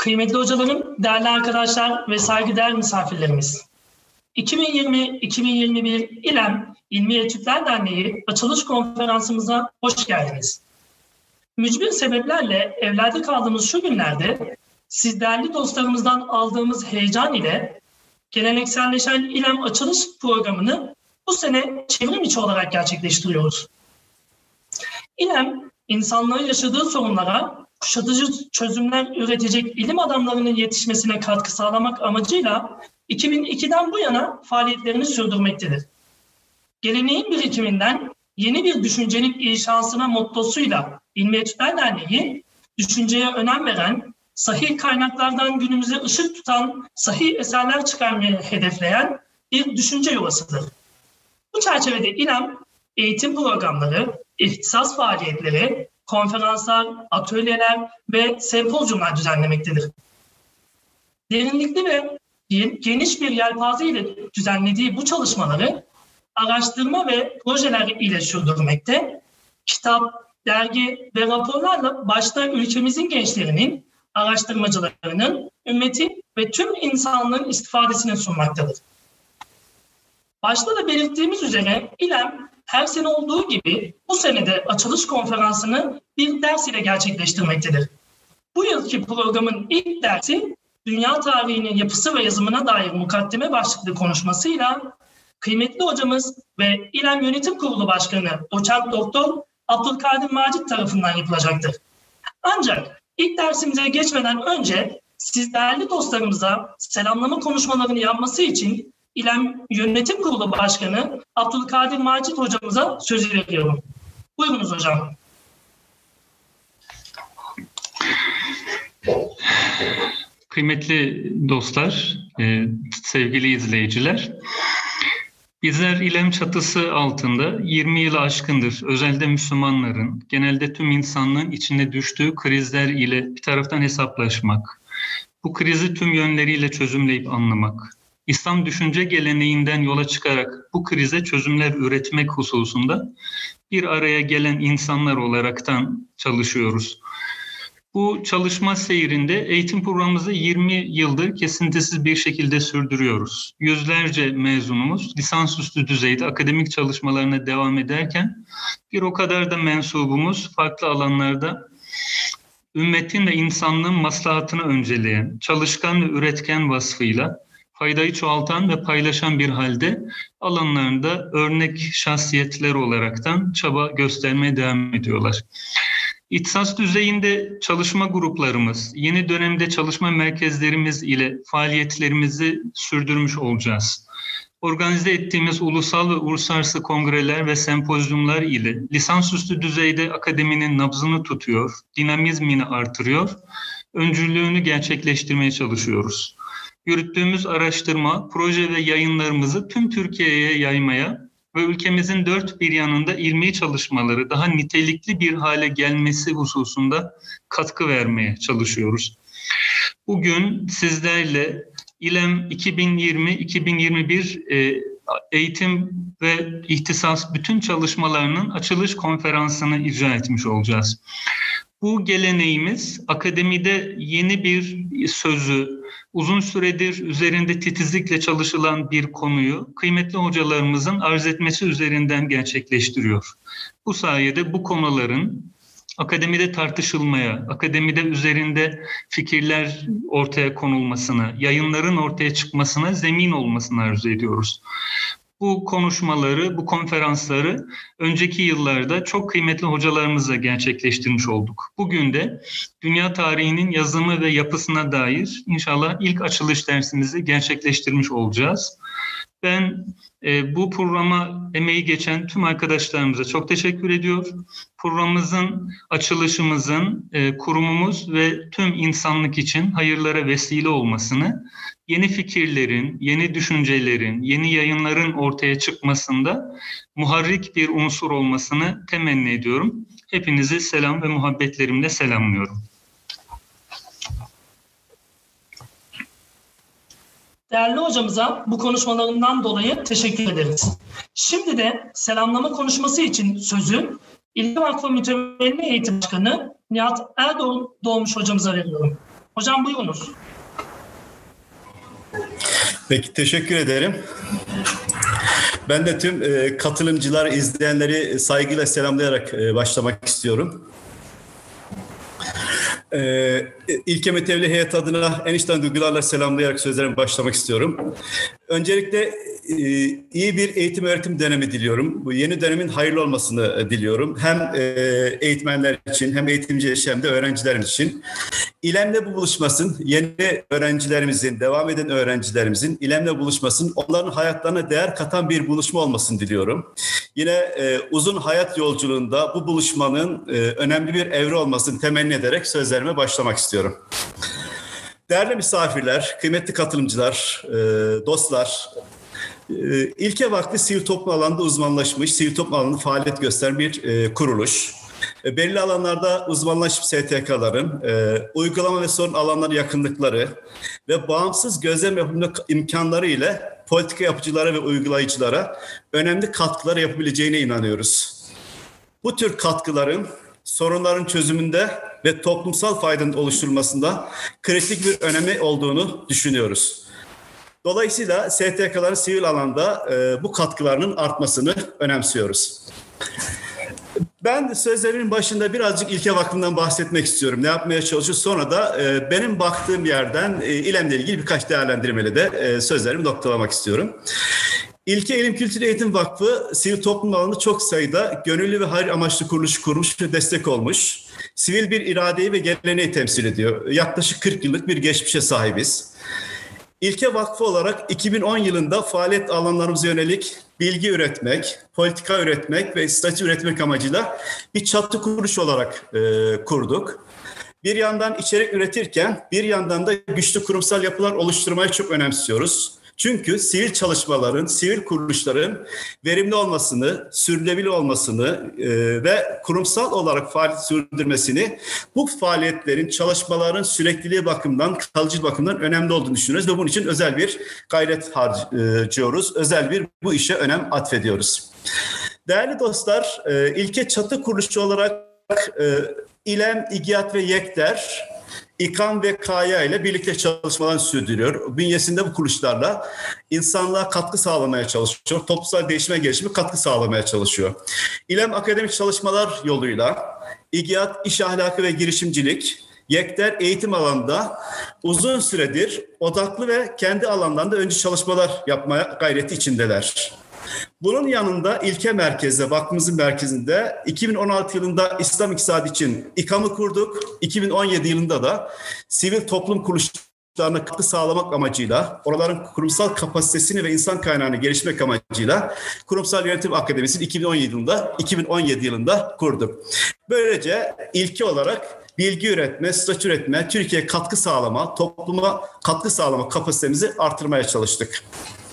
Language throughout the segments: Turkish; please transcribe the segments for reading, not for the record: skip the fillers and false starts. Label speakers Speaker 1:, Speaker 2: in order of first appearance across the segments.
Speaker 1: Kıymetli hocalarım, değerli arkadaşlar ve saygıdeğer misafirlerimiz. 2020-2021 İLEM İlmi Etütler Derneği açılış konferansımıza hoş geldiniz. Mücbir sebeplerle evlerde kaldığımız şu günlerde siz değerli dostlarımızdan aldığımız heyecan ile gelenekselleşen İLEM açılış programını bu sene çevrim içi olarak gerçekleştiriyoruz. İLEM, insanlığın yaşadığı sorunlara kuşatıcı çözümler üretecek ilim adamlarının yetişmesine katkı sağlamak amacıyla 2002'den bu yana faaliyetlerini sürdürmektedir. Geleneğin birikiminden yeni bir düşüncenin inşasına mottosuyla İlmi Etütler Derneği, düşünceye önem veren, sahih kaynaklardan günümüze ışık tutan sahih eserler çıkarmayı hedefleyen bir düşünce yuvasıdır. Bu çerçevede İLEM, eğitim programları, ihtisas faaliyetleri, konferanslar, atölyeler ve sempozyumlar düzenlemektedir. Derinlikli ve geniş bir yelpaze ile düzenlediği bu çalışmaları araştırma ve projeler ile sürdürmekte, kitap, dergi ve raporlarla başta ülkemizin gençlerinin, araştırmacılarının, ümmeti ve tüm insanlığın istifadesini sunmaktadır. Başta da belirttiğimiz üzere İLEM her sene olduğu gibi bu senede açılış konferansını bir ders ile gerçekleştirmektedir. Bu yılki programın ilk dersi dünya tarihinin yapısı ve yazımına dair mukaddime başlıklı konuşmasıyla kıymetli hocamız ve İLEM Yönetim Kurulu Başkanı Doçent Doktor Abdülkadir Macit tarafından yapılacaktır. Ancak ilk dersimize geçmeden önce siz değerli dostlarımıza selamlama konuşmalarını yapması için İLEM Yönetim Kurulu Başkanı Abdülkadir Macit hocamıza söz veriyorum. Buyurunuz hocam.
Speaker 2: Kıymetli dostlar, sevgili izleyiciler, bizler İLEM çatısı altında 20 yılı aşkındır özellikle Müslümanların, genelde tüm insanlığın içine düştüğü krizler ile bir taraftan hesaplaşmak, bu krizi tüm yönleriyle çözümleyip anlamak, İslam düşünce geleneğinden yola çıkarak bu krize çözümler üretmek hususunda bir araya gelen insanlar olaraktan çalışıyoruz. Bu çalışma seyrinde eğitim programımızı 20 yıldır kesintisiz bir şekilde sürdürüyoruz. Yüzlerce mezunumuz lisansüstü düzeyde akademik çalışmalarına devam ederken bir o kadar da mensubumuz farklı alanlarda ümmetin ve insanlığın maslahatını önceleyen, çalışkan ve üretken vasfıyla faydayı çoğaltan ve paylaşan bir halde alanlarında örnek şahsiyetler olaraktan çaba göstermeye devam ediyorlar. İhtisas düzeyinde çalışma gruplarımız, yeni dönemde çalışma merkezlerimiz ile faaliyetlerimizi sürdürmüş olacağız. Organize ettiğimiz ulusal ve uluslararası kongreler ve sempozyumlar ile lisansüstü düzeyde akademinin nabzını tutuyor, dinamizmini artırıyor, öncülüğünü gerçekleştirmeye çalışıyoruz. Yürüttüğümüz araştırma, proje ve yayınlarımızı tüm Türkiye'ye yaymaya ve ülkemizin dört bir yanında ilmi çalışmaları daha nitelikli bir hale gelmesi hususunda katkı vermeye çalışıyoruz. Bugün sizlerle İLEM 2020-2021 eğitim ve ihtisas bütün çalışmalarının açılış konferansını icra etmiş olacağız. Bu geleneğimiz akademide yeni bir sözü, uzun süredir üzerinde titizlikle çalışılan bir konuyu kıymetli hocalarımızın arz etmesi üzerinden gerçekleştiriyor. Bu sayede bu konuların akademide tartışılmaya, akademide üzerinde fikirler ortaya konulmasına, yayınların ortaya çıkmasına zemin olmasını arzu ediyoruz. Bu konuşmaları, bu konferansları önceki yıllarda çok kıymetli hocalarımızla gerçekleştirmiş olduk. Bugün de dünya tarihinin yazımı ve yapısına dair inşallah ilk açılış dersimizi gerçekleştirmiş olacağız. Ben bu programa emeği geçen tüm arkadaşlarımıza çok teşekkür ediyor. Programımızın, açılışımızın kurumumuz ve tüm insanlık için hayırlara vesile olmasını, yeni fikirlerin, yeni düşüncelerin, yeni yayınların ortaya çıkmasında muharrik bir unsur olmasını temenni ediyorum. Hepinizi selam ve muhabbetlerimle selamlıyorum.
Speaker 1: Değerli hocamıza bu konuşmalarından dolayı teşekkür ederiz. Şimdi de selamlama konuşması için sözü İlmi Vakfı Mütevelli Eğitim Başkanı Nihat Erdoğmuş hocamıza veriyorum. Hocam buyurunuz.
Speaker 3: Peki, teşekkür ederim. Ben de tüm katılımcılar, izleyenleri saygıyla selamlayarak başlamak istiyorum. İlke Mütevli heyet adına en içten duygularla selamlayarak sözlerime başlamak istiyorum. Öncelikle iyi bir eğitim öğretim dönemi diliyorum. Bu yeni dönemin hayırlı olmasını diliyorum. Hem eğitmenler için, hem eğitimci hem de öğrencilerimiz için. İLEM'le bu buluşmasın, yeni öğrencilerimizin, devam eden öğrencilerimizin İLEM'le buluşmasın, onların hayatlarına değer katan bir buluşma olmasını diliyorum. Yine uzun hayat yolculuğunda bu buluşmanın önemli bir evre olmasını temenni ederek sözlerime başlamak istiyorum. Değerli misafirler, kıymetli katılımcılar, dostlar, İlke Vakfı sivil toplum alanında uzmanlaşmış, sivil toplum alanında faaliyet gösteren bir kuruluş. Belli alanlarda uzmanlaşmış STK'ların uygulama ve sorun alanları yakınlıkları ve bağımsız gözlem yapımı imkanları ile politika yapıcılara ve uygulayıcılara önemli katkılar yapabileceğine inanıyoruz. Bu tür katkıların sorunların çözümünde ve toplumsal faydanın oluşturulmasında kritik bir önemi olduğunu düşünüyoruz. Dolayısıyla STK'ların sivil alanda bu katkılarının artmasını önemsiyoruz. Ben sözlerimin başında birazcık İlke Vakfı'ndan bahsetmek istiyorum. Ne yapmaya çalışıyoruz? Sonra da benim baktığım yerden İLEM'le ilgili birkaç değerlendirmeyle de sözlerimi noktalamak istiyorum. İlke İlim Kültür Eğitim Vakfı sivil toplum alanında çok sayıda gönüllü ve hayır amaçlı kuruluş kurmuş ve destek olmuş. Sivil bir iradeyi ve geleneği temsil ediyor. Yaklaşık 40 yıllık bir geçmişe sahibiz. İlke Vakfı olarak 2010 yılında faaliyet alanlarımıza yönelik bilgi üretmek, politika üretmek ve strateji üretmek amacıyla bir çatı kuruluş olarak kurduk. Bir yandan içerik üretirken bir yandan da güçlü kurumsal yapılar oluşturmayı çok önemsiyoruz. Çünkü sivil çalışmaların, sivil kuruluşların verimli olmasını, sürdürülebilir olmasını ve kurumsal olarak faaliyet sürdürmesini bu faaliyetlerin, çalışmaların sürekliliği bakımından, kalıcı bakımdan önemli olduğunu düşünüyoruz ve bunun için özel bir gayret harcıyoruz. Özel bir bu işe önem atfediyoruz. Değerli dostlar, İlke çatı kuruluşu olarak İLEM, İGİAD ve YEKDER, İKAM ve KAYA ile birlikte çalışmalarını sürdürüyor. Bünyesinde bu kuruluşlarla insanlığa katkı sağlamaya çalışıyor. Toplumsal değişime, gelişime katkı sağlamaya çalışıyor. İLEM akademik çalışmalar yoluyla, İGİAD iş ahlakı ve girişimcilik, YEKDER eğitim alanında uzun süredir odaklı ve kendi alanlarında öncü çalışmalar yapmaya gayreti içindeler. Bunun yanında İlke Merkez'de, vakfımızın merkezinde 2016 yılında İslam İktisadi için İKAM'ı kurduk. 2017 yılında da sivil toplum kuruluşlarına katkı sağlamak amacıyla, oraların kurumsal kapasitesini ve insan kaynağını geliştirmek amacıyla Kurumsal Yönetim Akademisi'ni 2017 yılında kurduk. Böylece İlke olarak bilgi üretme, strateji üretme, Türkiye'ye katkı sağlama, topluma katkı sağlama kapasitemizi artırmaya çalıştık.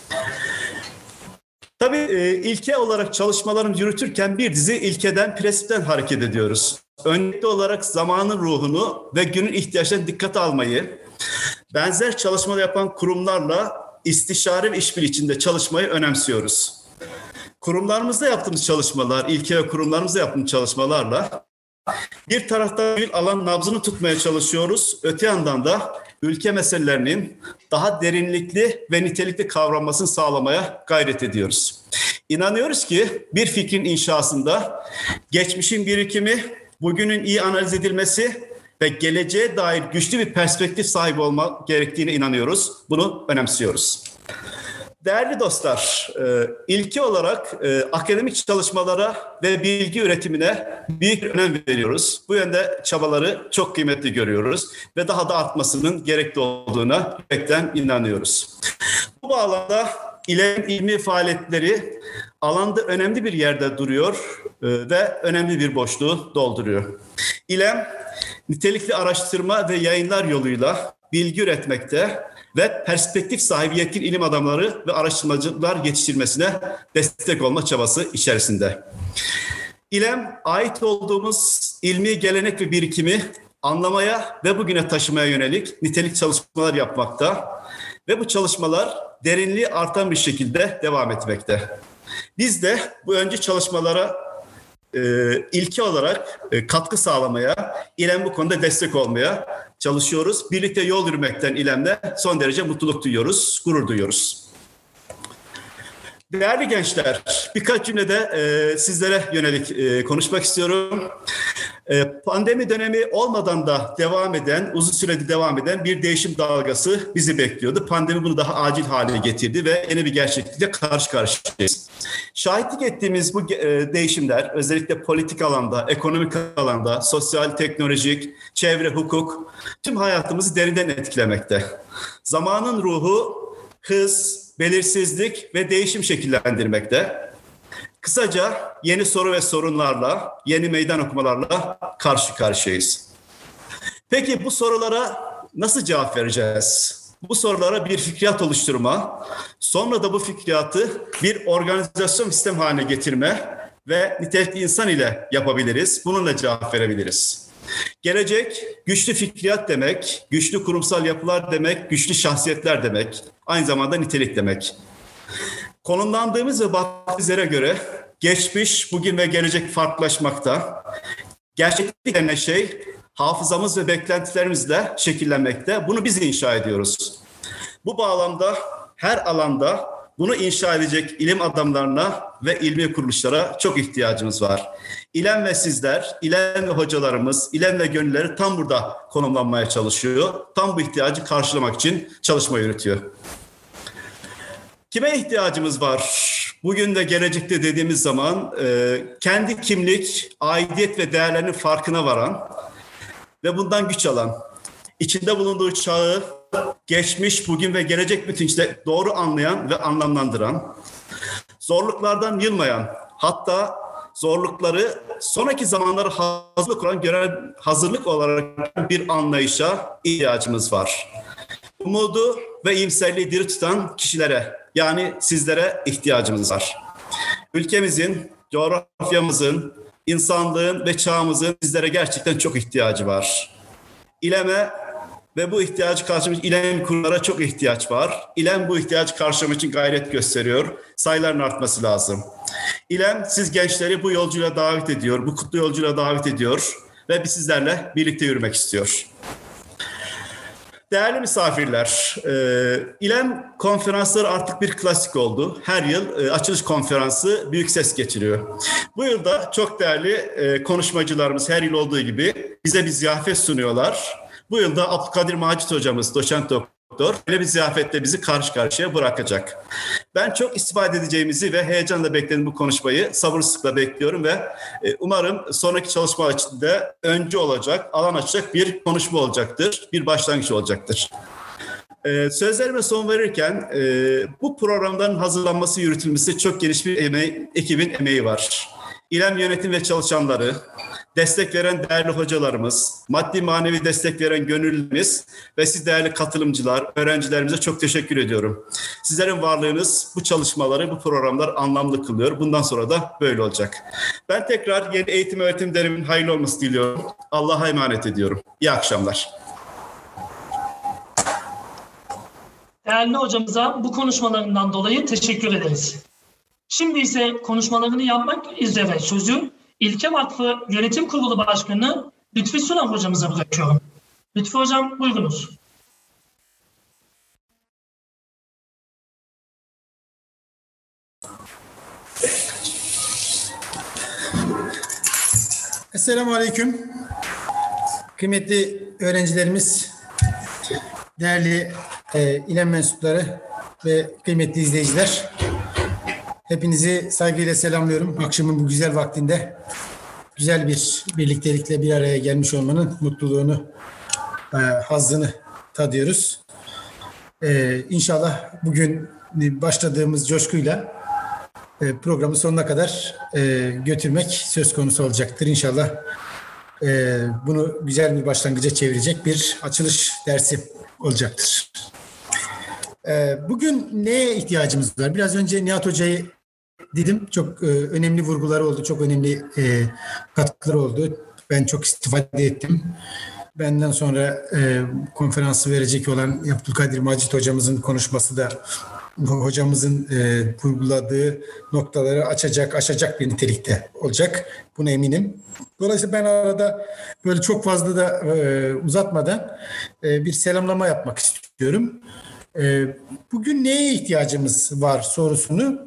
Speaker 3: Tabii ilke olarak çalışmalarımızı yürütürken bir dizi ilkeden, prensipten hareket ediyoruz. Öncelikli olarak zamanın ruhunu ve günün ihtiyaçlarını dikkate almayı, benzer çalışmalar yapan kurumlarla istişare ve işbirliği içinde çalışmayı önemsiyoruz. Kurumlarımızda yaptığımız çalışmalar, ilke ve kurumlarımızda yaptığımız çalışmalarla bir taraftan bir alan nabzını tutmaya çalışıyoruz. Öte yandan da ülke meselelerinin daha derinlikli ve nitelikli kavranmasını sağlamaya gayret ediyoruz. İnanıyoruz ki bir fikrin inşasında geçmişin birikimi, bugünün iyi analiz edilmesi ve geleceğe dair güçlü bir perspektif sahibi olma gerektiğine inanıyoruz. Bunu önemsiyoruz. Değerli dostlar, ilke olarak akademik çalışmalara ve bilgi üretimine büyük önem veriyoruz. Bu yönde çabaları çok kıymetli görüyoruz ve daha da artmasının gerekli olduğuna yürekten inanıyoruz. Bu bağlamda İLEM ilmi faaliyetleri alanda önemli bir yerde duruyor ve önemli bir boşluğu dolduruyor. İLEM nitelikli araştırma ve yayınlar yoluyla bilgi üretmekte ve perspektif sahibi yetkin ilim adamları ve araştırmacılar yetiştirmesine destek olma çabası içerisinde. İLEM, ait olduğumuz ilmi gelenek ve birikimi anlamaya ve bugüne taşımaya yönelik nitelik çalışmalar yapmakta ve bu çalışmalar derinliği artan bir şekilde devam etmekte. Biz de bu öncü çalışmalara ilke olarak katkı sağlamaya, İLEM bu konuda destek olmaya çalışıyoruz. Birlikte yol yürümekten İLEM'le son derece mutluluk duyuyoruz, gurur duyuyoruz. Değerli gençler, birkaç cümlede sizlere yönelik konuşmak istiyorum. Pandemi dönemi olmadan da uzun süredir devam eden bir değişim dalgası bizi bekliyordu. Pandemi bunu daha acil hale getirdi ve yeni bir gerçeklikle karşı karşıyayız. Şahitlik ettiğimiz bu değişimler özellikle politik alanda, ekonomik alanda, sosyal, teknolojik, çevre, hukuk tüm hayatımızı derinden etkilemekte. Zamanın ruhu hız, belirsizlik ve değişim şekillendirmekte. Kısaca yeni soru ve sorunlarla, yeni meydan okumalarla karşı karşıyayız. Peki bu sorulara nasıl cevap vereceğiz? Bu sorulara bir fikriyat oluşturma, sonra da bu fikriyatı bir organizasyon sistem haline getirme ve nitelikli insan ile yapabiliriz. Bununla cevap verebiliriz. Gelecek güçlü fikriyat demek, güçlü kurumsal yapılar demek, güçlü şahsiyetler demek, aynı zamanda nitelik demek. Konumlandığımız ve baktığımız yere göre geçmiş, bugün ve gelecek farklılaşmakta. Gerçeklik denen şey hafızamız ve beklentilerimizle şekillenmekte. Bunu biz inşa ediyoruz. Bu bağlamda her alanda bunu inşa edecek ilim adamlarına ve ilmi kuruluşlara çok ihtiyacımız var. İLEM ve sizler, İLEM ve hocalarımız, İLEM ve gönülleri tam burada konumlanmaya çalışıyor. Tam bu ihtiyacı karşılamak için çalışma yürütüyor. Kime ihtiyacımız var? Bugün de gelecekte dediğimiz zaman kendi kimlik, aidiyet ve değerlerinin farkına varan ve bundan güç alan, içinde bulunduğu çağı, geçmiş, bugün ve gelecek bütünüyle doğru anlayan ve anlamlandıran, zorluklardan yılmayan, hatta zorlukları sonraki zamanlara hazırlık olarak bir anlayışa ihtiyacımız var. Umudu ve iyimserliği diri tutan kişilere, yani sizlere ihtiyacımız var. Ülkemizin, coğrafyamızın, insanlığın ve çağımızın sizlere gerçekten çok ihtiyacı var. İLEM'e ve bu ihtiyacı karşılamak için İLEM kurumlara çok ihtiyaç var. İLEM bu ihtiyacı karşılamak için gayret gösteriyor. Sayıların artması lazım. İLEM siz gençleri bu yolculuğa davet ediyor, bu kutlu yolculuğa davet ediyor ve biz sizlerle birlikte yürümek istiyor. Değerli misafirler, İLEM konferansları artık bir klasik oldu. Her yıl açılış konferansı büyük ses geçiriyor. Bu yılda çok değerli konuşmacılarımız her yıl olduğu gibi bize bir ziyafet sunuyorlar. Bu yılda Abdülkadir Macit hocamız, doçent doktor, böyle bir ziyafetle bizi karşı karşıya bırakacak. Ben çok istifade edeceğimizi ve heyecanla beklediğim bu konuşmayı sabırsızlıkla bekliyorum ve umarım sonraki çalışma içinde öncü olacak, alan açacak bir konuşma olacaktır, bir başlangıç olacaktır. Sözlerime son verirken bu programların hazırlanması, yürütülmesi çok geniş bir ekibin emeği var. İLEM yönetim ve çalışanları, destek veren değerli hocalarımız, maddi manevi destek veren gönüllülerimiz ve siz değerli katılımcılar, öğrencilerimize çok teşekkür ediyorum. Sizlerin varlığınız bu çalışmaları, bu programlar anlamlı kılıyor. Bundan sonra da böyle olacak. Ben tekrar yeni eğitim öğretim döneminin hayırlı olması diliyorum. Allah'a emanet ediyorum. İyi akşamlar.
Speaker 1: Değerli hocamıza bu konuşmalarından dolayı teşekkür ederiz. Şimdi ise konuşmalarını yapmak üzere sözü İlke Vakfı Yönetim Kurulu Başkanı Lütfi Sunan hocamıza bırakıyorum. Lütfi hocam buyurunuz.
Speaker 4: Esselamu Aleyküm. Kıymetli öğrencilerimiz, değerli İLEM mensupları ve kıymetli izleyiciler. Hepinizi saygıyla selamlıyorum. Akşamın bu güzel vaktinde güzel bir birliktelikle bir araya gelmiş olmanın mutluluğunu, hazzını tadıyoruz. İnşallah bugün başladığımız coşkuyla programı sonuna kadar götürmek söz konusu olacaktır. İnşallah bunu güzel bir başlangıca çevirecek bir açılış dersi olacaktır. Bugün neye ihtiyacımız var? Biraz önce Nihat Hoca'yı dedim. Çok önemli vurguları oldu. Çok önemli katkıları oldu. Ben çok istifade ettim. Benden sonra konferansı verecek olan Abdülkadir Macit hocamızın konuşması da hocamızın vurguladığı noktaları aşacak bir nitelikte olacak. Buna eminim. Dolayısıyla ben arada böyle çok fazla da uzatmadan bir selamlama yapmak istiyorum. Bugün neye ihtiyacımız var sorusunu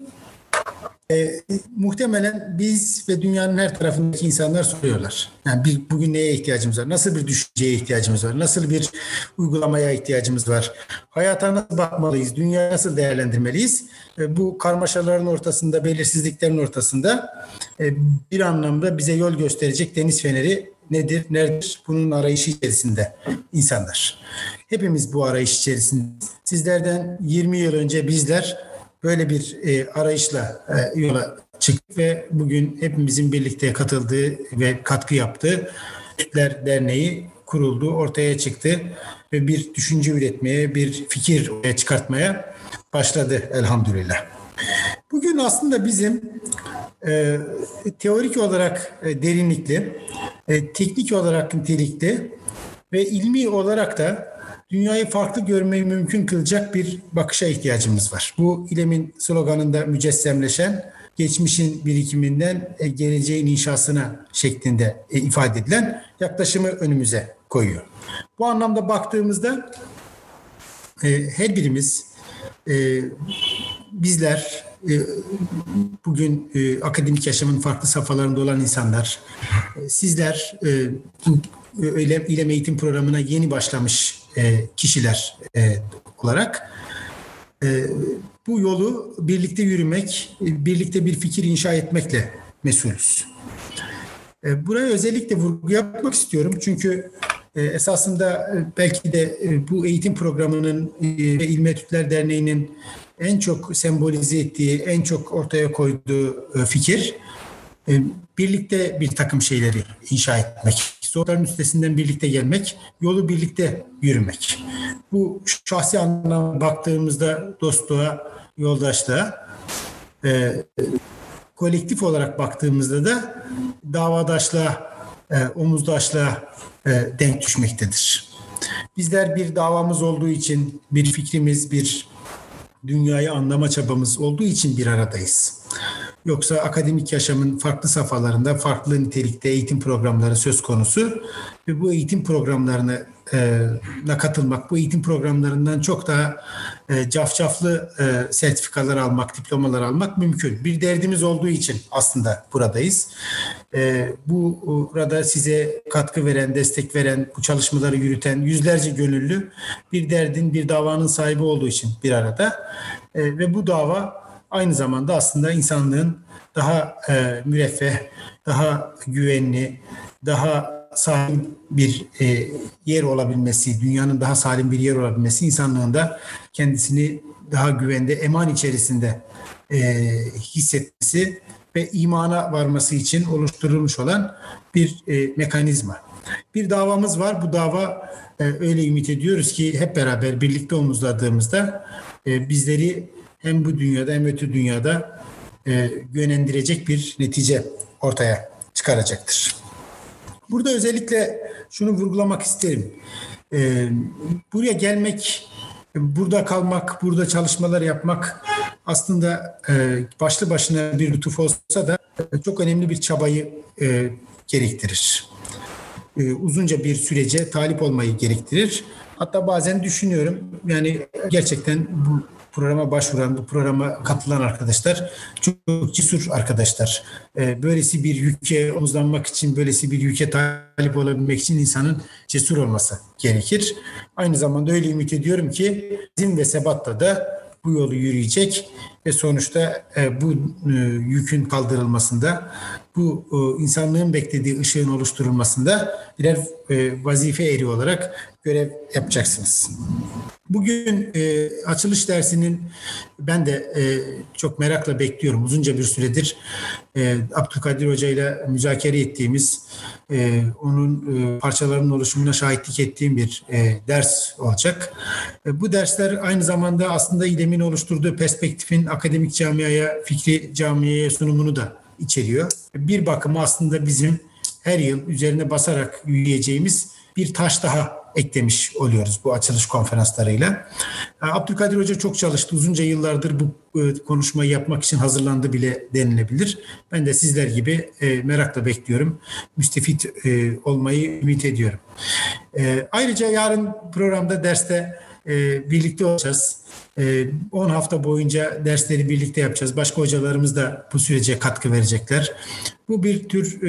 Speaker 4: muhtemelen biz ve dünyanın her tarafındaki insanlar soruyorlar. Yani bugün neye ihtiyacımız var? Nasıl bir düşünceye ihtiyacımız var? Nasıl bir uygulamaya ihtiyacımız var? Hayata nasıl bakmalıyız? Dünyayı nasıl değerlendirmeliyiz? Bu karmaşaların ortasında, belirsizliklerin ortasında bir anlamda bize yol gösterecek deniz feneri nedir, nerededir? Bunun arayışı içerisinde insanlar. Hepimiz bu arayış içerisinde. Sizlerden 20 yıl önce bizler böyle bir arayışla yola çıktık ve bugün hepimizin birlikte katıldığı ve katkı yaptığı Türkler Derneği kuruldu, ortaya çıktı ve bir düşünce üretmeye, bir fikir ortaya çıkartmaya başladı elhamdülillah. Bugün aslında bizim teorik olarak derinlikli, teknik olarak nitelikli ve ilmi olarak da dünyayı farklı görmeyi mümkün kılacak bir bakışa ihtiyacımız var. Bu İLEM'in sloganında mücessemleşen, geçmişin birikiminden geleceğin inşasına şeklinde ifade edilen yaklaşımı önümüze koyuyor. Bu anlamda baktığımızda her birimiz, bizler, bugün akademik yaşamın farklı safhalarında olan insanlar, sizler İLEM eğitim programına yeni başlamış kişiler olarak bu yolu birlikte yürümek, birlikte bir fikir inşa etmekle mesulüz. Buraya özellikle vurgu yapmak istiyorum çünkü esasında belki de bu eğitim programının ve İlmi Etütler Derneği'nin en çok sembolize ettiği, en çok ortaya koyduğu fikir birlikte bir takım şeyleri inşa etmek. Zorların üstesinden birlikte gelmek, yolu birlikte yürümek. Bu şahsi anlamda baktığımızda dostluğa, yoldaşlığa, kolektif olarak baktığımızda da davadaşlığa, omuzdaşlığa denk düşmektedir. Bizler bir davamız olduğu için, bir fikrimiz, bir dünyayı anlama çabamız olduğu için bir aradayız. Yoksa akademik yaşamın farklı safhalarında farklı nitelikte eğitim programları söz konusu ve bu eğitim programlarına katılmak, bu eğitim programlarından çok daha cafcaflı sertifikalar almak, diplomalar almak mümkün. Bir derdimiz olduğu için aslında buradayız. Burada size katkı veren, destek veren, bu çalışmaları yürüten yüzlerce gönüllü bir derdin, bir davanın sahibi olduğu için bir arada. Ve bu dava aynı zamanda aslında insanlığın daha müreffeh, daha güvenli, daha salim bir yer olabilmesi, dünyanın daha salim bir yer olabilmesi, insanlığın da kendisini daha güvende, eman içerisinde hissetmesi ve imana varması için oluşturulmuş olan bir mekanizma. Bir davamız var. Bu dava öyle ümit ediyoruz ki hep beraber birlikte omuzladığımızda bizleri hem bu dünyada hem öte dünyada yönlendirecek bir netice ortaya çıkaracaktır. Burada özellikle şunu vurgulamak isterim. Buraya gelmek, burada kalmak, burada çalışmalar yapmak aslında başlı başına bir lütuf olsa da çok önemli bir çabayı gerektirir. Uzunca bir sürece talip olmayı gerektirir. Hatta bazen düşünüyorum, yani gerçekten bu programa başvuran, bu programa katılan arkadaşlar çok cesur arkadaşlar. Böylesi bir yüke omuzlanmak için, böylesi bir yüke talip olabilmek için insanın cesur olması gerekir. Aynı zamanda öyle ümit ediyorum ki azim ve sebatla da bu yolu yürüyecek ve sonuçta bu yükün kaldırılmasında, bu insanlığın beklediği ışığın oluşturulmasında birer vazife eri olarak görev yapacaksınız. Bugün açılış dersinin ben de çok merakla bekliyorum. Uzunca bir süredir Abdülkadir Hoca ile müzakere ettiğimiz, onun parçalarının oluşumuna şahitlik ettiğim bir ders olacak. Bu dersler aynı zamanda aslında İLEM'in oluşturduğu perspektifin akademik camiaya, fikri camiaya sunumunu da içeriyor. Bir bakıma aslında bizim her yıl üzerine basarak yürüyeceğimiz bir taş daha eklemiş oluyoruz bu açılış konferanslarıyla. Abdülkadir Hoca çok çalıştı. Uzunca yıllardır bu konuşmayı yapmak için hazırlandı bile denilebilir. Ben de sizler gibi merakla bekliyorum. Müstefit olmayı ümit ediyorum. Ayrıca yarın programda derste birlikte olacağız. 10 hafta boyunca dersleri birlikte yapacağız. Başka hocalarımız da bu sürece katkı verecekler. Bu bir tür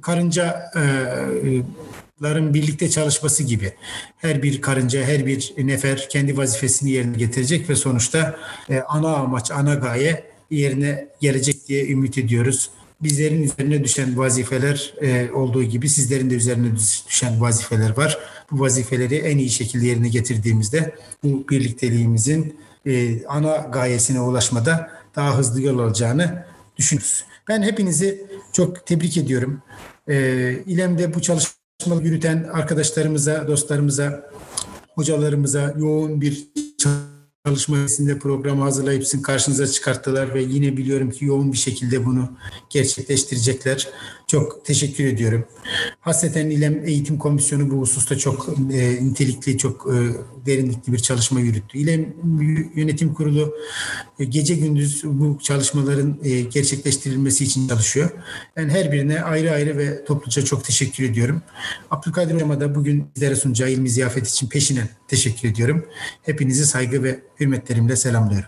Speaker 4: karıncaların birlikte çalışması gibi. Her bir karınca, her bir nefer kendi vazifesini yerine getirecek ve sonuçta ana amaç, ana gaye yerine gelecek diye ümit ediyoruz. Bizlerin üzerine düşen vazifeler olduğu gibi sizlerin de üzerine düşen vazifeler var. Bu vazifeleri en iyi şekilde yerine getirdiğimizde bu birlikteliğimizin ana gayesine ulaşmada daha hızlı yol alacağını düşünürüz. Ben hepinizi çok tebrik ediyorum. İLEM'de bu çalışmaları yürüten arkadaşlarımıza, dostlarımıza, hocalarımıza yoğun bir çalışma içinde programı hazırlayıp sizin karşınıza çıkarttılar ve yine biliyorum ki yoğun bir şekilde bunu gerçekleştirecekler. Çok teşekkür ediyorum. Hasreten İLEM Eğitim Komisyonu bu hususta çok nitelikli, çok derinlikli bir çalışma yürüttü. İLEM Yönetim Kurulu gece gündüz bu çalışmaların gerçekleştirilmesi için çalışıyor. Ben her birine ayrı ayrı ve topluca çok teşekkür ediyorum. Abdülkadir Hocam'a da bugün bizlere sunacağı ilmi ziyafet için peşinen teşekkür ediyorum. Hepinizi saygı ve hürmetlerimle selamlıyorum.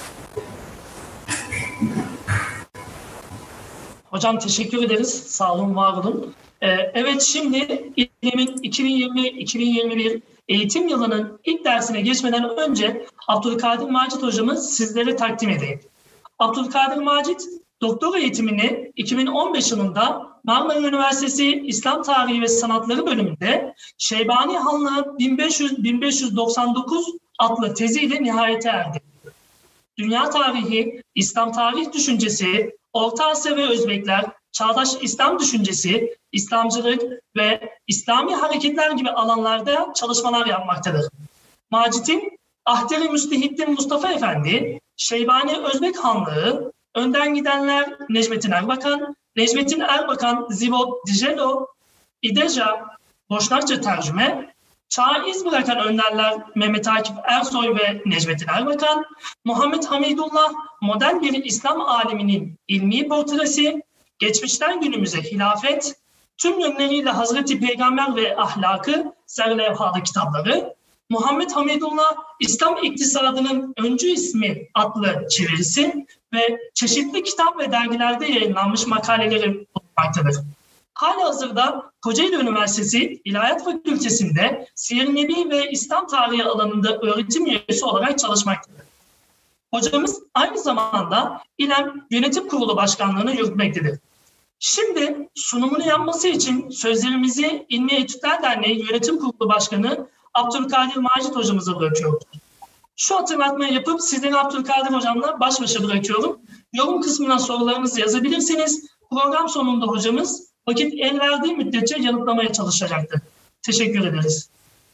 Speaker 1: Hocam teşekkür ederiz. Sağ olun, var olun. Evet, şimdi İLEM'in 2020-2021 eğitim yılının ilk dersine geçmeden önce Abdülkadir Macit hocamı sizlere takdim edeyim. Abdülkadir Macit, doktora eğitimini 2015 yılında Marmara Üniversitesi İslam Tarihi ve Sanatları bölümünde Şeybani Hanlığı 1500-1599 adlı teziyle nihayete erdi. Dünya tarihi, İslam tarih düşüncesi, Orta Asya ve Özbekler, çağdaş İslam düşüncesi, İslamcılık ve İslami hareketler gibi alanlarda çalışmalar yapmaktadır. Macit'in Ahder-i Müstehittin Mustafa Efendi, Şeybani Özbek Hanlığı, önden gidenler Necmettin Erbakan, Necmettin Erbakan Zivot Dijelo, İdeja, Boşnakça tercüme, çağı iz bırakan önderler Mehmet Akif Ersoy ve Necmettin Erbakan, Muhammed Hamidullah, modern bir İslam aliminin ilmi portresi, geçmişten günümüze hilafet, tüm yönleriyle Hazreti Peygamber ve ahlakı serlevhalı kitapları, Muhammed Hamidullah, İslam İktisadının Öncü İsmi adlı çevirisi ve çeşitli kitap ve dergilerde yayınlanmış makaleleri bulunmaktadır. Halihazırda Kocaeli Üniversitesi İlahiyat Fakültesi'nde Siyer-i Nebi ve İslam Tarihi alanında öğretim üyesi olarak çalışmaktadır. Hocamız aynı zamanda İLEM Yönetim Kurulu Başkanlığı'nı yürütmektedir. Şimdi sunumunu yapması için sözlerimizi İlmi Etütler Derneği Yönetim Kurulu Başkanı Abdülkadir Macit hocamıza bırakıyoruz. Şu hatırlatmayı yapıp sizleri Abdülkadir hocamla baş başa bırakıyorum. Yorum kısmına sorularınızı yazabilirsiniz. Program sonunda hocamız vakit el verdiği müddetçe yanıtlamaya çalışacaktır. Teşekkür ederiz.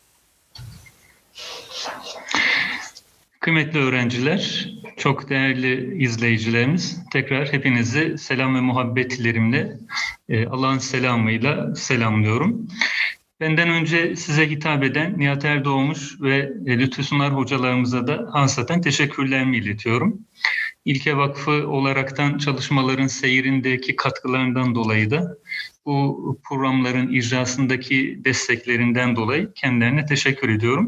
Speaker 2: Kıymetli öğrenciler, çok değerli izleyicilerimiz, tekrar hepinizi selam ve muhabbetlerimle, Allah'ın selamıyla selamlıyorum. Benden önce size hitap eden Nihat Erdoğmuş ve Lütfü Sunar hocalarımıza da hasaten teşekkürlerimi iletiyorum. İlke Vakfı olaraktan çalışmaların seyrindeki katkılarından dolayı da bu programların icrasındaki desteklerinden dolayı kendilerine teşekkür ediyorum.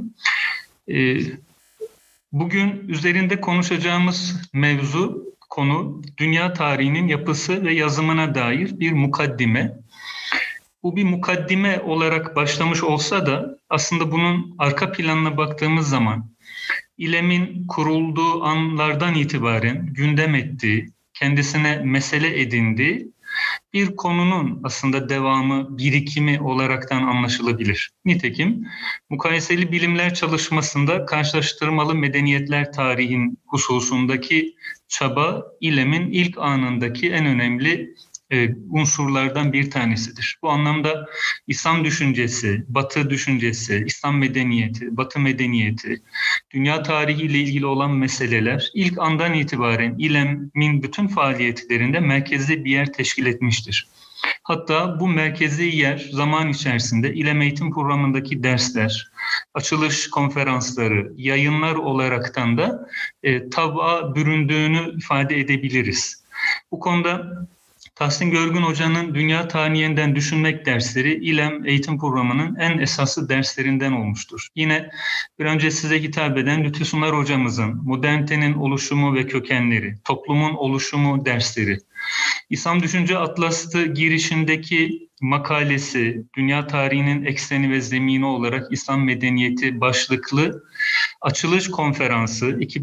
Speaker 2: Bugün üzerinde konuşacağımız konu dünya tarihinin yapısı ve yazımına dair bir mukaddime. Bu bir mukaddime olarak başlamış olsa da aslında bunun arka planına baktığımız zaman İLEM'in kurulduğu anlardan itibaren gündem ettiği, kendisine mesele edindiği bir konunun aslında devamı, birikimi olaraktan anlaşılabilir. Nitekim mukayeseli bilimler çalışmasında karşılaştırmalı medeniyetler tarihin hususundaki çaba İLEM'in ilk anındaki en önemli unsurlardan bir tanesidir. Bu anlamda İslam düşüncesi, Batı düşüncesi, İslam medeniyeti, Batı medeniyeti, dünya tarihiyle ilgili olan meseleler ilk andan itibaren İLEM'in bütün faaliyetlerinde merkezli bir yer teşkil etmiştir. Hatta bu merkezi yer zaman içerisinde İLEM eğitim programındaki dersler, açılış konferansları, yayınlar olaraktan da tabağa büründüğünü ifade edebiliriz. Bu konuda Tahsin Görgün Hoca'nın Dünya Tarihinden Düşünmek dersleri İLEM eğitim programının en esaslı derslerinden olmuştur. Yine bir önce size hitap eden Lütfü Sunar Hocamızın Modernitenin Oluşumu ve Kökenleri, Toplumun Oluşumu dersleri, İslam Düşünce Atlas'ı girişindeki makalesi, Dünya Tarihinin Ekseni ve Zemini olarak İslam Medeniyeti başlıklı açılış konferansı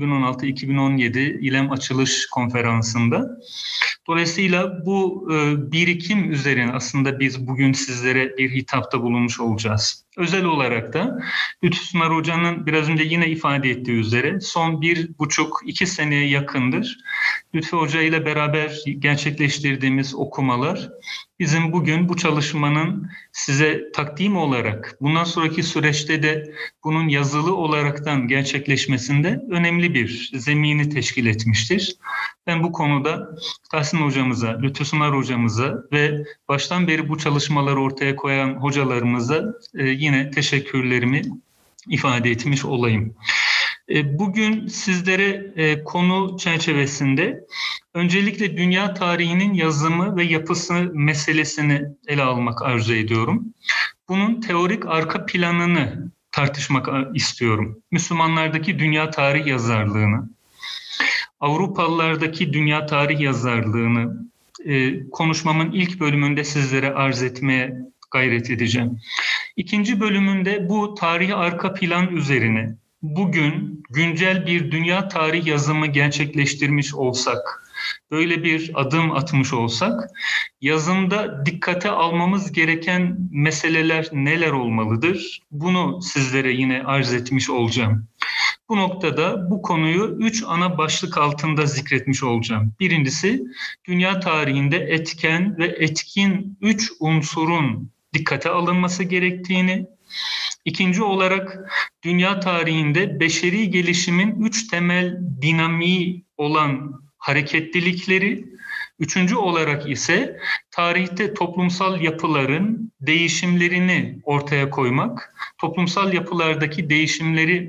Speaker 2: 2016-2017 İLEM Açılış Konferansı'nda. Dolayısıyla bu birikim üzerine aslında biz bugün sizlere bir hitapta bulunmuş olacağız. Özel olarak da Lütfü Sunar Hoca'nın biraz önce yine ifade ettiği üzere son 1,5-2 seneye yakındır Lütfü Hoca ile beraber gerçekleştirdiğimiz okumalar bizim bugün bu çalışmanın size takdim olarak bundan sonraki süreçte de bunun yazılı olaraktan gerçekleşmesinde önemli bir zemini teşkil etmiştir. Ben bu konuda Tahsin Hocamıza, Lütfü Sunar Hocamıza ve baştan beri bu çalışmaları ortaya koyan hocalarımıza yine teşekkürlerimi ifade etmiş olayım. Bugün sizlere konu çerçevesinde öncelikle dünya tarihinin yazımı ve yapısı meselesini ele almak arzu ediyorum. Bunun teorik arka planını tartışmak istiyorum. Müslümanlardaki dünya tarih yazarlığını, Avrupalılardaki dünya tarih yazarlığını konuşmamın ilk bölümünde sizlere arz etmeye gayret edeceğim. İkinci bölümünde bu tarihi arka plan üzerine bugün güncel bir dünya tarih yazımı gerçekleştirmiş olsak, böyle bir adım atmış olsak, yazımda dikkate almamız gereken meseleler neler olmalıdır? Bunu sizlere yine arz etmiş olacağım. Bu noktada bu konuyu 3 ana başlık altında zikretmiş olacağım. Birincisi, dünya tarihinde etken ve etkin 3 unsurun dikkate alınması gerektiğini, İkinci olarak dünya tarihinde beşeri gelişimin 3 temel dinamiği olan hareketlilikleri, üçüncü olarak ise tarihte toplumsal yapıların değişimlerini ortaya koymak, toplumsal yapılardaki değişimleri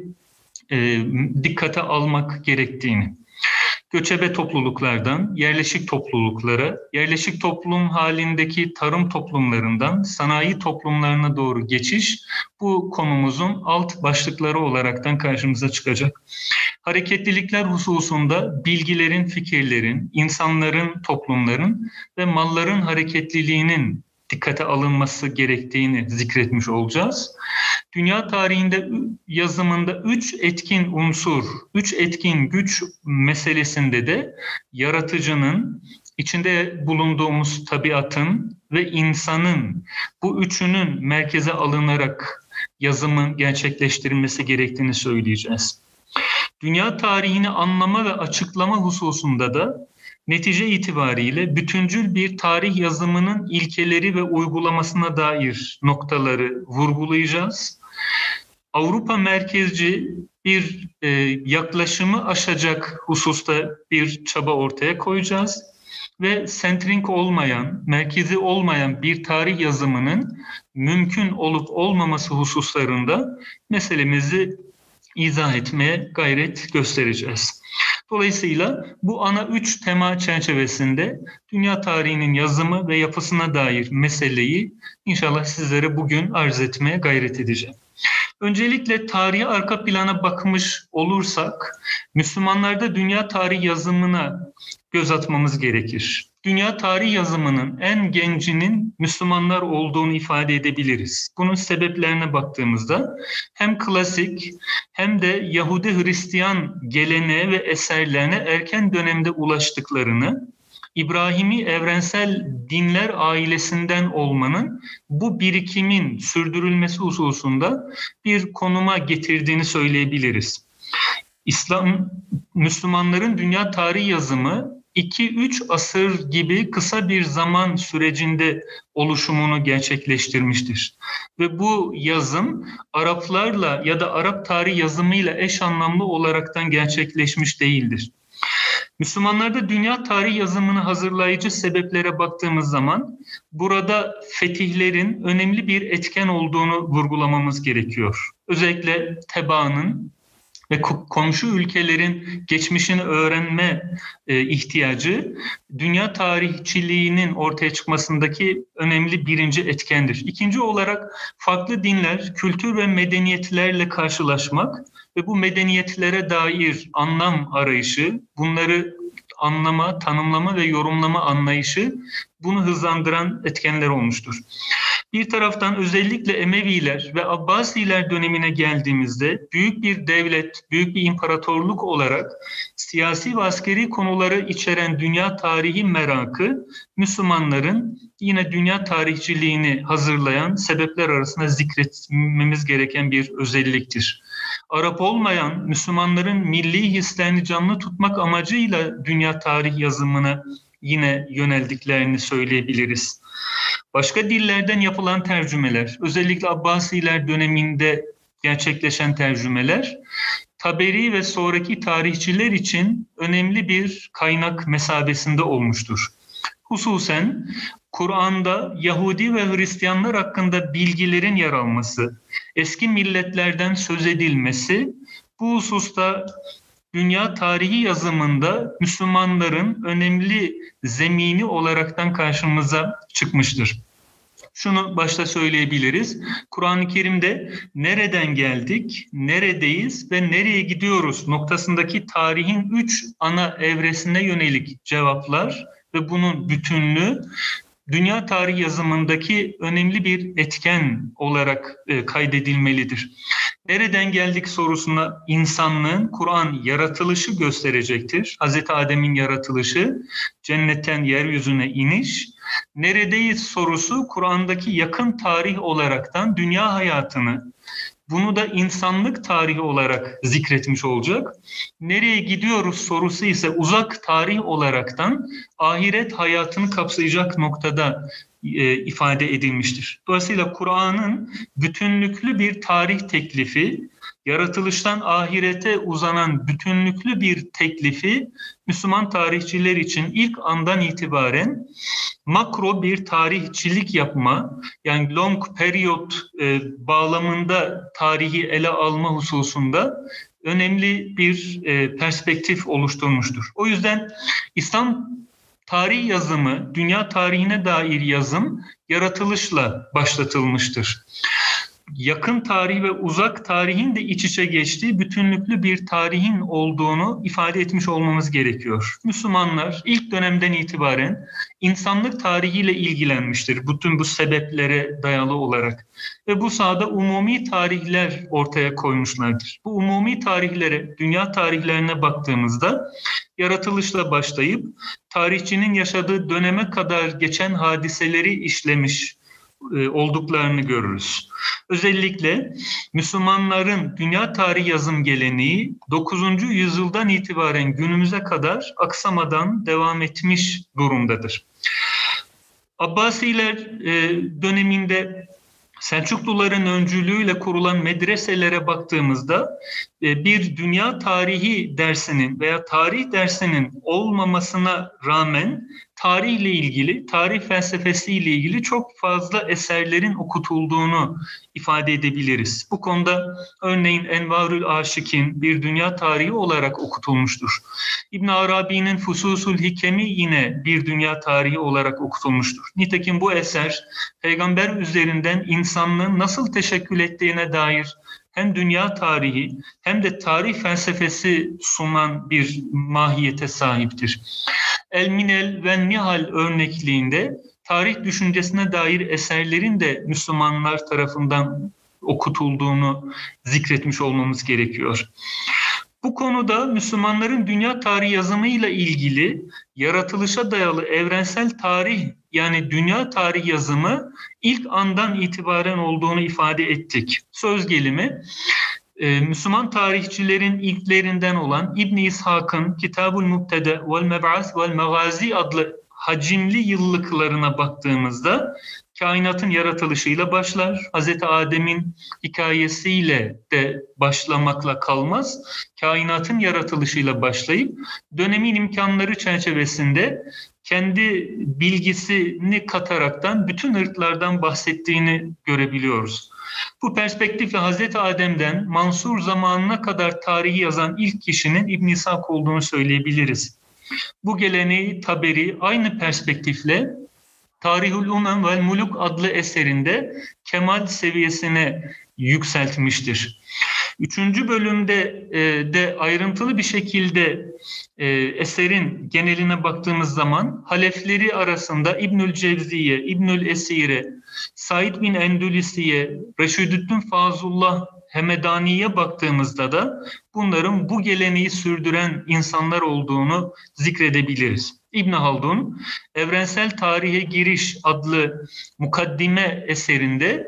Speaker 2: dikkate almak gerektiğini. Göçebe topluluklardan yerleşik topluluklara, yerleşik toplum halindeki tarım toplumlarından sanayi toplumlarına doğru geçiş bu konumuzun alt başlıkları olaraktan karşımıza çıkacak. Hareketlilikler hususunda bilgilerin, fikirlerin, insanların, toplumların ve malların hareketliliğinin dikkate alınması gerektiğini zikretmiş olacağız. Dünya tarihinde yazımında 3 etkin unsur, 3 etkin güç meselesinde de yaratıcının, içinde bulunduğumuz tabiatın ve insanın bu üçünün merkeze alınarak yazımın gerçekleştirilmesi gerektiğini söyleyeceğiz. Dünya tarihini anlama ve açıklama hususunda da netice itibariyle bütüncül bir tarih yazımının ilkeleri ve uygulamasına dair noktaları vurgulayacağız. Avrupa merkezci bir yaklaşımı aşacak hususta bir çaba ortaya koyacağız ve sentring olmayan, merkezi olmayan bir tarih yazımının mümkün olup olmaması hususlarında meselemizi izah etmeye gayret göstereceğiz. Dolayısıyla bu ana 3 tema çerçevesinde dünya tarihinin yazımı ve yapısına dair meseleyi inşallah sizlere bugün arz etmeye gayret edeceğim. Öncelikle tarihi arka plana bakmış olursak, Müslümanlarda dünya tarih yazımına göz atmamız gerekir. Dünya tarih yazımının en gencinin Müslümanlar olduğunu ifade edebiliriz. Bunun sebeplerine baktığımızda hem klasik hem de Yahudi-Hristiyan geleneğe ve eserlerine erken dönemde ulaştıklarını, İbrahimi evrensel dinler ailesinden olmanın bu birikimin sürdürülmesi hususunda bir konuma getirdiğini söyleyebiliriz. Müslümanların dünya tarih yazımı 2-3 asır gibi kısa bir zaman sürecinde oluşumunu gerçekleştirmiştir. Ve bu yazım Araplarla ya da Arap tarih yazımıyla eş anlamlı olaraktan gerçekleşmiş değildir. Müslümanlarda dünya tarih yazımını hazırlayıcı sebeplere baktığımız zaman burada fetihlerin önemli bir etken olduğunu vurgulamamız gerekiyor. Özellikle tebaanın ve komşu ülkelerin geçmişini öğrenme ihtiyacı dünya tarihçiliğinin ortaya çıkmasındaki önemli birinci etkendir. İkinci olarak farklı dinler, kültür ve medeniyetlerle karşılaşmak ve bu medeniyetlere dair anlam arayışı, bunları anlama, tanımlama ve yorumlama anlayışı bunu hızlandıran etkenler olmuştur. Bir taraftan özellikle Emeviler ve Abbasiler dönemine geldiğimizde büyük bir devlet, büyük bir imparatorluk olarak siyasi ve askeri konuları içeren dünya tarihi merakı Müslümanların yine dünya tarihçiliğini hazırlayan sebepler arasında zikretmemiz gereken bir özelliktir. Arap olmayan Müslümanların milli hislerini canlı tutmak amacıyla dünya tarih yazımına yine yöneldiklerini söyleyebiliriz. Başka dillerden yapılan tercümeler, özellikle Abbasiler döneminde gerçekleşen tercümeler, Taberi ve sonraki tarihçiler için önemli bir kaynak mesabesinde olmuştur. Hususen Kur'an'da Yahudi ve Hristiyanlar hakkında bilgilerin yer alması, eski milletlerden söz edilmesi, bu hususta dünya tarihi yazımında Müslümanların önemli zemini olaraktan karşımıza çıkmıştır. Şunu başta söyleyebiliriz. Kur'an-ı Kerim'de nereden geldik, neredeyiz ve nereye gidiyoruz noktasındaki tarihin 3 ana evresine yönelik cevaplar ve bunun bütünlüğü dünya tarih yazımındaki önemli bir etken olarak kaydedilmelidir. Nereden geldik sorusuna insanlığın Kur'an yaratılışı gösterecektir. Hazreti Adem'in yaratılışı, cennetten yeryüzüne iniş. Neredeyiz sorusu Kur'an'daki yakın tarih olaraktan dünya hayatını, bunu da insanlık tarihi olarak zikretmiş olacak. Nereye gidiyoruz sorusu ise uzak tarih olaraktan ahiret hayatını kapsayacak noktada ifade edilmiştir. Dolayısıyla Kur'an'ın bütünlüklü bir tarih teklifi, yaratılıştan ahirete uzanan bütünlüklü bir teklifi Müslüman tarihçiler için ilk andan itibaren makro bir tarihçilik yapma, yani long period bağlamında tarihi ele alma hususunda önemli bir perspektif oluşturmuştur. O yüzden İslam tarih yazımı, dünya tarihine dair yazım yaratılışla başlatılmıştır. Yakın tarih ve uzak tarihin de iç içe geçtiği bütünlüklü bir tarihin olduğunu ifade etmiş olmamız gerekiyor. Müslümanlar ilk dönemden itibaren insanlık tarihiyle ilgilenmiştir, bütün bu sebeplere dayalı olarak. Ve bu sahada umumi tarihler ortaya koymuşlardır. Bu umumi tarihlere, dünya tarihlerine baktığımızda yaratılışla başlayıp tarihçinin yaşadığı döneme kadar geçen hadiseleri işlemiş olduklarını görürüz. Özellikle Müslümanların dünya tarihi yazım geleneği 9. yüzyıldan itibaren günümüze kadar aksamadan devam etmiş durumdadır. Abbasiler döneminde Selçukluların öncülüğüyle kurulan medreselere baktığımızda bir dünya tarihi dersinin veya tarih dersinin olmamasına rağmen tarihle ilgili, tarih felsefesiyle ilgili çok fazla eserlerin okutulduğunu ifade edebiliriz. Bu konuda örneğin Envarül Aşik'in bir dünya tarihi olarak okutulmuştur. İbn Arabi'nin Fususül Hikemi yine bir dünya tarihi olarak okutulmuştur. Nitekim bu eser peygamber üzerinden insanlığın nasıl teşekkül ettiğine dair hem dünya tarihi hem de tarih felsefesi sunan bir mahiyete sahiptir. El-Minel ve Nihal örnekliğinde tarih düşüncesine dair eserlerin de Müslümanlar tarafından okutulduğunu zikretmiş olmamız gerekiyor. Bu konuda Müslümanların dünya tarihi yazımıyla ilgili yaratılışa dayalı evrensel tarih, yani dünya tarihi yazımı ilk andan itibaren olduğunu ifade ettik. Söz gelimi Müslüman tarihçilerin ilklerinden olan İbn İshak'ın Kitab-ül Mubtede vel Meb'as vel Megazi adlı hacimli yıllıklarına baktığımızda kainatın yaratılışıyla başlar. Hazreti Adem'in hikayesiyle de başlamakla kalmaz. Kainatın yaratılışıyla başlayıp dönemin imkanları çerçevesinde kendi bilgisini kataraktan bütün ırklardan bahsettiğini görebiliyoruz. Bu perspektifle Hazreti Adem'den Mansur zamanına kadar tarihi yazan ilk kişinin İbn İshak olduğunu söyleyebiliriz. Bu geleneği Taberi aynı perspektifle Tarihul Umem vel Muluk adlı eserinde kemal seviyesine yükseltmiştir. 3. bölümde de ayrıntılı bir şekilde eserin geneline baktığımız zaman halefleri arasında İbnül Cevziye, İbnül Esire, Said bin Endülisiye, Reşidüddin Fazullah Hemedani'ye baktığımızda da bunların bu geleneği sürdüren insanlar olduğunu zikredebiliriz. İbn Haldun, Evrensel Tarihe Giriş adlı mukaddime eserinde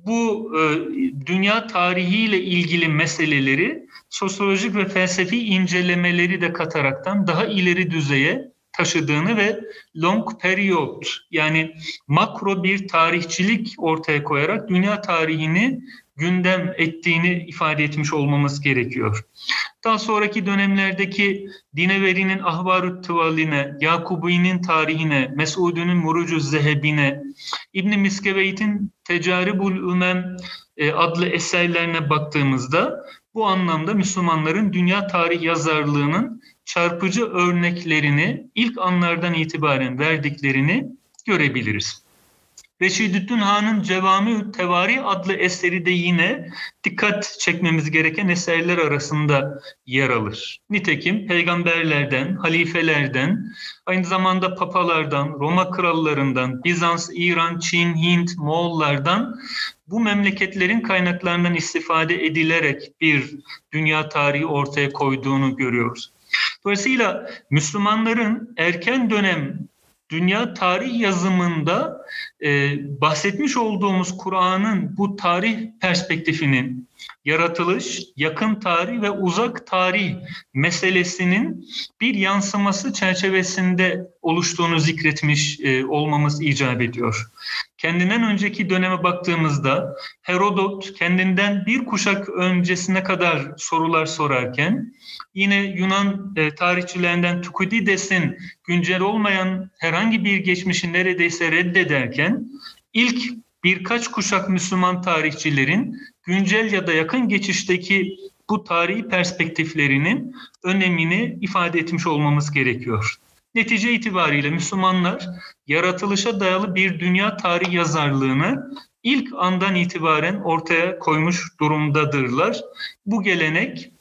Speaker 2: bu dünya tarihiyle ilgili meseleleri sosyolojik ve felsefi incelemeleri de kataraktan daha ileri düzeye taşıdığını ve long period yani makro bir tarihçilik ortaya koyarak dünya tarihini gündem ettiğini ifade etmiş olmamız gerekiyor. Daha sonraki dönemlerdeki Dineveri'nin Ahvar-ı Tıvaline, Yakubi'nin tarihine, Mes'ud'un Murucu Zehebine, İbn-i Miskeveyt'in Tecaribul Ümem adlı eserlerine baktığımızda bu anlamda Müslümanların dünya tarih yazarlığının çarpıcı örneklerini ilk anlardan itibaren verdiklerini görebiliriz. Reşidüddin Han'ın Cevami-ü Tevari adlı eseri de yine dikkat çekmemiz gereken eserler arasında yer alır. Nitekim peygamberlerden, halifelerden, aynı zamanda papalardan, Roma krallarından, Bizans, İran, Çin, Hint, Moğollardan bu memleketlerin kaynaklarından istifade edilerek bir dünya tarihi ortaya koyduğunu görüyoruz. Dolayısıyla Müslümanların erken dönem dünya tarih yazımında bahsetmiş olduğumuz Kur'an'ın bu tarih perspektifinin yaratılış, yakın tarih ve uzak tarih meselesinin bir yansıması çerçevesinde oluştuğunu zikretmiş olmamız icap ediyor. Kendinden önceki döneme baktığımızda Herodot kendinden bir kuşak öncesine kadar sorular sorarken yine Yunan tarihçilerinden Tukudides'in güncel olmayan herhangi bir geçmişi neredeyse reddederken ilk birkaç kuşak Müslüman tarihçilerin güncel ya da yakın geçişteki bu tarihi perspektiflerinin önemini ifade etmiş olmamız gerekiyor. Netice itibariyle Müslümanlar yaratılışa dayalı bir dünya tarih yazarlığını ilk andan itibaren ortaya koymuş durumdadırlar. Bu gelenek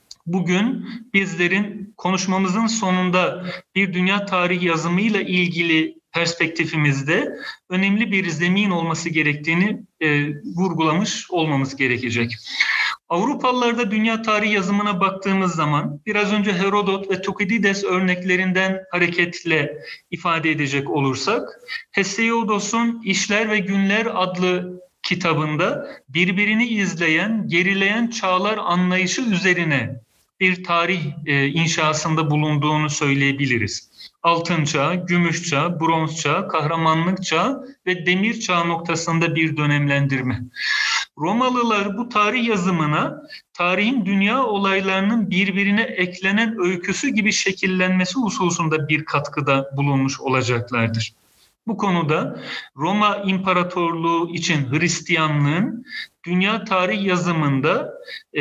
Speaker 2: bugün bizlerin konuşmamızın sonunda bir dünya tarihi yazımıyla ilgili perspektifimizde önemli bir zemin olması gerektiğini vurgulamış olmamız gerekecek. Avrupalılarda dünya tarihi yazımına baktığımız zaman biraz önce Herodot ve Tukidides örneklerinden hareketle ifade edecek olursak Hesiodos'un İşler ve Günler adlı kitabında birbirini izleyen, gerileyen çağlar anlayışı üzerine bir tarih inşasında bulunduğunu söyleyebiliriz. Altın çağ, gümüş çağ, bronz çağ, kahramanlık çağ ve demir çağ noktasında bir dönemlendirme. Romalılar bu tarih yazımına tarihin dünya olaylarının birbirine eklenen öyküsü gibi şekillenmesi hususunda bir katkıda bulunmuş olacaklardır. Bu konuda Roma İmparatorluğu için Hristiyanlığın dünya tarih yazımında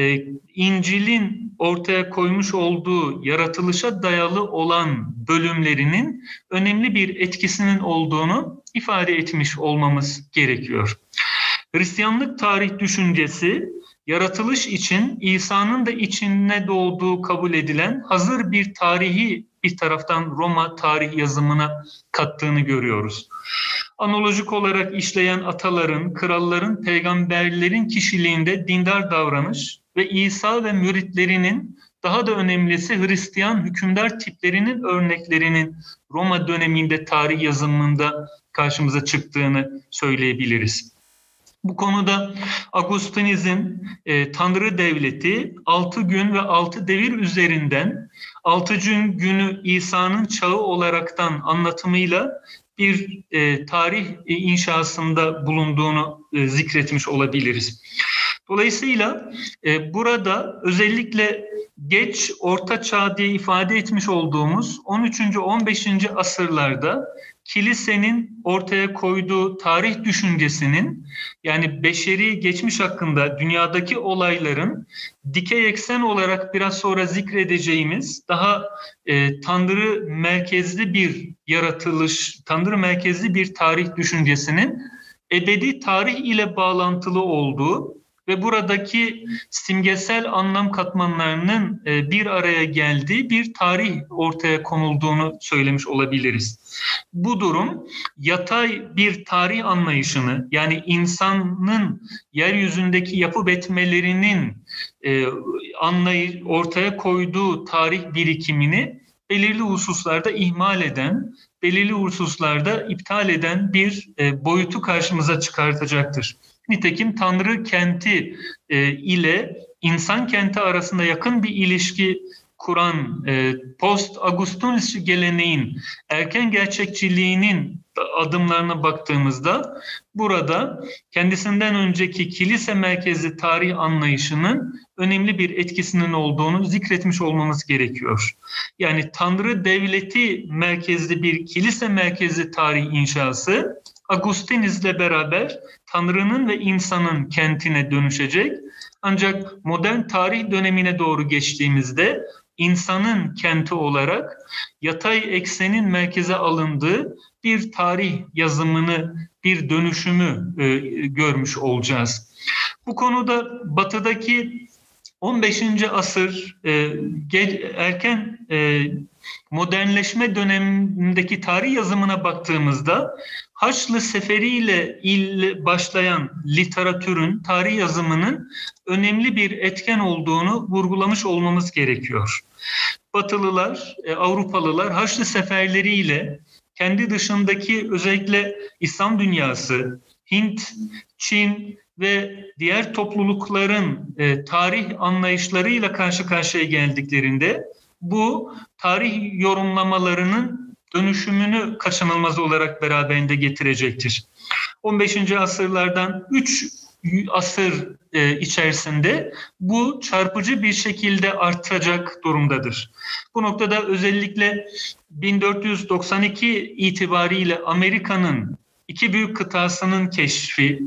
Speaker 2: İncil'in ortaya koymuş olduğu yaratılışa dayalı olan bölümlerinin önemli bir etkisinin olduğunu ifade etmiş olmamız gerekiyor. Hristiyanlık tarih düşüncesi yaratılış için İsa'nın da içine doğduğu kabul edilen hazır bir tarihi bir taraftan Roma tarih yazımına kattığını görüyoruz. Analojik olarak işleyen ataların, kralların, peygamberlerin kişiliğinde dindar davranış ve İsa ve müritlerinin daha da önemlisi Hristiyan hükümdar tiplerinin örneklerinin Roma döneminde tarih yazımında karşımıza çıktığını söyleyebiliriz. Bu konuda Agustinizm Tanrı Devleti 6 gün ve 6 devir üzerinden 6. günü İsa'nın çağı olaraktan anlatımıyla bir tarih inşasında bulunduğunu zikretmiş olabiliriz. Dolayısıyla burada özellikle geç Orta Çağ diye ifade etmiş olduğumuz 13. 15. asırlarda kilisenin ortaya koyduğu tarih düşüncesinin, yani beşeri geçmiş hakkında dünyadaki olayların dikey eksen olarak biraz sonra zikredeceğimiz daha Tanrı merkezli bir yaratılış, Tanrı merkezli bir tarih düşüncesinin ebedi tarih ile bağlantılı olduğu ve buradaki simgesel anlam katmanlarının bir araya geldiği bir tarih ortaya konulduğunu söylemiş olabiliriz. Bu durum yatay bir tarih anlayışını, yani insanın yeryüzündeki yapıp etmelerinin ortaya koyduğu tarih birikimini belirli hususlarda ihmal eden, belirli hususlarda iptal eden bir boyutu karşımıza çıkartacaktır. Nitekim Tanrı kenti ile insan kenti arasında yakın bir ilişki kuran post-Augustinus geleneğin erken gerçekçiliğinin adımlarına baktığımızda burada kendisinden önceki kilise merkezli tarih anlayışının önemli bir etkisinin olduğunu zikretmiş olmamız gerekiyor. Yani Tanrı devleti merkezli bir kilise merkezli tarih inşası Augustinus'le beraber Tanrı'nın ve insanın kentine dönüşecek. Ancak modern tarih dönemine doğru geçtiğimizde insanın kenti olarak yatay eksenin merkeze alındığı bir tarih yazımını, bir dönüşümü görmüş olacağız. Bu konuda Batı'daki 15. asır erken modernleşme dönemindeki tarih yazımına baktığımızda Haçlı Seferi ile başlayan literatürün, tarih yazımının önemli bir etken olduğunu vurgulamış olmamız gerekiyor. Batılılar, Avrupalılar Haçlı seferleriyle kendi dışındaki özellikle İslam dünyası, Hint, Çin ve diğer toplulukların tarih anlayışlarıyla karşı karşıya geldiklerinde bu tarih yorumlamalarının dönüşümünü kaçınılmaz olarak beraberinde getirecektir. 15. asırlardan 3 asır içerisinde bu çarpıcı bir şekilde artacak durumdadır. Bu noktada özellikle 1492 itibariyle Amerika'nın iki büyük kıtasının keşfi,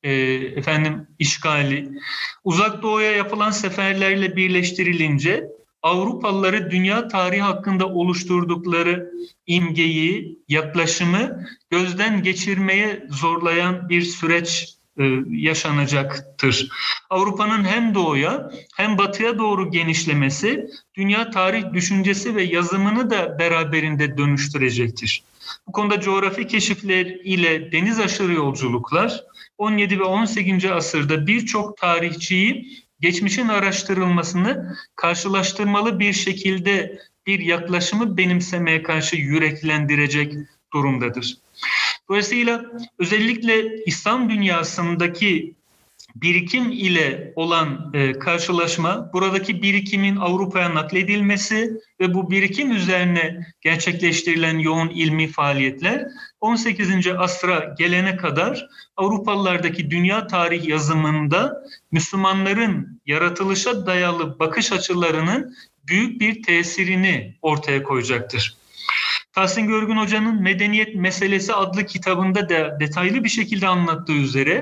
Speaker 2: işgali, Uzak Doğu'ya yapılan seferlerle birleştirilince Avrupalıları dünya tarihi hakkında oluşturdukları imgeyi, yaklaşımı gözden geçirmeye zorlayan bir süreç yaşanacaktır. Avrupa'nın hem doğuya hem batıya doğru genişlemesi dünya tarih düşüncesi ve yazımını da beraberinde dönüştürecektir. Bu konuda coğrafi keşifler ile deniz aşırı yolculuklar 17 ve 18. asırda birçok tarihçiyi geçmişin araştırılmasını karşılaştırmalı bir şekilde bir yaklaşımı benimsemeye karşı yüreklendirecek durumdadır. Dolayısıyla özellikle İslam dünyasındaki birikim ile olan karşılaşma, buradaki birikimin Avrupa'ya nakledilmesi ve bu birikim üzerine gerçekleştirilen yoğun ilmi faaliyetler 18. asra gelene kadar Avrupalılardaki dünya tarih yazımında Müslümanların yaratılışa dayalı bakış açılarının büyük bir tesirini ortaya koyacaktır. Tahsin Görgün Hoca'nın Medeniyet Meselesi adlı kitabında da detaylı bir şekilde anlattığı üzere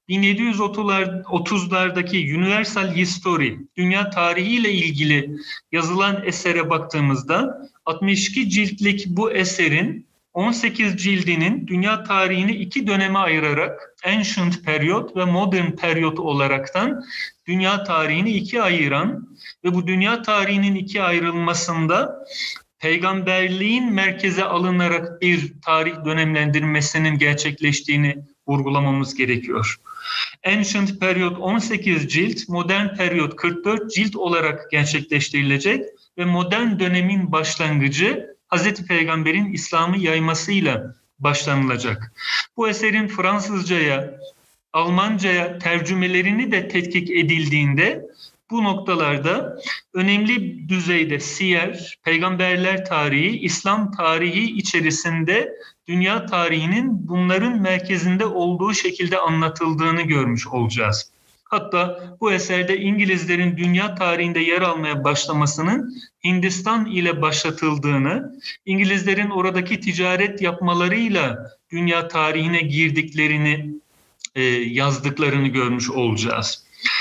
Speaker 2: 1730'lardaki Universal History, dünya tarihiyle ilgili yazılan esere baktığımızda 62 ciltlik bu eserin 18 cildinin dünya tarihini iki döneme ayırarak Ancient Period ve Modern Period olaraktan dünya tarihini ikiye ayıran ve bu dünya tarihinin ikiye ayrılmasında peygamberliğin merkeze alınarak bir tarih dönemlendirmesinin gerçekleştiğini vurgulamamız gerekiyor. Ancient Period 18 cilt, Modern Period 44 cilt olarak gerçekleştirilecek ve modern dönemin başlangıcı Hazreti Peygamber'in İslam'ı yaymasıyla başlanılacak. Bu eserin Fransızcaya, Almancaya tercümelerini de tetkik edildiğinde bu noktalarda önemli düzeyde siyer, peygamberler tarihi, İslam tarihi içerisinde dünya tarihinin bunların merkezinde olduğu şekilde anlatıldığını görmüş olacağız. Hatta bu eserde İngilizlerin dünya tarihinde yer almaya başlamasının Hindistan ile başlatıldığını, İngilizlerin oradaki ticaret yapmalarıyla dünya tarihine girdiklerini yazdıklarını görmüş olacağız.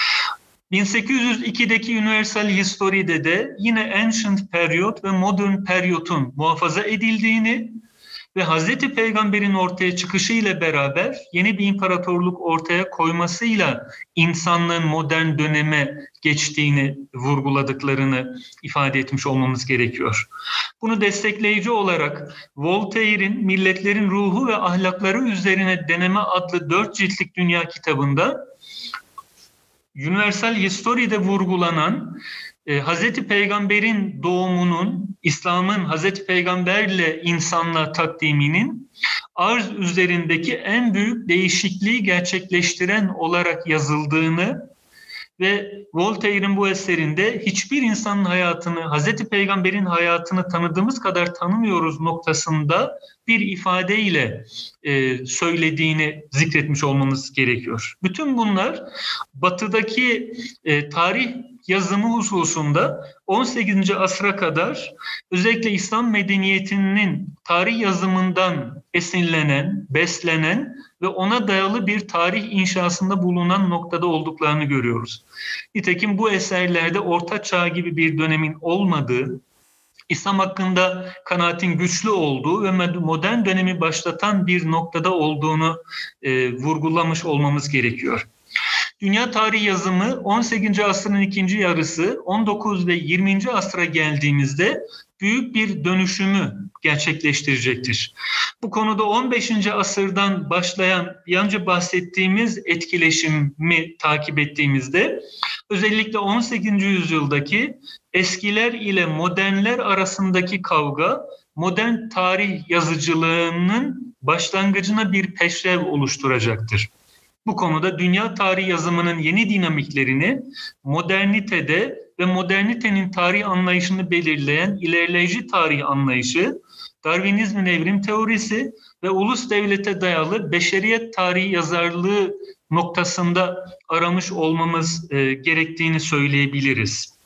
Speaker 2: 1802'deki Universal History'de de yine Ancient Period ve Modern Period'un muhafaza edildiğini ve Hazreti Peygamber'in ortaya çıkışıyla beraber yeni bir imparatorluk ortaya koymasıyla insanlığın modern döneme geçtiğini vurguladıklarını ifade etmiş olmamız gerekiyor. Bunu destekleyici olarak Voltaire'in Milletlerin Ruhu ve Ahlakları Üzerine Deneme adlı 4 ciltlik dünya kitabında Universal History'de vurgulanan Hazreti Peygamber'in doğumunun, İslam'ın Hazreti Peygamber'le insanlığa takdiminin arz üzerindeki en büyük değişikliği gerçekleştiren olarak yazıldığını ve Voltaire'in bu eserinde hiçbir insanın hayatını, Hazreti Peygamber'in hayatını tanıdığımız kadar tanımıyoruz noktasında bir ifadeyle söylediğini zikretmiş olmamız gerekiyor. Bütün bunlar Batı'daki tarih yazımı hususunda 18. asra kadar özellikle İslam medeniyetinin tarih yazımından esinlenen, beslenen ve ona dayalı bir tarih inşasında bulunan noktada olduklarını görüyoruz. Nitekim bu eserlerde Orta Çağ gibi bir dönemin olmadığı, İslam hakkında kanaatin güçlü olduğu ve modern dönemi başlatan bir noktada olduğunu vurgulamış olmamız gerekiyor. Dünya tarihi yazımı 18. asrın ikinci yarısı 19 ve 20. asra geldiğimizde büyük bir dönüşümü gerçekleştirecektir. Bu konuda 15. asırdan başlayan bir önce bahsettiğimiz etkileşimi takip ettiğimizde özellikle 18. yüzyıldaki eskiler ile modernler arasındaki kavga modern tarih yazıcılığının başlangıcına bir peşrev oluşturacaktır. Bu konuda dünya tarihi yazımının yeni dinamiklerini modernitede ve modernitenin tarih anlayışını belirleyen ilerleyici tarih anlayışı, Darwinizmin evrim teorisi ve ulus devlete dayalı beşeriyet tarihi yazarlığı noktasında aramış olmamız gerektiğini söyleyebiliriz.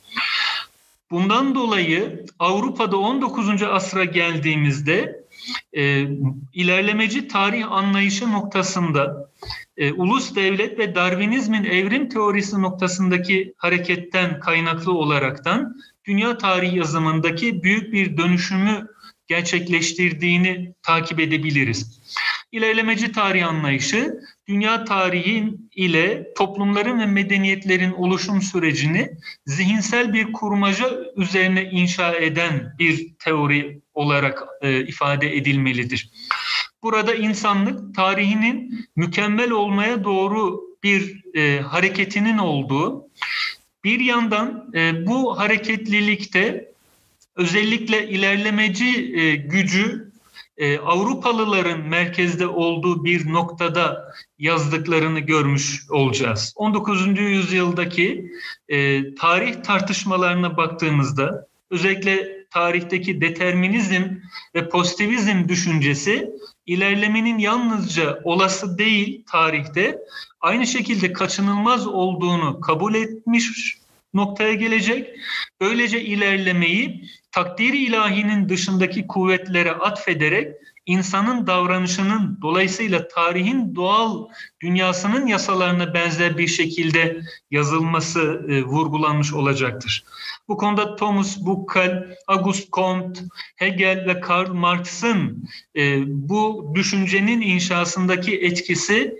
Speaker 2: Bundan dolayı Avrupa'da 19. asra geldiğimizde ilerlemeci tarih anlayışı noktasında ulus devlet ve Darwinizmin evrim teorisi noktasındaki hareketten kaynaklı olaraktan dünya tarihi yazımındaki büyük bir dönüşümü gerçekleştirdiğini takip edebiliriz. İlerlemeci tarih anlayışı dünya tarihi ile toplumların ve medeniyetlerin oluşum sürecini zihinsel bir kurmaca üzerine inşa eden bir teori olarak ifade edilmelidir. Burada insanlık tarihinin mükemmel olmaya doğru bir hareketinin olduğu, bir yandan bu hareketlilikte özellikle ilerlemeci gücü Avrupalıların merkezde olduğu bir noktada yazdıklarını görmüş olacağız. 19. yüzyıldaki tarih tartışmalarına baktığımızda özellikle tarihteki determinizm ve pozitivizm düşüncesi ilerlemenin yalnızca olası değil tarihte, aynı şekilde kaçınılmaz olduğunu kabul etmiş noktaya gelecek. Böylece ilerlemeyi takdiri ilahinin dışındaki kuvvetlere atfederek insanın davranışının dolayısıyla tarihin doğal dünyasının yasalarına benzer bir şekilde yazılması vurgulanmış olacaktır. Bu konuda Thomas Buckle, Auguste Comte, Hegel ve Karl Marx'ın bu düşüncenin inşasındaki etkisi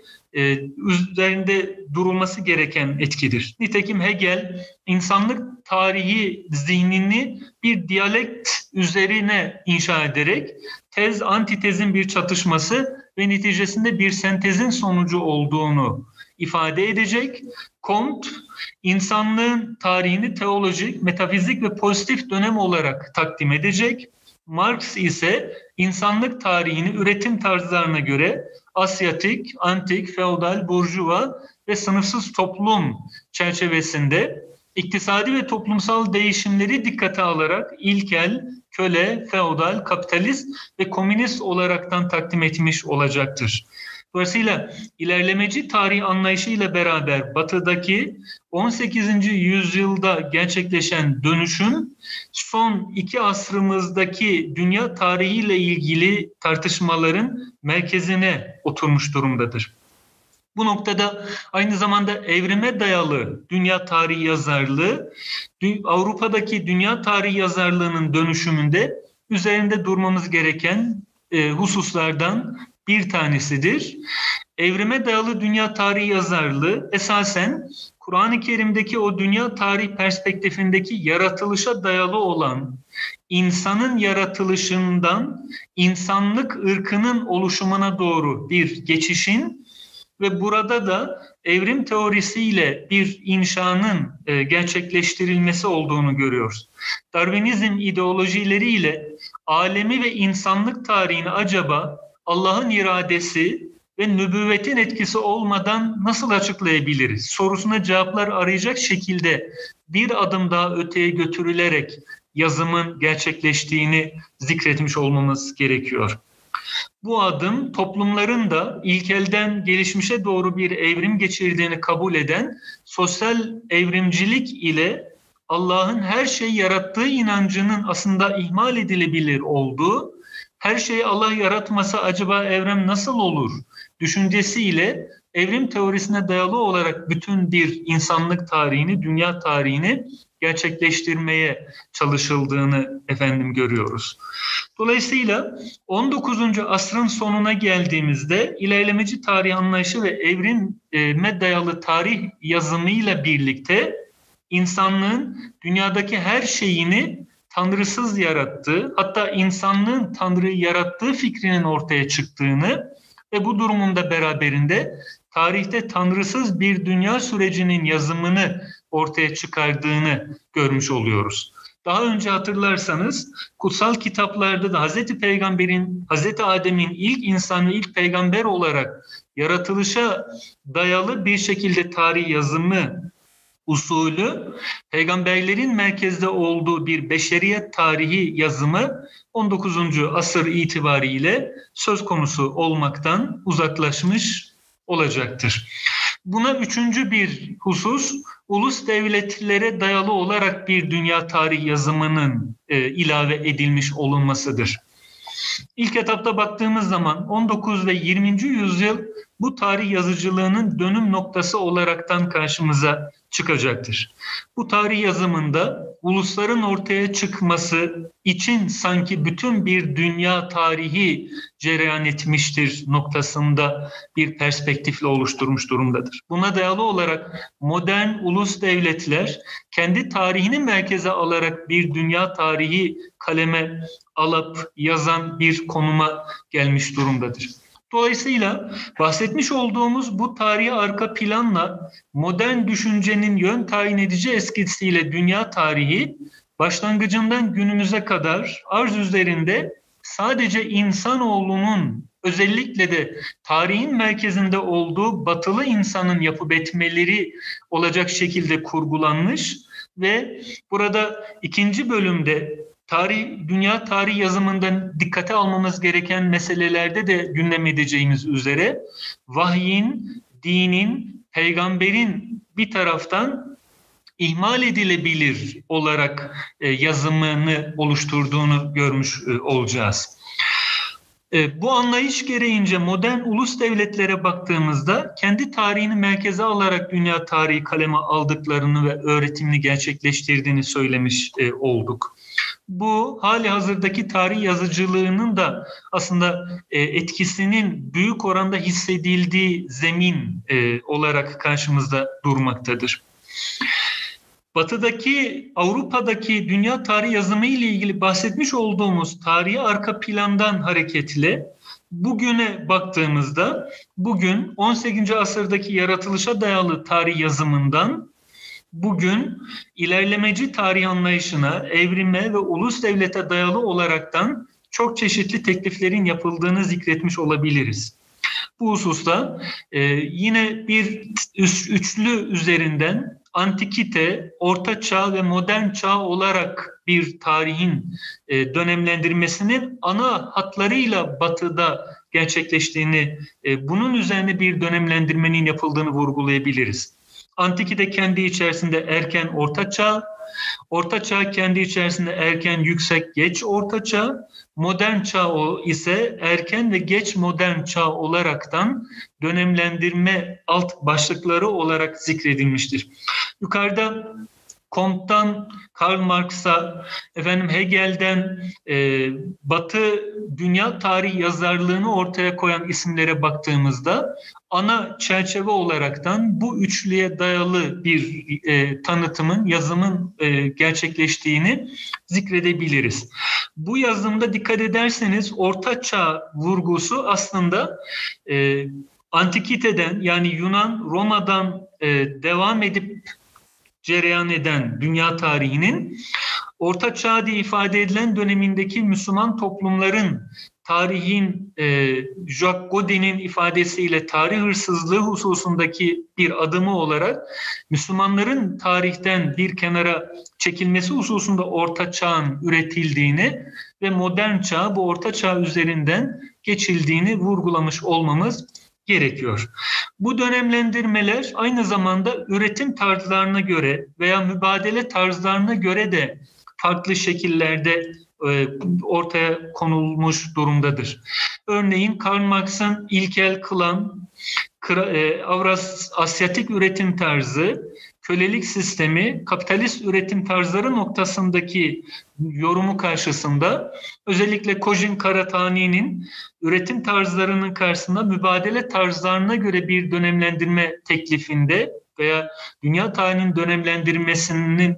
Speaker 2: üzerinde durulması gereken etkidir. Nitekim Hegel insanlık tarihi zihnini bir diyalekt üzerine inşa ederek tez antitezin bir çatışması ve neticesinde bir sentezin sonucu olduğunu ifade edecek. Comte insanlığın tarihini teolojik, metafizik ve pozitif dönem olarak takdim edecek. Marx ise insanlık tarihini üretim tarzlarına göre Asyatik, antik, feodal, burjuva ve sınıfsız toplum çerçevesinde iktisadi ve toplumsal değişimleri dikkate alarak ilkel, köle, feodal, kapitalist ve komünist olaraktan takdim etmiş olacaktır. Dolayısıyla ilerlemeci tarih anlayışıyla beraber Batı'daki 18. yüzyılda gerçekleşen dönüşüm son 2 asrımızdaki dünya tarihiyle ilgili tartışmaların merkezine oturmuş durumdadır. Bu noktada aynı zamanda evrime dayalı dünya tarihi yazarlığı, Avrupa'daki dünya tarihi yazarlığının dönüşümünde üzerinde durmamız gereken hususlardan bir tanesidir. Evrime dayalı dünya tarihi yazarlığı esasen Kur'an-ı Kerim'deki o dünya tarihi perspektifindeki yaratılışa dayalı olan insanın yaratılışından insanlık ırkının oluşumuna doğru bir geçişin ve burada da evrim teorisiyle bir inşanın gerçekleştirilmesi olduğunu görüyoruz. Darwinizm ideolojileriyle alemi ve insanlık tarihini acaba Allah'ın iradesi ve nübüvvetin etkisi olmadan nasıl açıklayabiliriz sorusuna cevaplar arayacak şekilde bir adım daha öteye götürülerek yazımın gerçekleştiğini zikretmiş olmamız gerekiyor. Bu adım toplumların da ilkelden gelişmişe doğru bir evrim geçirdiğini kabul eden sosyal evrimcilik ile Allah'ın her şeyi yarattığı inancının aslında ihmal edilebilir olduğu, her şeyi Allah yaratmasa acaba evrim nasıl olur düşüncesiyle evrim teorisine dayalı olarak bütün bir insanlık tarihini, dünya tarihini gerçekleştirmeye çalışıldığını görüyoruz. Dolayısıyla 19. asrın sonuna geldiğimizde ilerlemeci tarih anlayışı ve evrime dayalı tarih yazımıyla birlikte insanlığın dünyadaki her şeyini tanrısız yarattığı, hatta insanlığın Tanrı'yı yarattığı fikrinin ortaya çıktığını ve bu durumun da beraberinde tarihte tanrısız bir dünya sürecinin yazımını ortaya çıkardığını görmüş oluyoruz. Daha önce hatırlarsanız kutsal kitaplarda da Hazreti Peygamber'in, Hazreti Adem'in ilk insan ve ilk peygamber olarak yaratılışa dayalı bir şekilde tarih yazımı usulü, peygamberlerin merkezde olduğu bir beşeriyet tarihi yazımı 19. asır itibariyle söz konusu olmaktan uzaklaşmış olacaktır. Buna üçüncü bir husus, ulus devletlere dayalı olarak bir dünya tarihi yazımının ilave edilmiş olunmasıdır. İlk etapta baktığımız zaman 19 ve 20. yüzyıl bu tarih yazıcılığının dönüm noktası olaraktan karşımıza çıkacaktır. Bu tarih yazımında ulusların ortaya çıkması için sanki bütün bir dünya tarihi cereyan etmiştir noktasında bir perspektifle oluşturmuş durumdadır. Buna dayalı olarak modern ulus devletler kendi tarihini merkeze alarak bir dünya tarihi kaleme alıp yazan bir konuma gelmiş durumdadır. Dolayısıyla bahsetmiş olduğumuz bu tarihi arka planla modern düşüncenin yön tayin edici eskisiyle dünya tarihi başlangıcından günümüze kadar arz üzerinde sadece insanoğlunun özellikle de tarihin merkezinde olduğu batılı insanın yapıp etmeleri olacak şekilde kurgulanmış ve burada ikinci bölümde dünya tarih yazımından dikkate almamız gereken meselelerde de gündem edeceğimiz üzere vahyin, dinin, peygamberin bir taraftan ihmal edilebilir olarak yazımını oluşturduğunu görmüş olacağız. Bu anlayış gereğince modern ulus devletlere baktığımızda kendi tarihini merkeze alarak dünya tarihi kaleme aldıklarını ve öğretimini gerçekleştirdiğini söylemiş olduk. Bu hali hazırdaki tarih yazıcılığının da aslında etkisinin büyük oranda hissedildiği zemin olarak karşımızda durmaktadır. Batı'daki, Avrupa'daki dünya tarihi yazımı ile ilgili bahsetmiş olduğumuz tarihi arka plandan hareketle bugüne baktığımızda bugün 18. asırdaki yaratılışa dayalı tarih yazımından bugün ilerlemeci tarih anlayışına, evrime ve ulus devlete dayalı olaraktan çok çeşitli tekliflerin yapıldığını zikretmiş olabiliriz. Bu hususta yine bir üçlü üzerinden antikite, orta çağ ve modern çağ olarak bir tarihin dönemlendirmesinin ana hatlarıyla Batı'da gerçekleştiğini, bunun üzerine bir dönemlendirmenin yapıldığını vurgulayabiliriz. Antikite kendi içerisinde erken orta çağ, orta çağ kendi içerisinde erken yüksek geç orta çağ, modern çağ ise erken ve geç modern çağ olaraktan dönemlendirme alt başlıkları olarak zikredilmiştir. Yukarıda Comte'dan Karl Marx'a, Hegel'den Batı dünya tarih yazarlığını ortaya koyan isimlere baktığımızda ana çerçeve olaraktan bu üçlüye dayalı bir tanıtımın, yazımın gerçekleştiğini zikredebiliriz. Bu yazımda dikkat ederseniz Orta Çağ vurgusu aslında Antikite'den, yani Yunan, Roma'dan devam edip cereyan eden dünya tarihinin Orta Çağ diye ifade edilen dönemindeki Müslüman toplumların tarihin Jacques Godin'in ifadesiyle tarih hırsızlığı hususundaki bir adımı olarak Müslümanların tarihten bir kenara çekilmesi hususunda Orta Çağ'ın üretildiğini ve modern çağ bu Orta Çağ üzerinden geçildiğini vurgulamış olmamız gerekiyor. Bu dönemlendirmeler aynı zamanda üretim tarzlarına göre veya mübadele tarzlarına göre de farklı şekillerde ortaya konulmuş durumdadır. Örneğin Karl Marx'ın ilkel kılan Avrasyatik üretim tarzı, kölelik sistemi, kapitalist üretim tarzları noktasındaki yorumu karşısında özellikle Kojin Karatani'nin üretim tarzlarının karşısında mübadele tarzlarına göre bir dönemlendirme teklifinde veya dünya tarihinin dönemlendirmesinin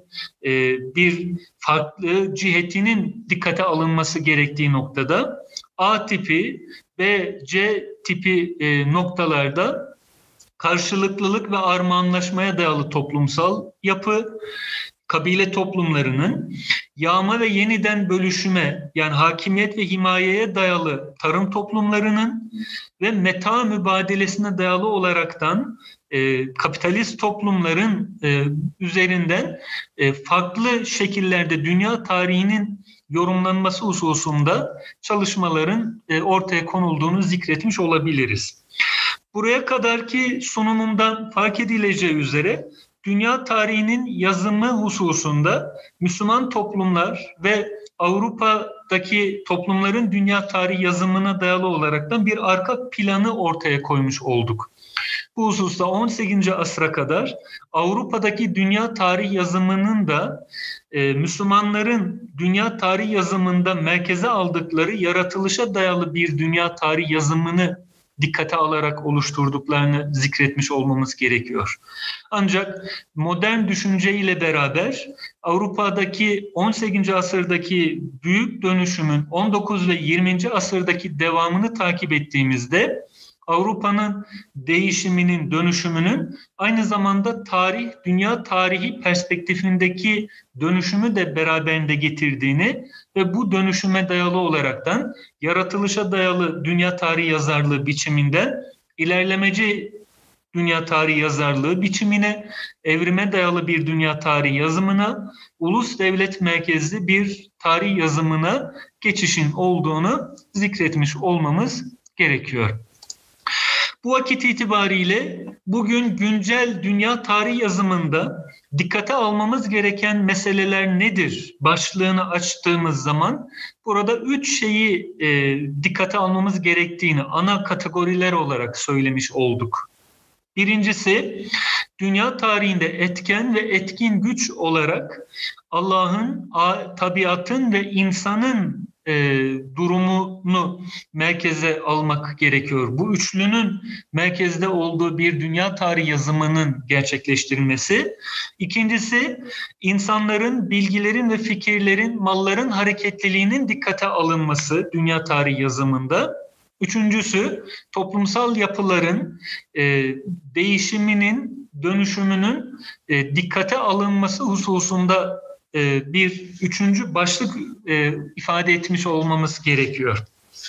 Speaker 2: bir farklı cihetinin dikkate alınması gerektiği noktada A tipi ve C tipi noktalarda karşılıklılık ve armağanlaşmaya dayalı toplumsal yapı, kabile toplumlarının yağma ve yeniden bölüşüme, yani hakimiyet ve himayeye dayalı tarım toplumlarının ve meta mübadelesine dayalı olaraktan kapitalist toplumların üzerinden farklı şekillerde dünya tarihinin yorumlanması hususunda çalışmaların ortaya konulduğunu zikretmiş olabiliriz. Buraya kadarki sunumumdan fark edileceği üzere dünya tarihinin yazımı hususunda Müslüman toplumlar ve Avrupa'daki toplumların dünya tarihi yazımına dayalı olaraktan bir arka planı ortaya koymuş olduk. Bu hususta 18. asra kadar Avrupa'daki dünya tarih yazımının da Müslümanların dünya tarih yazımında merkeze aldıkları yaratılışa dayalı bir dünya tarih yazımını dikkate alarak oluşturduklarını zikretmiş olmamız gerekiyor. Ancak modern düşünce ile beraber Avrupa'daki 18. asırdaki büyük dönüşümün 19 ve 20. asırdaki devamını takip ettiğimizde Avrupa'nın değişiminin, dönüşümünün aynı zamanda dünya tarihi perspektifindeki dönüşümü de beraberinde getirdiğini ve bu dönüşüme dayalı olaraktan yaratılışa dayalı dünya tarihi yazarlığı biçiminden ilerlemeci dünya tarihi yazarlığı biçimine, evrime dayalı bir dünya tarihi yazımına, ulus devlet merkezli bir tarih yazımına geçişin olduğunu zikretmiş olmamız gerekiyor. Bu vakit itibariyle bugün güncel dünya tarih yazımında dikkate almamız gereken meseleler nedir başlığını açtığımız zaman burada 3 şeyi dikkate almamız gerektiğini ana kategoriler olarak söylemiş olduk. Birincisi, dünya tarihinde etken ve etkin güç olarak Allah'ın, tabiatın ve insanın durumunu merkeze almak gerekiyor. Bu üçlünün merkezde olduğu bir dünya tarihi yazımının gerçekleştirilmesi. İkincisi, insanların, bilgilerin ve fikirlerin, malların hareketliliğinin dikkate alınması dünya tarihi yazımında. Üçüncüsü, toplumsal yapıların değişiminin, dönüşümünün dikkate alınması hususunda bir üçüncü başlık ifade etmiş olmamız gerekiyor.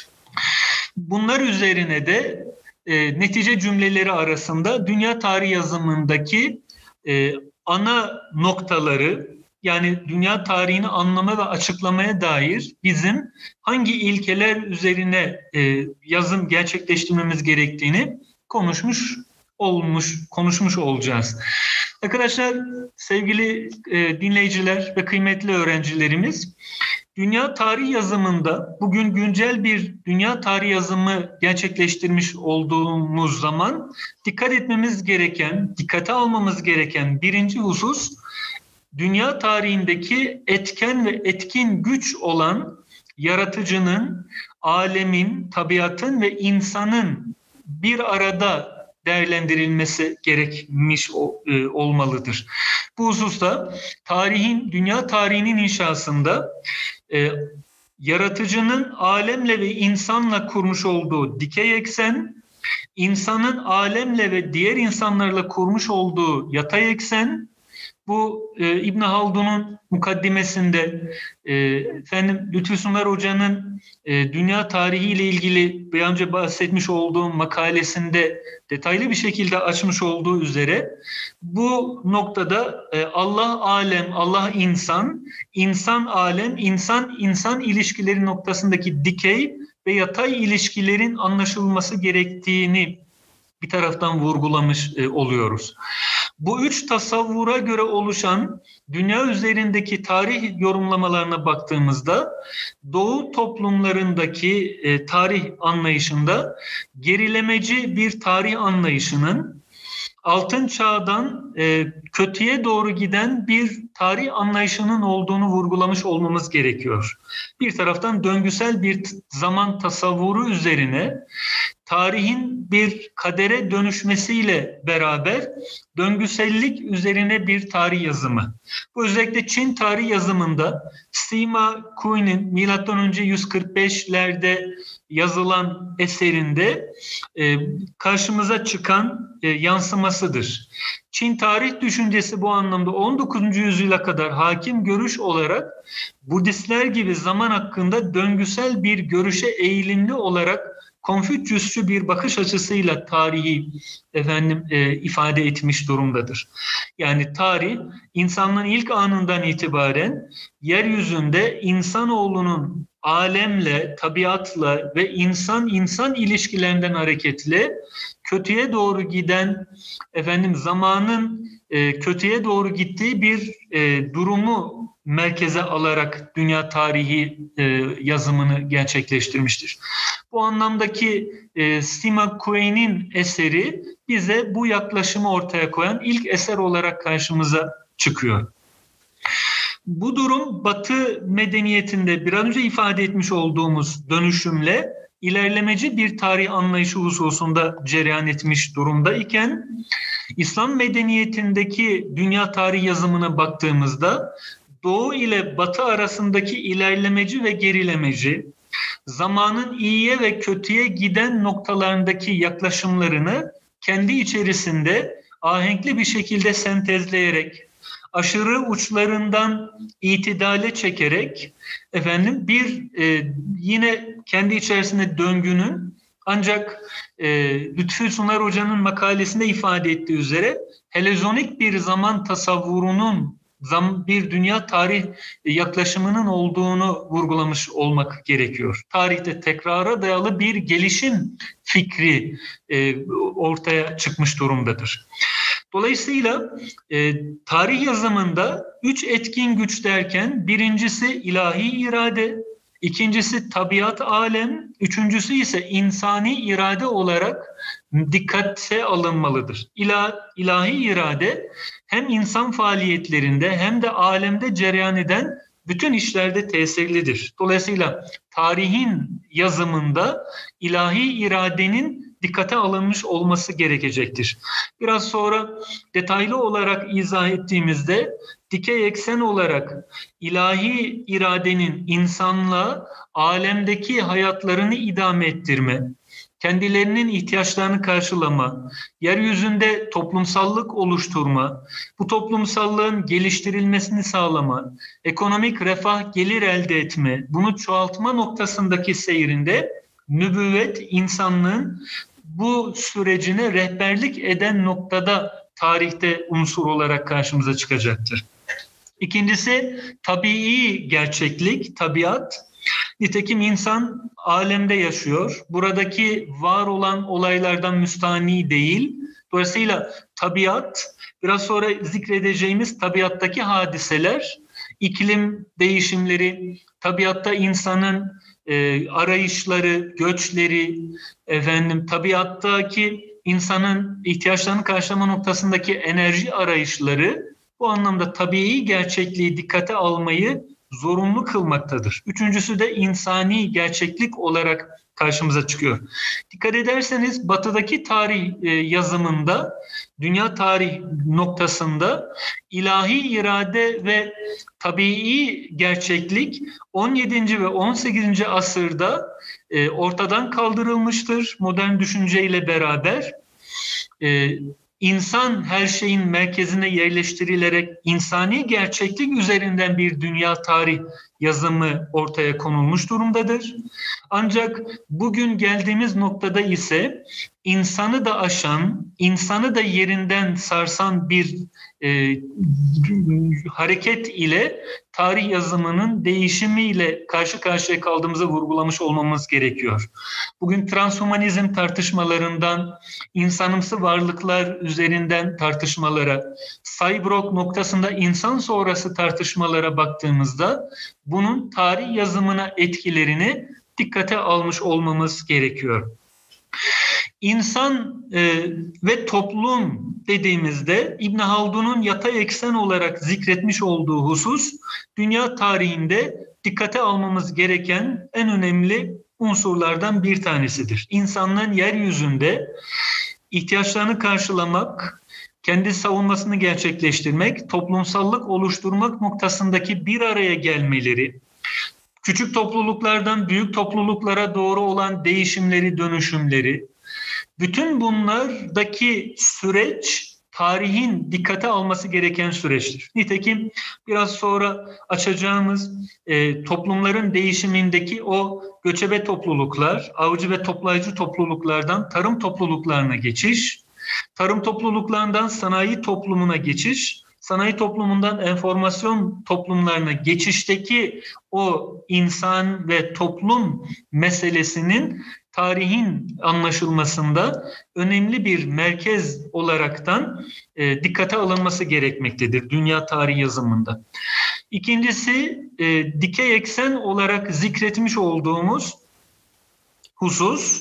Speaker 2: Bunlar üzerine de netice cümleleri arasında dünya tarihi yazımındaki ana noktaları, yani dünya tarihini anlama ve açıklamaya dair bizim hangi ilkeler üzerine yazım gerçekleştirmemiz gerektiğini konuşmuş olacağız. Arkadaşlar, sevgili dinleyiciler ve kıymetli öğrencilerimiz, dünya tarih yazımında bugün güncel bir dünya tarih yazımı gerçekleştirmiş olduğumuz zaman dikkate almamız gereken birinci husus, dünya tarihindeki etken ve etkin güç olan yaratıcının, alemin, tabiatın ve insanın bir arada değerlendirilmesi gerekmiş olmalıdır. Bu hususta dünya tarihinin inşasında yaratıcının alemle ve insanla kurmuş olduğu dikey eksen, insanın alemle ve diğer insanlarla kurmuş olduğu yatay eksen, bu İbn Haldun'un mukaddimesinde, Lütfü Sümer Hoca'nın dünya tarihi ile ilgili bir önce bahsetmiş olduğum makalesinde detaylı bir şekilde açmış olduğu üzere, bu noktada Allah alem, Allah insan, insan alem, insan ilişkileri noktasındaki dikey ve yatay ilişkilerin anlaşılması gerektiğini bir taraftan vurgulamış oluyoruz. Bu üç tasavvura göre oluşan dünya üzerindeki tarih yorumlamalarına baktığımızda Doğu toplumlarındaki tarih anlayışında gerilemeci bir tarih anlayışının, Altın Çağ'dan kötüye doğru giden bir tarih anlayışının olduğunu vurgulamış olmamız gerekiyor. Bir taraftan döngüsel bir zaman tasavvuru üzerine tarihin bir kadere dönüşmesiyle beraber döngüsellik üzerine bir tarih yazımı. Bu özellikle Çin tarih yazımında Sima Kui'nin M.Ö. 145'lerde yazılan eserinde karşımıza çıkan yansımasıdır. Çin tarih düşüncesi bu anlamda 19. yüzyıla kadar hakim görüş olarak Budistler gibi zaman hakkında döngüsel bir görüşe eğilimli olarak Konfüçyüsçü bir bakış açısıyla tarihi ifade etmiş durumdadır. Yani tarih insanlığın ilk anından itibaren yeryüzünde insanoğlunun alemle, tabiatla ve insan ilişkilerinden hareketle kötüye doğru giden zamanın kötüye doğru gittiği bir durumu merkeze alarak dünya tarihi yazımını gerçekleştirmiştir. Bu anlamdaki Sima Kui'nin eseri bize bu yaklaşımı ortaya koyan ilk eser olarak karşımıza çıkıyor. Bu durum Batı medeniyetinde biraz önce ifade etmiş olduğumuz dönüşümle ilerlemeci bir tarih anlayışı hususunda cereyan etmiş durumda iken, İslam medeniyetindeki dünya tarih yazımına baktığımızda Doğu ile Batı arasındaki ilerlemeci ve gerilemeci, zamanın iyiye ve kötüye giden noktalarındaki yaklaşımlarını kendi içerisinde ahenkli bir şekilde sentezleyerek, aşırı uçlarından itidale çekerek yine kendi içerisinde döngünün, ancak Lütfü Sümer Hoca'nın makalesinde ifade ettiği üzere helezonik bir zaman tasavvurunun bir dünya tarih yaklaşımının olduğunu vurgulamış olmak gerekiyor. Tarihte tekrara dayalı bir gelişim fikri ortaya çıkmış durumdadır. Dolayısıyla tarih yazımında 3 etkin güç derken birincisi ilahi irade, ikincisi tabiat alem, üçüncüsü ise insani irade olarak dikkate alınmalıdır. İlahi irade hem insan faaliyetlerinde hem de alemde cereyan eden bütün işlerde tesirlidir. Dolayısıyla tarihin yazımında ilahi iradenin dikkate alınmış olması gerekecektir. Biraz sonra detaylı olarak izah ettiğimizde dikey eksen olarak ilahi iradenin insanlığa alemdeki hayatlarını idame ettirme, kendilerinin ihtiyaçlarını karşılama, yeryüzünde toplumsallık oluşturma, bu toplumsallığın geliştirilmesini sağlama, ekonomik refah, gelir elde etme, bunu çoğaltma noktasındaki seyrinde nübüvvet insanlığın bu sürecine rehberlik eden noktada tarihte unsur olarak karşımıza çıkacaktır. İkincisi tabii gerçeklik, tabiat. Nitekim insan alemde yaşıyor. Buradaki var olan olaylardan müstahni değil. Dolayısıyla tabiat, biraz sonra zikredeceğimiz tabiattaki hadiseler, iklim değişimleri, tabiatta insanın arayışları, göçleri, tabiattaki insanın ihtiyaçlarını karşılama noktasındaki enerji arayışları bu anlamda tabii gerçekliği dikkate almayı zorunlu kılmaktadır. Üçüncüsü de insani gerçeklik olarak karşımıza çıkıyor. Dikkat ederseniz batıdaki tarih yazımında, dünya tarih noktasında ilahi irade ve tabii gerçeklik 17. ve 18. asırda ortadan kaldırılmıştır modern düşünceyle beraber. İnsan her şeyin merkezine yerleştirilerek insani gerçeklik üzerinden bir dünya tarih yazımı ortaya konulmuş durumdadır. Ancak bugün geldiğimiz noktada ise insanı da aşan, insanı da yerinden sarsan bir hareket ile tarih yazımının değişimiyle karşı karşıya kaldığımızı vurgulamış olmamız gerekiyor. Bugün transhumanizm tartışmalarından insanımsı varlıklar üzerinden tartışmalara, cyborg noktasında insan sonrası tartışmalara baktığımızda bunun tarih yazımına etkilerini dikkate almış olmamız gerekiyor. İnsan ve toplum dediğimizde İbn Haldun'un yatay eksen olarak zikretmiş olduğu husus dünya tarihinde dikkate almamız gereken en önemli unsurlardan bir tanesidir. İnsanların yeryüzünde ihtiyaçlarını karşılamak, kendi savunmasını gerçekleştirmek, toplumsallık oluşturmak noktasındaki bir araya gelmeleri, küçük topluluklardan büyük topluluklara doğru olan değişimleri, dönüşümleri, bütün bunlardaki süreç tarihin dikkate alması gereken süreçtir. Nitekim biraz sonra açacağımız toplumların değişimindeki o göçebe topluluklar, avcı ve toplayıcı topluluklardan tarım topluluklarına geçiş, tarım topluluklarından sanayi toplumuna geçiş, sanayi toplumundan enformasyon toplumlarına geçişteki o insan ve toplum meselesinin tarihin anlaşılmasında önemli bir merkez olaraktan dikkate alınması gerekmektedir dünya tarihi yazımında. İkincisi dikey eksen olarak zikretmiş olduğumuz husus,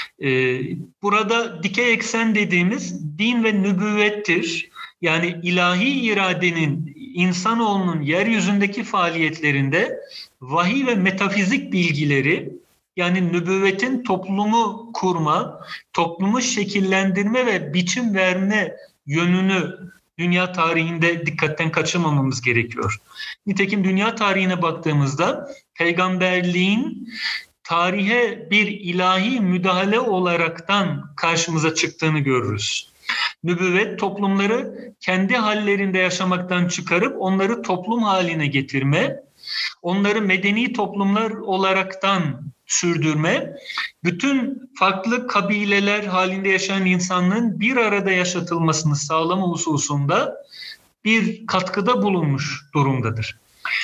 Speaker 2: burada dikey eksen dediğimiz din ve nübüvvettir. Yani ilahi iradenin insanoğlunun yeryüzündeki faaliyetlerinde vahiy ve metafizik bilgileri, yani nübüvvetin toplumu kurma, toplumu şekillendirme ve biçim verme yönünü dünya tarihinde dikkatten kaçırmamamız gerekiyor. Nitekim dünya tarihine baktığımızda peygamberliğin tarihe bir ilahi müdahale olaraktan karşımıza çıktığını görürüz. Nübüvvet toplumları kendi hallerinde yaşamaktan çıkarıp onları toplum haline getirme, onları medeni toplumlar olaraktan sürdürme, bütün farklı kabileler halinde yaşayan insanlığın bir arada yaşatılmasını sağlama hususunda bir katkıda bulunmuş durumdadır.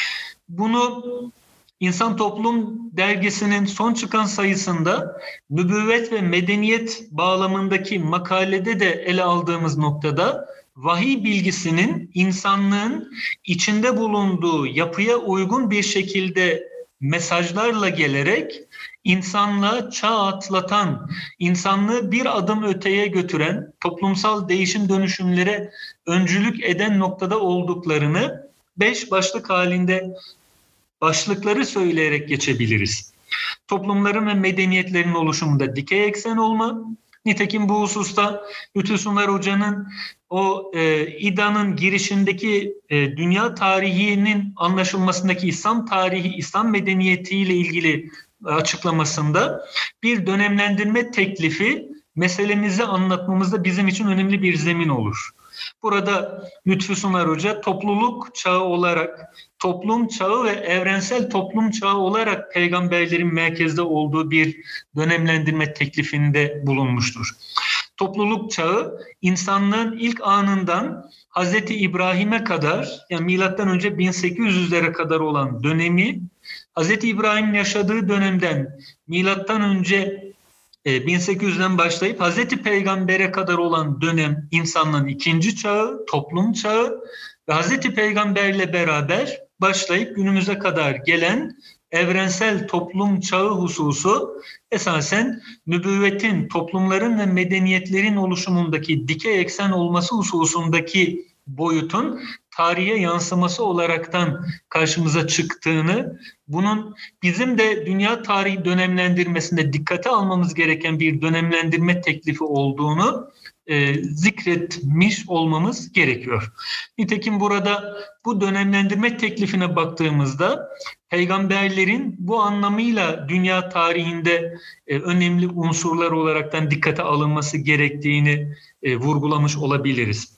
Speaker 2: Bunu İnsan Toplum dergisinin son çıkan sayısında nübüvvet ve medeniyet bağlamındaki makalede de ele aldığımız noktada vahiy bilgisinin insanlığın içinde bulunduğu yapıya uygun bir şekilde mesajlarla gelerek insanlığa çağ atlatan, insanlığı bir adım öteye götüren, toplumsal değişim dönüşümlere öncülük eden noktada olduklarını 5 başlık halinde başlıkları söyleyerek geçebiliriz. Toplumların ve medeniyetlerin oluşumunda dikey eksen olma, nitekim bu hususta Lütfü Sunar Hoca'nın o İDA'nın girişindeki dünya tarihinin anlaşılmasındaki İslam tarihi, İslam medeniyetiyle ilgili açıklamasında bir dönemlendirme teklifi meselemizi anlatmamızda bizim için önemli bir zemin olur. Burada Lütfü Sunar Hoca topluluk çağı olarak, toplum çağı ve evrensel toplum çağı olarak peygamberlerin merkezde olduğu bir dönemlendirme teklifinde bulunmuştur. topluluk çağı insanlığın ilk anından Hazreti İbrahim'e kadar, yani milattan önce 1800'lere kadar olan dönemi, Hazreti İbrahim'in yaşadığı dönemden milattan önce 1800'den başlayıp Hazreti Peygamber'e kadar olan dönem insanlığın ikinci çağı, toplum çağı ve Hazreti Peygamber'le beraber başlayıp günümüze kadar gelen evrensel toplum çağı hususu esasen nübüvvetin, toplumların ve medeniyetlerin oluşumundaki dikey eksen olması hususundaki boyutun tarihe yansıması olaraktan karşımıza çıktığını, bunun bizim de dünya tarihi dönemlendirmesinde dikkate almamız gereken bir dönemlendirme teklifi olduğunu zikretmiş olmamız gerekiyor. Nitekim burada bu dönemlendirme teklifine baktığımızda peygamberlerin bu anlamıyla dünya tarihinde önemli unsurlar olaraktan dikkate alınması gerektiğini vurgulamış olabiliriz.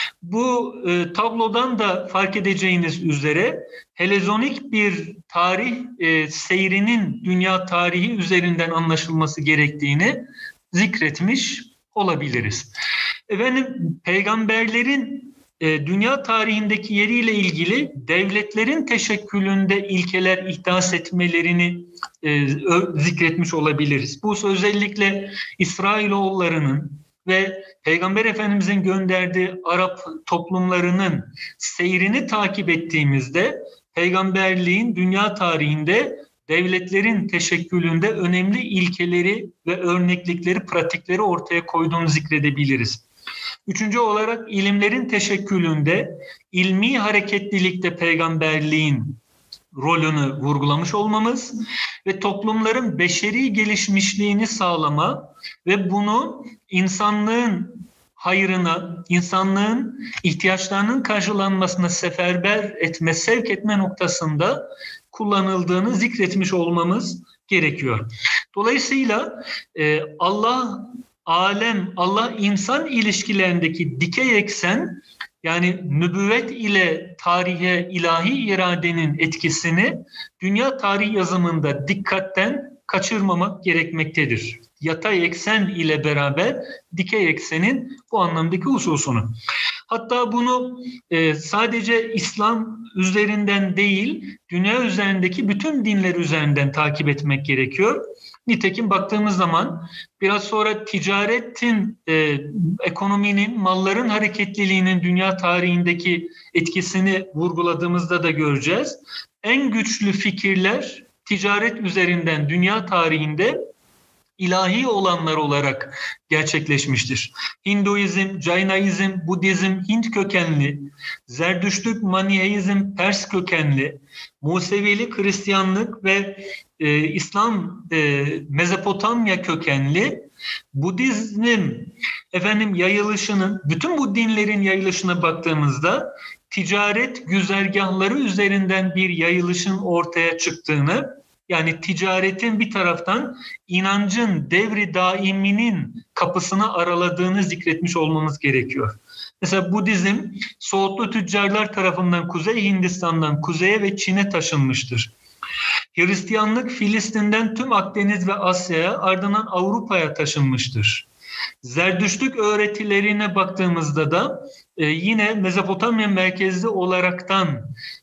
Speaker 2: Bu tablodan da fark edeceğiniz üzere helezonik bir tarih seyrinin dünya tarihi üzerinden anlaşılması gerektiğini zikretmiş olabiliriz. Efendim, peygamberlerin dünya tarihindeki yeriyle ilgili devletlerin teşekkülünde ilkeler ihdas etmelerini zikretmiş olabiliriz. Bu özellikle İsrailoğullarının ve Peygamber Efendimizin gönderdiği Arap toplumlarının seyrini takip ettiğimizde peygamberliğin dünya tarihinde devletlerin teşekkülünde önemli ilkeleri ve örneklikleri, pratikleri ortaya koyduğunu zikredebiliriz. Üçüncü olarak ilimlerin teşekkülünde, ilmi hareketlilikte peygamberliğin rolünü vurgulamış olmamız ve toplumların beşeri gelişmişliğini sağlama ve bunu insanlığın hayrına, insanlığın ihtiyaçlarının karşılanmasına seferber etme, sevk etme noktasında kullanıldığını zikretmiş olmamız gerekiyor. Dolayısıyla Allah insan ilişkilerindeki dikey eksen, yani nübüvvet ile tarihe ilahi iradenin etkisini dünya tarih yazımında dikkatten kaçırmamak gerekmektedir. Yatay eksen ile beraber dikey eksenin bu anlamdaki hususunu. Hatta bunu sadece İslam üzerinden değil, dünya üzerindeki bütün dinler üzerinden takip etmek gerekiyor. Nitekim baktığımız zaman biraz sonra ticaretin, ekonominin, malların hareketliliğinin dünya tarihindeki etkisini vurguladığımızda da göreceğiz. En güçlü fikirler ticaret üzerinden dünya tarihinde ilahi olanlar olarak gerçekleşmiştir. Hinduizm, Jainaizm, Budizm Hint kökenli, Zerdüştlük, Maniheizm Pers kökenli, Musevilik Hristiyanlık ve İslam Mezopotamya kökenli, Budizmin yayılışının, bütün bu dinlerin yayılışına baktığımızda ticaret güzergahları üzerinden bir yayılışın ortaya çıktığını, yani ticaretin bir taraftan inancın devri daiminin kapısını araladığını zikretmiş olmamız gerekiyor. Mesela Budizm, Soğutlu tüccarlar tarafından Kuzey Hindistan'dan kuzeye ve Çin'e taşınmıştır. Hristiyanlık Filistin'den tüm Akdeniz ve Asya'ya, ardından Avrupa'ya taşınmıştır. Zerdüştlük öğretilerine baktığımızda da yine Mezopotamya merkezli olaraktan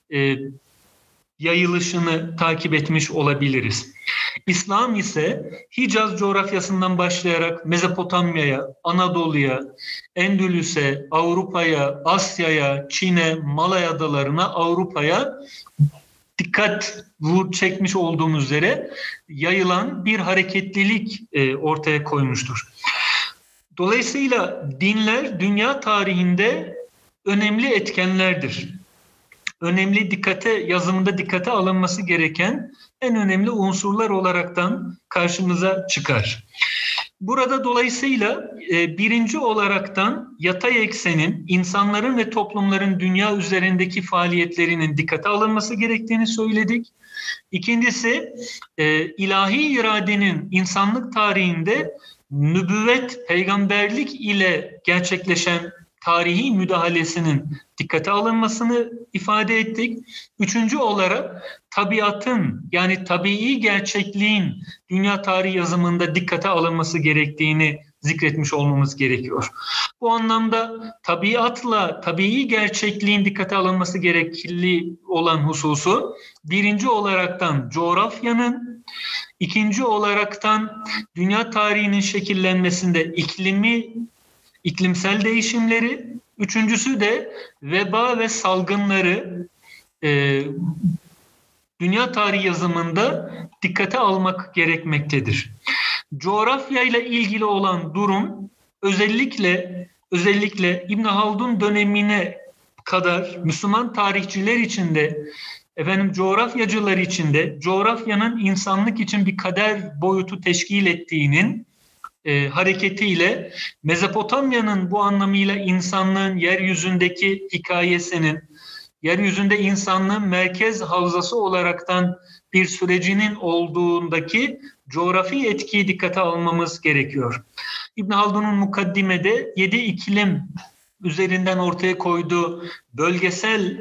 Speaker 2: yayılışını takip etmiş olabiliriz. İslam ise Hicaz coğrafyasından başlayarak Mezopotamya'ya, Anadolu'ya, Endülüs'e, Avrupa'ya, Asya'ya, Çin'e, Malay Adalarına, Avrupa'ya dikkat çekmiş olduğumuz üzere yayılan bir hareketlilik ortaya koymuştur. Dolayısıyla dinler dünya tarihinde önemli etkenlerdir. Önemli yazımında dikkate alınması gereken en önemli unsurlar olaraktan karşımıza çıkar. Burada dolayısıyla birinci olaraktan yatay eksenin insanların ve toplumların dünya üzerindeki faaliyetlerinin dikkate alınması gerektiğini söyledik. İkincisi ilahi iradenin insanlık tarihinde nübüvvet, peygamberlik ile gerçekleşen tarihi müdahalesinin dikkate alınmasını ifade ettik. Üçüncü olarak tabiatın, yani tabii gerçekliğin dünya tarihi yazımında dikkate alınması gerektiğini zikretmiş olmamız gerekiyor. Bu anlamda tabiatla, tabii gerçekliğin dikkate alınması gerekli olan hususu, birinci olaraktan coğrafyanın, ikinci olaraktan dünya tarihinin şekillenmesinde iklimsel değişimleri, üçüncüsü de veba ve salgınları dünya tarihi yazımında dikkate almak gerekmektedir. Coğrafyayla ilgili olan durum özellikle İbn Haldun dönemine kadar Müslüman tarihçiler içinde, coğrafyacılar içinde coğrafyanın insanlık için bir kader boyutu teşkil ettiğinin hareketiyle Mezopotamya'nın bu anlamıyla insanlığın yeryüzündeki hikayesinin, yeryüzünde insanlığın merkez havzası olaraktan bir sürecinin olduğundaki coğrafi etkiyi dikkate almamız gerekiyor. İbn Haldun'un mukaddimede 7 iklim üzerinden ortaya koyduğu bölgesel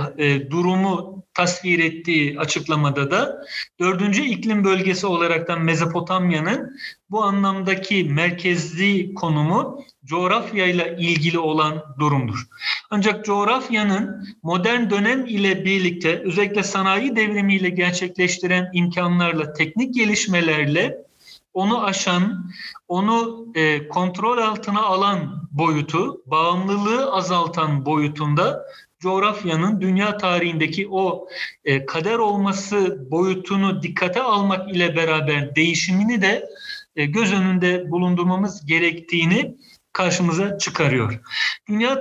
Speaker 2: durumu tasvir ettiği açıklamada da 4. iklim bölgesi olaraktan Mezopotamya'nın bu anlamdaki merkezli konumu coğrafyayla ilgili olan durumdur. Ancak coğrafyanın modern dönem ile birlikte özellikle sanayi devrimiyle gerçekleştiren imkanlarla, teknik gelişmelerle onu aşan, onu kontrol altına alan boyutu, bağımlılığı azaltan boyutunda coğrafyanın dünya tarihindeki o kader olması boyutunu dikkate almak ile beraber değişimini de göz önünde bulundurmamız gerektiğini karşımıza çıkarıyor. Dünya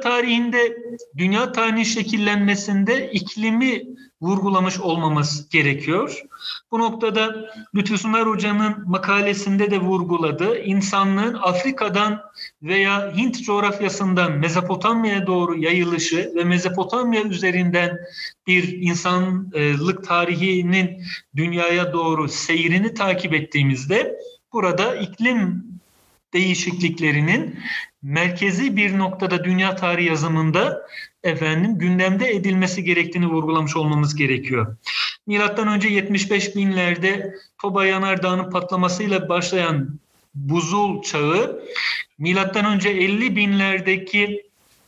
Speaker 2: tarihinin şekillenmesinde iklimi vurgulamış olmamız gerekiyor. Bu noktada Lütfü Sunar Hoca'nın makalesinde de vurguladığı insanlığın Afrika'dan veya Hint coğrafyasından Mezopotamya'ya doğru yayılışı ve Mezopotamya üzerinden bir insanlık tarihinin dünyaya doğru seyrini takip ettiğimizde burada iklim değişikliklerinin merkezi bir noktada dünya tarihi yazımında gündemde edilmesi gerektiğini vurgulamış olmamız gerekiyor. Milattan önce 75 binlerde Toba Yanardağı'nın patlamasıyla başlayan buzul çağı, milattan önce 50 binlerdeki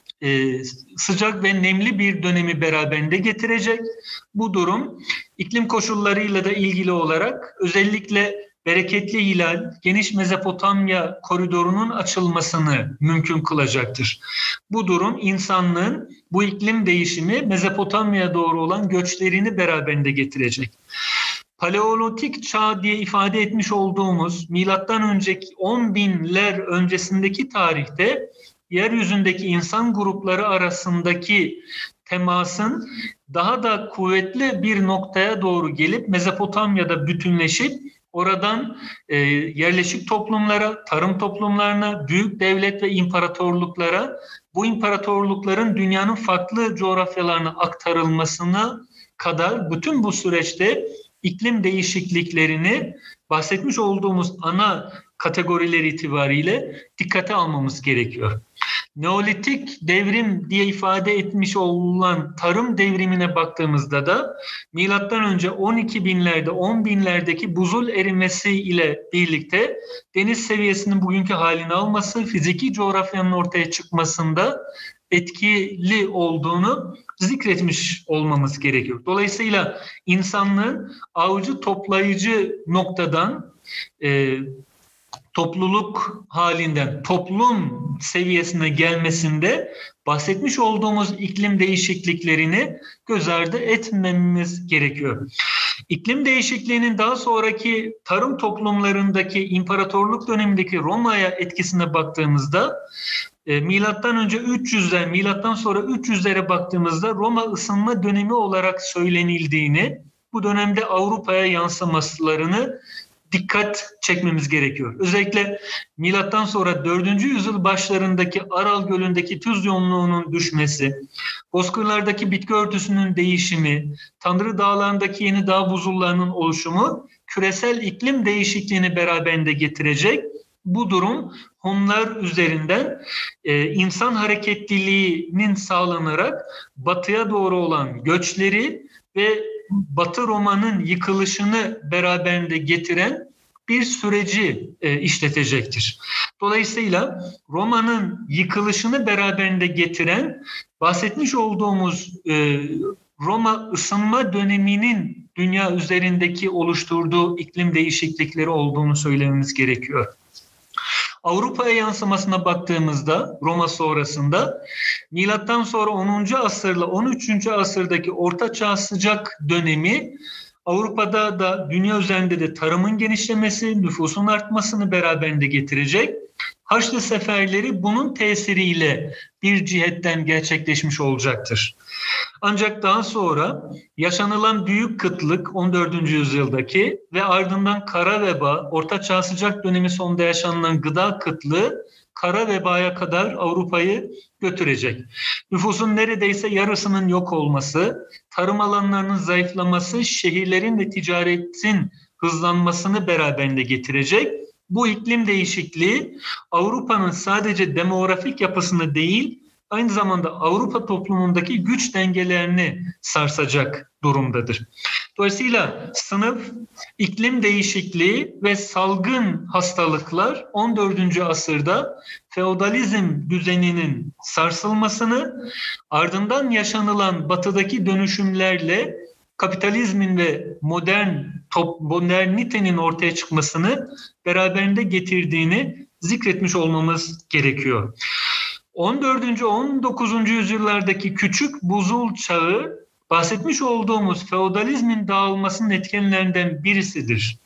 Speaker 2: sıcak ve nemli bir dönemi beraberinde getirecek. Bu durum iklim koşullarıyla da ilgili olarak özellikle bereketli hilal, geniş Mezopotamya koridorunun açılmasını mümkün kılacaktır. Bu durum insanlığın bu iklim değişimi Mezopotamya'ya doğru olan göçlerini beraberinde getirecek. Paleolitik çağ diye ifade etmiş olduğumuz milattan önceki 10 binler öncesindeki tarihte yeryüzündeki insan grupları arasındaki temasın daha da kuvvetli bir noktaya doğru gelip Mezopotamya'da bütünleşip oradan yerleşik toplumlara, tarım toplumlarına, büyük devlet ve imparatorluklara, bu imparatorlukların dünyanın farklı coğrafyalarına aktarılmasına kadar bütün bu süreçte iklim değişikliklerini bahsetmiş olduğumuz ana kategoriler itibariyle dikkate almamız gerekiyor. Neolitik devrim diye ifade etmiş olan tarım devrimine baktığımızda da milattan önce 12 binlerde 10 binlerdeki buzul erimesi ile birlikte deniz seviyesinin bugünkü halini alması, fiziki coğrafyanın ortaya çıkmasında etkili olduğunu zikretmiş olmamız gerekiyor. Dolayısıyla insanlığın avcı toplayıcı noktadan topluluk halinden toplum seviyesine gelmesinde bahsetmiş olduğumuz iklim değişikliklerini göz ardı etmemiz gerekiyor. İklim değişikliğinin daha sonraki tarım toplumlarındaki imparatorluk dönemindeki Roma'ya etkisine baktığımızda milattan önce 300'den milattan sonra 300'lere baktığımızda Roma ısınma dönemi olarak söylenildiğini, bu dönemde Avrupa'ya yansımalarını dikkat çekmemiz gerekiyor. Özellikle milattan sonra 4. yüzyıl başlarındaki Aral Gölü'ndeki tuz yoğunluğunun düşmesi, bozkırlardaki bitki örtüsünün değişimi, Tanrı Dağları'ndaki yeni dağ buzullarının oluşumu küresel iklim değişikliğini beraberinde getirecek. Bu durum Hunlar üzerinden insan hareketliliğinin sağlanarak batıya doğru olan göçleri ve Batı Roma'nın yıkılışını beraberinde getiren bir süreci işletecektir. Dolayısıyla Roma'nın yıkılışını beraberinde getiren bahsetmiş olduğumuz Roma ısınma döneminin dünya üzerindeki oluşturduğu iklim değişiklikleri olduğunu söylememiz gerekiyor. Avrupa'ya yansımasına baktığımızda Roma sonrasında milattan sonra 10. asırla 13. asırdaki Orta Çağ sıcak dönemi Avrupa'da da dünya üzerinde de tarımın genişlemesi, nüfusun artmasını beraberinde getirecek. Haçlı seferleri bunun tesiriyle bir cihetten gerçekleşmiş olacaktır. Ancak daha sonra yaşanılan büyük kıtlık 14. yüzyıldaki ve ardından kara veba, Orta Çağ sıcak dönemi sonunda yaşanılan gıda kıtlığı kara vebaya kadar Avrupa'yı götürecek. Nüfusun neredeyse yarısının yok olması, tarım alanlarının zayıflaması, şehirlerin ve ticaretin hızlanmasını beraberinde getirecek. Bu iklim değişikliği Avrupa'nın sadece demografik yapısını değil, aynı zamanda Avrupa toplumundaki güç dengelerini sarsacak durumdadır. Dolayısıyla sınıf, iklim değişikliği ve salgın hastalıklar 14. asırda feodalizm düzeninin sarsılmasını, ardından yaşanılan batıdaki dönüşümlerle kapitalizmin ve modernitenin ortaya çıkmasını beraberinde getirdiğini zikretmiş olmamız gerekiyor. 14. 19. yüzyıllardaki küçük buzul çağı bahsetmiş olduğumuz feodalizmin dağılmasının etkenlerinden birisidir.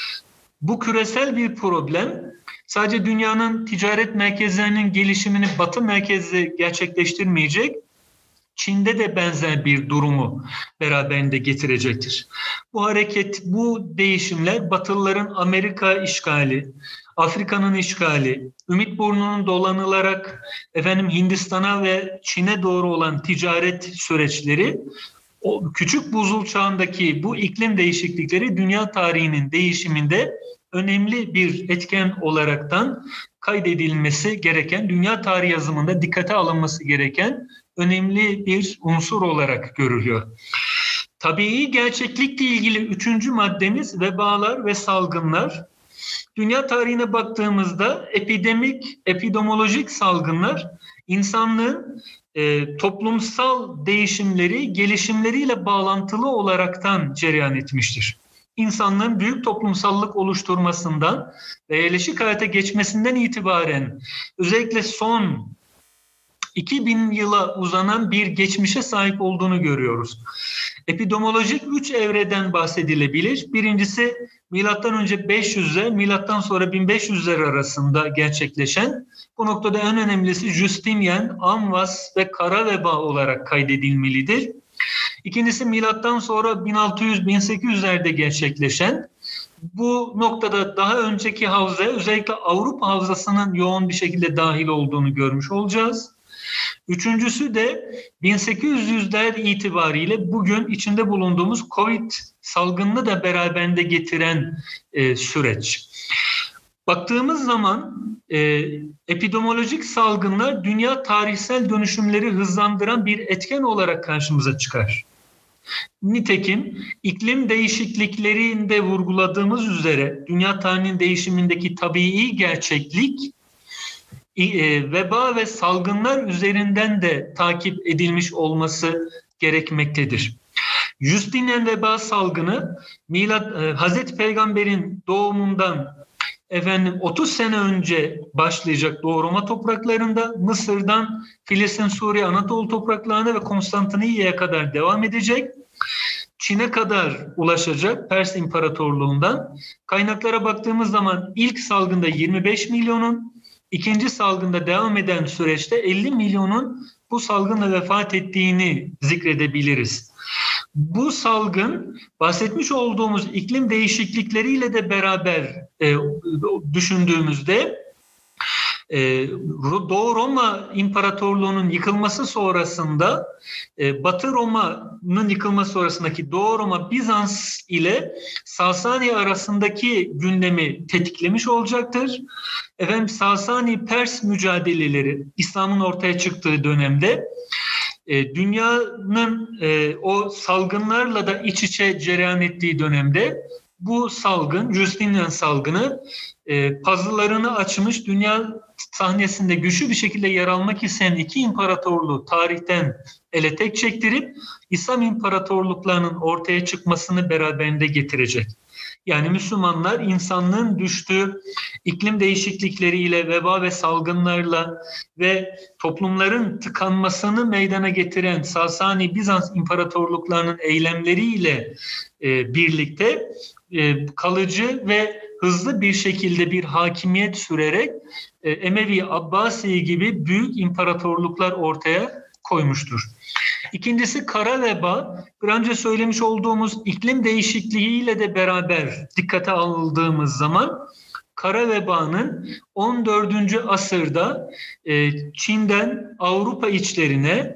Speaker 2: Bu küresel bir problem sadece dünyanın ticaret merkezlerinin gelişimini batı merkezli gerçekleştirmeyecek, Çin'de de benzer bir durumu beraberinde getirecektir. Bu hareket, bu değişimler Batılıların Amerika işgali, Afrika'nın işgali, Ümitburnu'nun dolanılarak Hindistan'a ve Çin'e doğru olan ticaret süreçleri, o küçük buzul çağındaki bu iklim değişiklikleri dünya tarihinin değişiminde önemli bir etken olaraktan kaydedilmesi gereken, dünya tarihi yazımında dikkate alınması gereken önemli bir unsur olarak görülüyor. Tabii gerçeklikle ilgili 3. maddemiz vebalar ve salgınlar. Dünya tarihine baktığımızda epidemiolojik salgınlar insanlığın toplumsal değişimleri, gelişimleriyle bağlantılı olaraktan cereyan etmiştir. İnsanlığın büyük toplumsallık oluşturmasından ve yerleşik hayata geçmesinden itibaren özellikle son 2000 yıla uzanan bir geçmişe sahip olduğunu görüyoruz. Epidemiolojik 3 evreden bahsedilebilir. Birincisi milattan önce 500'ler, milattan sonra 1500'ler arasında gerçekleşen, bu noktada en önemlisi Justinian, Amvas ve kara veba olarak kaydedilmelidir. İkincisi milattan sonra 1600-1800'lerde gerçekleşen, bu noktada daha önceki havzaya özellikle Avrupa havzasının yoğun bir şekilde dahil olduğunu görmüş olacağız. Üçüncüsü de 1800'ler itibariyle bugün içinde bulunduğumuz Covid salgınını da beraberinde getiren süreç. Baktığımız zaman epidemiolojik salgınlar dünya tarihsel dönüşümleri hızlandıran bir etken olarak karşımıza çıkar. Nitekim iklim değişikliklerinde vurguladığımız üzere dünya tarihinin değişimindeki tabii gerçeklik veba ve salgınlar üzerinden de takip edilmiş olması gerekmektedir. Justinian veba salgını Hazreti Peygamber'in doğumundan 30 sene önce başlayacak Doğu Roma topraklarında, Mısır'dan Filistin, Suriye, Anadolu topraklarına ve Konstantiniye'ye kadar devam edecek. Çin'e kadar ulaşacak Pers İmparatorluğu'ndan. Kaynaklara baktığımız zaman ilk salgında 25 milyonun, ikinci salgında devam eden süreçte 50 milyonun bu salgınla vefat ettiğini zikredebiliriz. Bu salgın bahsetmiş olduğumuz iklim değişiklikleriyle de beraber düşündüğümüzde Doğu Roma İmparatorluğu'nun yıkılması sonrasında Batı Roma'nın yıkılması sonrasındaki Doğu Roma Bizans ile Sasani arasındaki gündemi tetiklemiş olacaktır. Sasani-Pers mücadeleleri İslam'ın ortaya çıktığı dönemde dünyanın o salgınlarla da iç içe cereyan ettiği dönemde bu salgın, Justinian salgını puzzle'larını açmış, dünya sahnesinde güçlü bir şekilde yer almak isteyen iki imparatorluğu tarihten ele tek çektirip İslam imparatorluklarının ortaya çıkmasını beraberinde getirecek. Yani Müslümanlar insanlığın düştüğü iklim değişiklikleriyle, veba ve salgınlarla ve toplumların tıkanmasını meydana getiren Sasani Bizans imparatorluklarının eylemleriyle birlikte kalıcı ve hızlı bir şekilde bir hakimiyet sürerek Emevi, Abbasi gibi büyük imparatorluklar ortaya koymuştur. İkincisi kara veba, bir önce söylemiş olduğumuz iklim değişikliğiyle de beraber dikkate alındığımız zaman kara vebanın 14. asırda Çin'den Avrupa içlerine,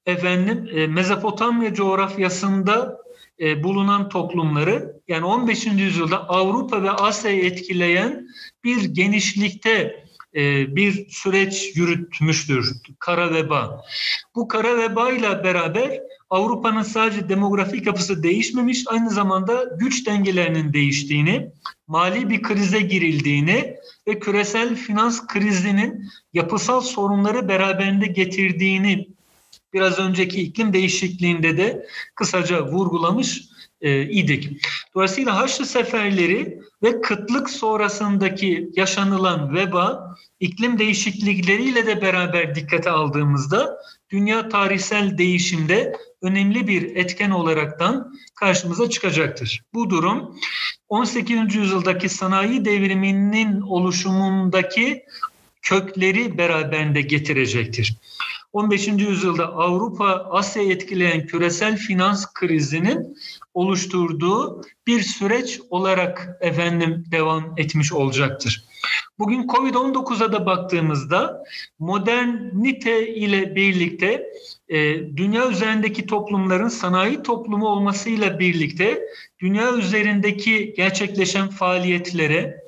Speaker 2: Mezopotamya coğrafyasında bulunan toplumları, yani 15. yüzyılda Avrupa ve Asya'yı etkileyen bir genişlikte bir süreç yürütmüştür kara veba. Bu kara veba ile beraber Avrupa'nın sadece demografik yapısı değişmemiş, aynı zamanda güç dengelerinin değiştiğini, mali bir krize girildiğini ve küresel finans krizinin yapısal sorunları beraberinde getirdiğini biraz önceki iklim değişikliğinde de kısaca vurgulamış idik. Dolayısıyla Haçlı seferleri ve kıtlık sonrasındaki yaşanılan veba, iklim değişiklikleriyle de beraber dikkate aldığımızda dünya tarihsel değişimde önemli bir etken olaraktan karşımıza çıkacaktır. Bu durum 18. yüzyıldaki sanayi devriminin oluşumundaki kökleri beraberinde getirecektir. 15. yüzyılda Avrupa, Asya'yı etkileyen küresel finans krizinin oluşturduğu bir süreç olarak devam etmiş olacaktır. Bugün Covid-19'a da baktığımızda modernite ile birlikte dünya üzerindeki toplumların sanayi toplumu olmasıyla birlikte dünya üzerindeki gerçekleşen faaliyetlere,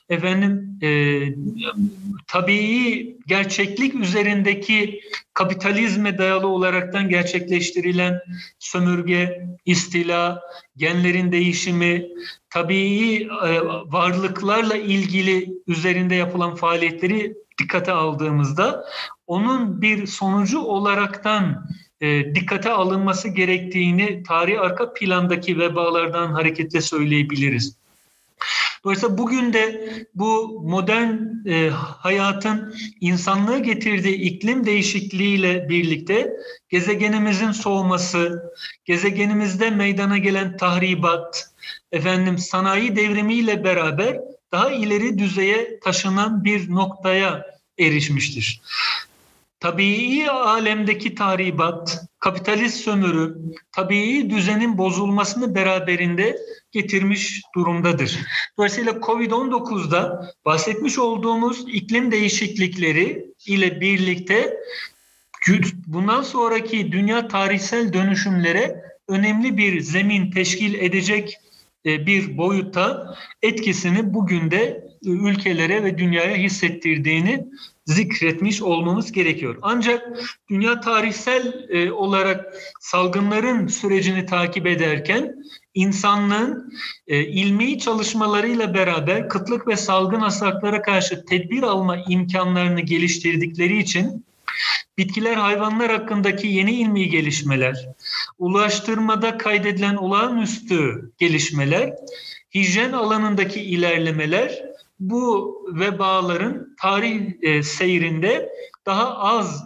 Speaker 2: tabii gerçeklik üzerindeki kapitalizme dayalı olaraktan gerçekleştirilen sömürge, istila, genlerin değişimi, tabii varlıklarla ilgili üzerinde yapılan faaliyetleri dikkate aldığımızda onun bir sonucu olaraktan dikkate alınması gerektiğini tarih arka plandaki vebalardan hareketle söyleyebiliriz. Dolayısıyla bugün de bu modern hayatın insanlığa getirdiği iklim değişikliğiyle birlikte gezegenimizin soğuması, gezegenimizde meydana gelen tahribat, sanayi devrimiyle beraber daha ileri düzeye taşınan bir noktaya erişmiştir. Tabii alemdeki tahribat, kapitalist sömürü, tabii düzenin bozulmasını beraberinde getirmiş durumdadır. Dolayısıyla Covid-19'da bahsetmiş olduğumuz iklim değişiklikleri ile birlikte bundan sonraki dünya tarihsel dönüşümlere önemli bir zemin teşkil edecek bir boyutta etkisini bugün de ülkelere ve dünyaya hissettirdiğini zikretmiş olmamız gerekiyor. Ancak dünya tarihsel olarak salgınların sürecini takip ederken insanlığın ilmi çalışmalarıyla beraber kıtlık ve salgın hastalıklara karşı tedbir alma imkanlarını geliştirdikleri için bitkiler, hayvanlar hakkındaki yeni ilmi gelişmeler, ulaştırmada kaydedilen olağanüstü gelişmeler, hijyen alanındaki ilerlemeler bu vebaların tarih seyrinde daha az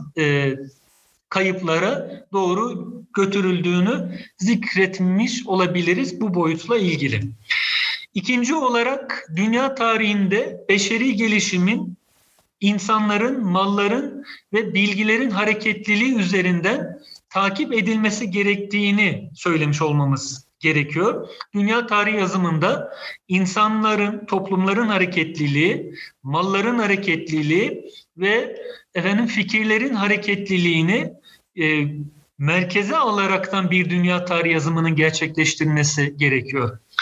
Speaker 2: kayıplara doğru götürüldüğünü zikretmiş olabiliriz bu boyutla ilgili. İkinci olarak dünya tarihinde beşeri gelişimin insanların, malların ve bilgilerin hareketliliği üzerinden takip edilmesi gerektiğini söylemiş olmamız gerekiyor. Dünya tarihi yazımında insanların, toplumların hareketliliği, malların hareketliliği ve fikirlerin hareketliliğini merkeze alaraktan bir dünya tarihi yazımının gerçekleştirilmesi gerekiyor.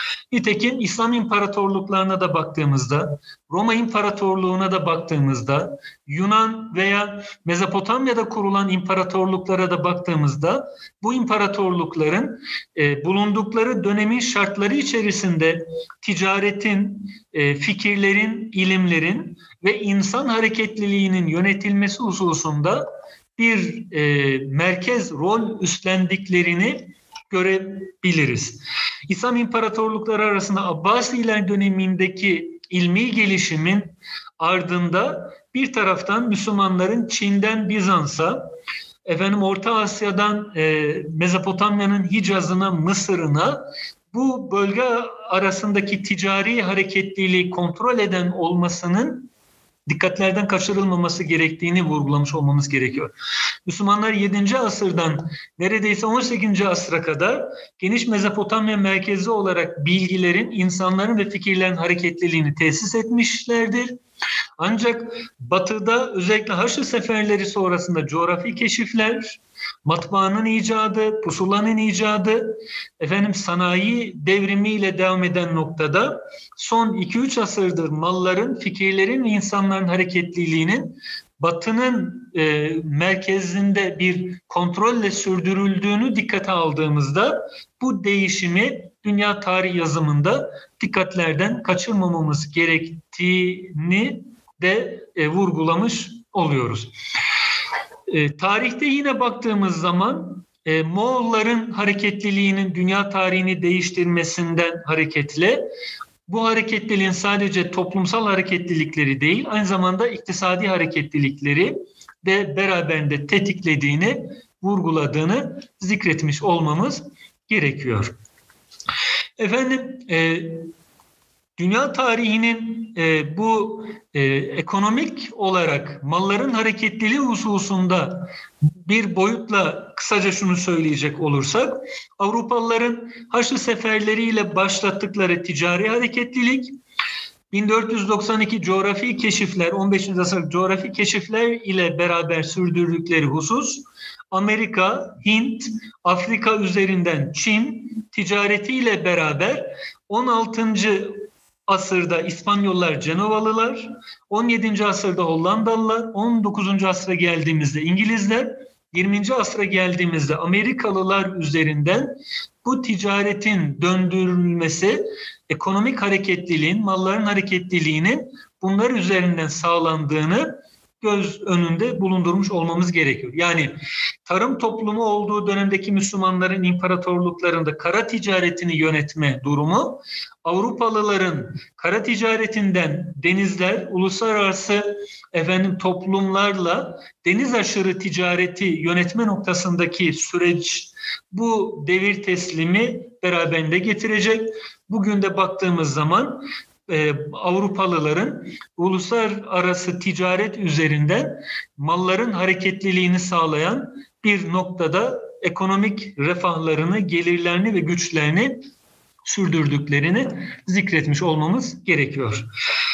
Speaker 2: Nitekim İslam imparatorluklarına da baktığımızda, Roma İmparatorluğu'na da baktığımızda, Yunan veya Mezopotamya'da kurulan imparatorluklara da baktığımızda bu imparatorlukların bulundukları dönemin şartları içerisinde ticaretin, fikirlerin, ilimlerin ve insan hareketliliğinin yönetilmesi hususunda bir merkez rol üstlendiklerini görebiliriz. İslam imparatorlukları arasında Abbasiler dönemindeki ilmi gelişimin ardında bir taraftan Müslümanların Çin'den Bizans'a, Orta Asya'dan Mezopotamya'nın Hicaz'ına, Mısır'ına bu bölge arasındaki ticari hareketliliği kontrol eden olmasının dikkatlerden kaçırılmaması gerektiğini vurgulamış olmamız gerekiyor. Müslümanlar 7. asırdan neredeyse 18. asra kadar geniş Mezopotamya merkezi olarak bilgilerin, insanların ve fikirlerin hareketliliğini tesis etmişlerdir. Ancak Batı'da özellikle Haçlı seferleri sonrasında coğrafi keşifler, matbaanın icadı, pusulanın icadı, sanayi devrimiyle devam eden noktada son 2-3 asırdır malların, fikirlerin ve insanların hareketliliğinin Batı'nın merkezinde bir kontrolle sürdürüldüğünü dikkate aldığımızda bu değişimi dünya tarih yazımında dikkatlerden kaçırmamamız gerektiğini de vurgulamış oluyoruz. Tarihte yine baktığımız zaman Moğolların hareketliliğinin dünya tarihini değiştirmesinden hareketle bu hareketliliğin sadece toplumsal hareketlilikleri değil, aynı zamanda iktisadi hareketlilikleri de beraberinde tetiklediğini, vurguladığını zikretmiş olmamız gerekiyor. Dünya tarihinin bu ekonomik olarak malların hareketliliği hususunda bir boyutla kısaca şunu söyleyecek olursak, Avrupalıların Haçlı seferleriyle başlattıkları ticari hareketlilik, 1492 coğrafi keşifler, 15. asır coğrafi keşifler ile beraber sürdürdükleri husus, Amerika, Hint, Afrika üzerinden Çin ticaretiyle beraber 16. asırda İspanyollar, Cenovalılar, 17. asırda Hollandalılar, 19. asra geldiğimizde İngilizler, 20. asra geldiğimizde Amerikalılar üzerinden bu ticaretin döndürülmesi, ekonomik hareketliliğin, malların hareketliliğinin bunlar üzerinden sağlandığını göz önünde bulundurmuş olmamız gerekiyor. Yani tarım toplumu olduğu dönemdeki Müslümanların imparatorluklarında kara ticaretini yönetme durumu, Avrupalıların kara ticaretinden denizler, uluslararası toplumlarla deniz aşırı ticareti yönetme noktasındaki süreç bu devir teslimi beraberinde getirecek. Bugün de baktığımız zaman Avrupalıların uluslararası ticaret üzerinden malların hareketliliğini sağlayan bir noktada ekonomik refahlarını, gelirlerini ve güçlerini sürdürdüklerini zikretmiş olmamız gerekiyor.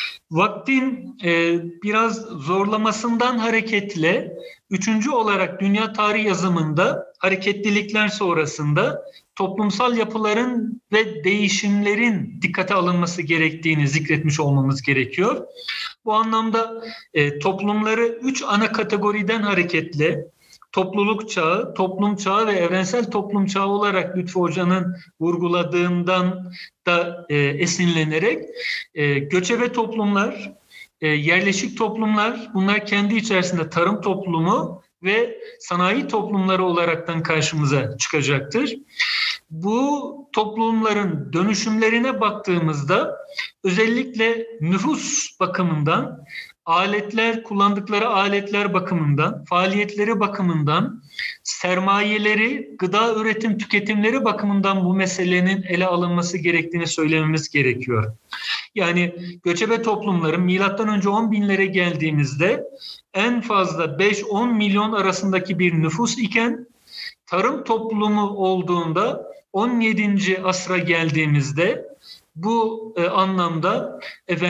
Speaker 2: Vaktin biraz zorlamasından hareketle üçüncü olarak dünya tarih yazımında hareketlilikler sonrasında toplumsal yapıların ve değişimlerin dikkate alınması gerektiğini zikretmiş olmamız gerekiyor. Bu anlamda toplumları 3 ana kategoriden hareketle topluluk çağı, toplum çağı ve evrensel toplum çağı olarak Lütfü Hoca'nın vurguladığından da esinlenerek göçebe toplumlar, yerleşik toplumlar, bunlar kendi içerisinde tarım toplumu ve sanayi toplumları olaraktan karşımıza çıkacaktır. Bu toplumların dönüşümlerine baktığımızda özellikle nüfus bakımından, aletler, kullandıkları aletler bakımından, faaliyetleri bakımından, sermayeleri, gıda üretim tüketimleri bakımından bu meselenin ele alınması gerektiğini söylememiz gerekiyor. Yani göçebe toplumların milattan önce 10 binlere geldiğimizde en fazla 5-10 milyon arasındaki bir nüfus iken tarım toplumu olduğunda 17. asra geldiğimizde bu anlamda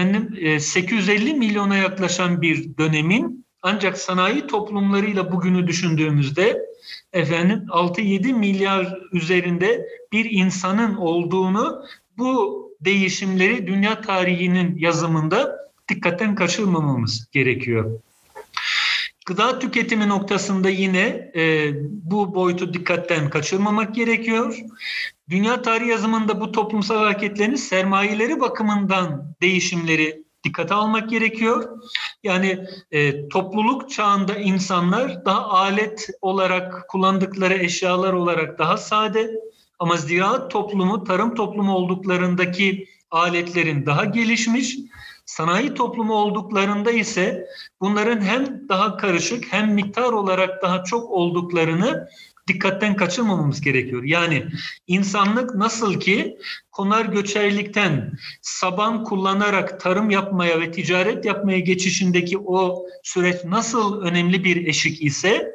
Speaker 2: 850 milyona yaklaşan bir dönemin ancak sanayi toplumlarıyla bugünü düşündüğümüzde 6-7 milyar üzerinde bir insanın olduğunu bu değişimleri dünya tarihinin yazımında dikkatten kaçırmamamız gerekiyor. Gıda tüketimi noktasında yine bu boyutu dikkatten kaçırmamak gerekiyor. Dünya tarihi yazımında bu toplumsal hareketlerin sermayeleri bakımından değişimleri dikkate almak gerekiyor. Yani topluluk çağında insanlar daha alet olarak kullandıkları eşyalar olarak daha sade, ama ziraat toplumu, tarım toplumu olduklarındaki aletlerin daha gelişmiş, sanayi toplumu olduklarında ise bunların hem daha karışık hem miktar olarak daha çok olduklarını dikkatten kaçırmamamız gerekiyor. Yani insanlık nasıl ki konar göçerlikten saban kullanarak tarım yapmaya ve ticaret yapmaya geçişindeki o süreç nasıl önemli bir eşik ise,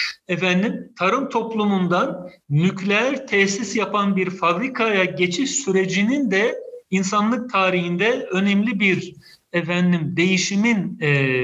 Speaker 2: tarım toplumundan nükleer tesis yapan bir fabrikaya geçiş sürecinin de insanlık tarihinde önemli bir değişimin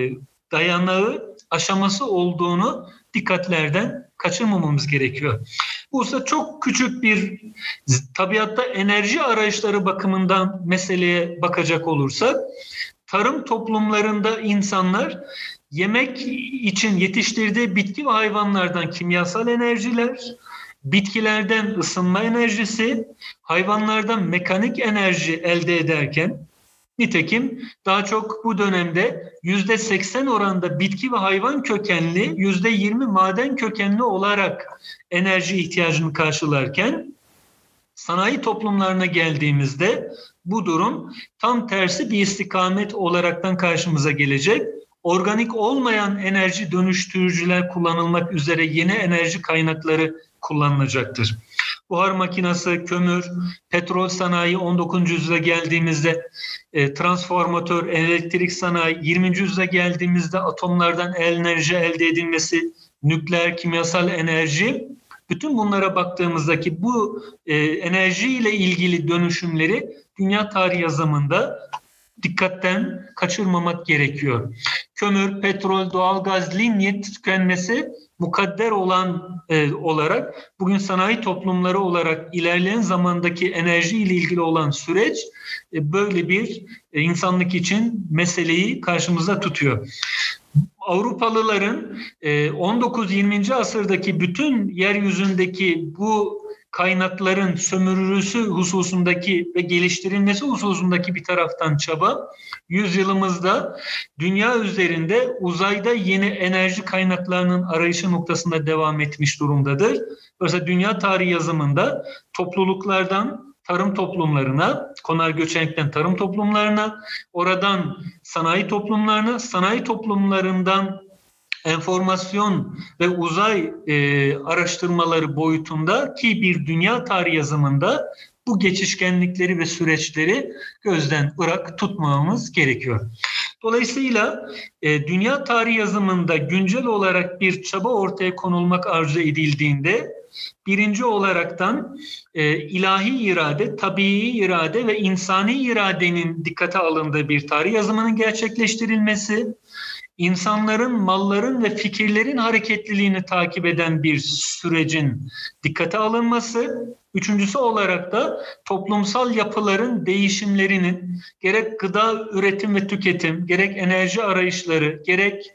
Speaker 2: dayanağı, aşaması olduğunu dikkatlerden kaçırmamamız gerekiyor. Bu ise çok küçük bir tabiatta enerji arayışları bakımından meseleye bakacak olursak, tarım toplumlarında insanlar yemek için yetiştirdiği bitki ve hayvanlardan kimyasal enerjiler, bitkilerden ısınma enerjisi, hayvanlardan mekanik enerji elde ederken, nitekim daha çok bu dönemde %80 oranında bitki ve hayvan kökenli, %20 maden kökenli olarak enerji ihtiyacını karşılarken, sanayi toplumlarına geldiğimizde bu durum tam tersi bir istikamet olaraktan karşımıza gelecek. Organik olmayan enerji dönüştürücüler kullanılmak üzere yeni enerji kaynakları kullanılacaktır. Buhar makinesi, kömür, petrol sanayi 19. yüzyıla geldiğimizde transformatör, elektrik sanayi, 20. yüzyıla geldiğimizde atomlardan enerji elde edilmesi, nükleer, kimyasal enerji, bütün bunlara baktığımızdaki bu enerjiyle ilgili dönüşümleri dünya tarihi yazımında dikkatten kaçırmamak gerekiyor. Kömür, petrol, doğalgaz, linyit tükenmesi mukadder olan olarak bugün sanayi toplumları olarak ilerleyen zamandaki enerji ile ilgili olan süreç böyle bir insanlık için meseleyi karşımıza tutuyor. Avrupalıların 19-20. asırdaki bütün yeryüzündeki bu kaynakların sömürüsü hususundaki ve geliştirilmesi hususundaki bir taraftan çaba, yüzyılımızda dünya üzerinde uzayda yeni enerji kaynaklarının arayışı noktasında devam etmiş durumdadır. Mesela dünya tarihi yazımında topluluklardan tarım toplumlarına, konar göçerlikten tarım toplumlarına, oradan sanayi toplumlarına, sanayi toplumlarından enformasyon ve uzay araştırmaları boyutunda ki bir dünya tarihi yazımında bu geçişkenlikleri ve süreçleri gözden tutmamamız gerekiyor. Dolayısıyla dünya tarihi yazımında güncel olarak bir çaba ortaya konulmak arzu edildiğinde birinci olaraktan ilahi irade, tabii irade ve insani iradenin dikkate alındığı bir tarih yazımının gerçekleştirilmesi, İnsanların, malların ve fikirlerin hareketliliğini takip eden bir sürecin dikkate alınması, üçüncüsü olarak da toplumsal yapıların değişimlerinin gerek gıda üretim ve tüketim, gerek enerji arayışları, gerek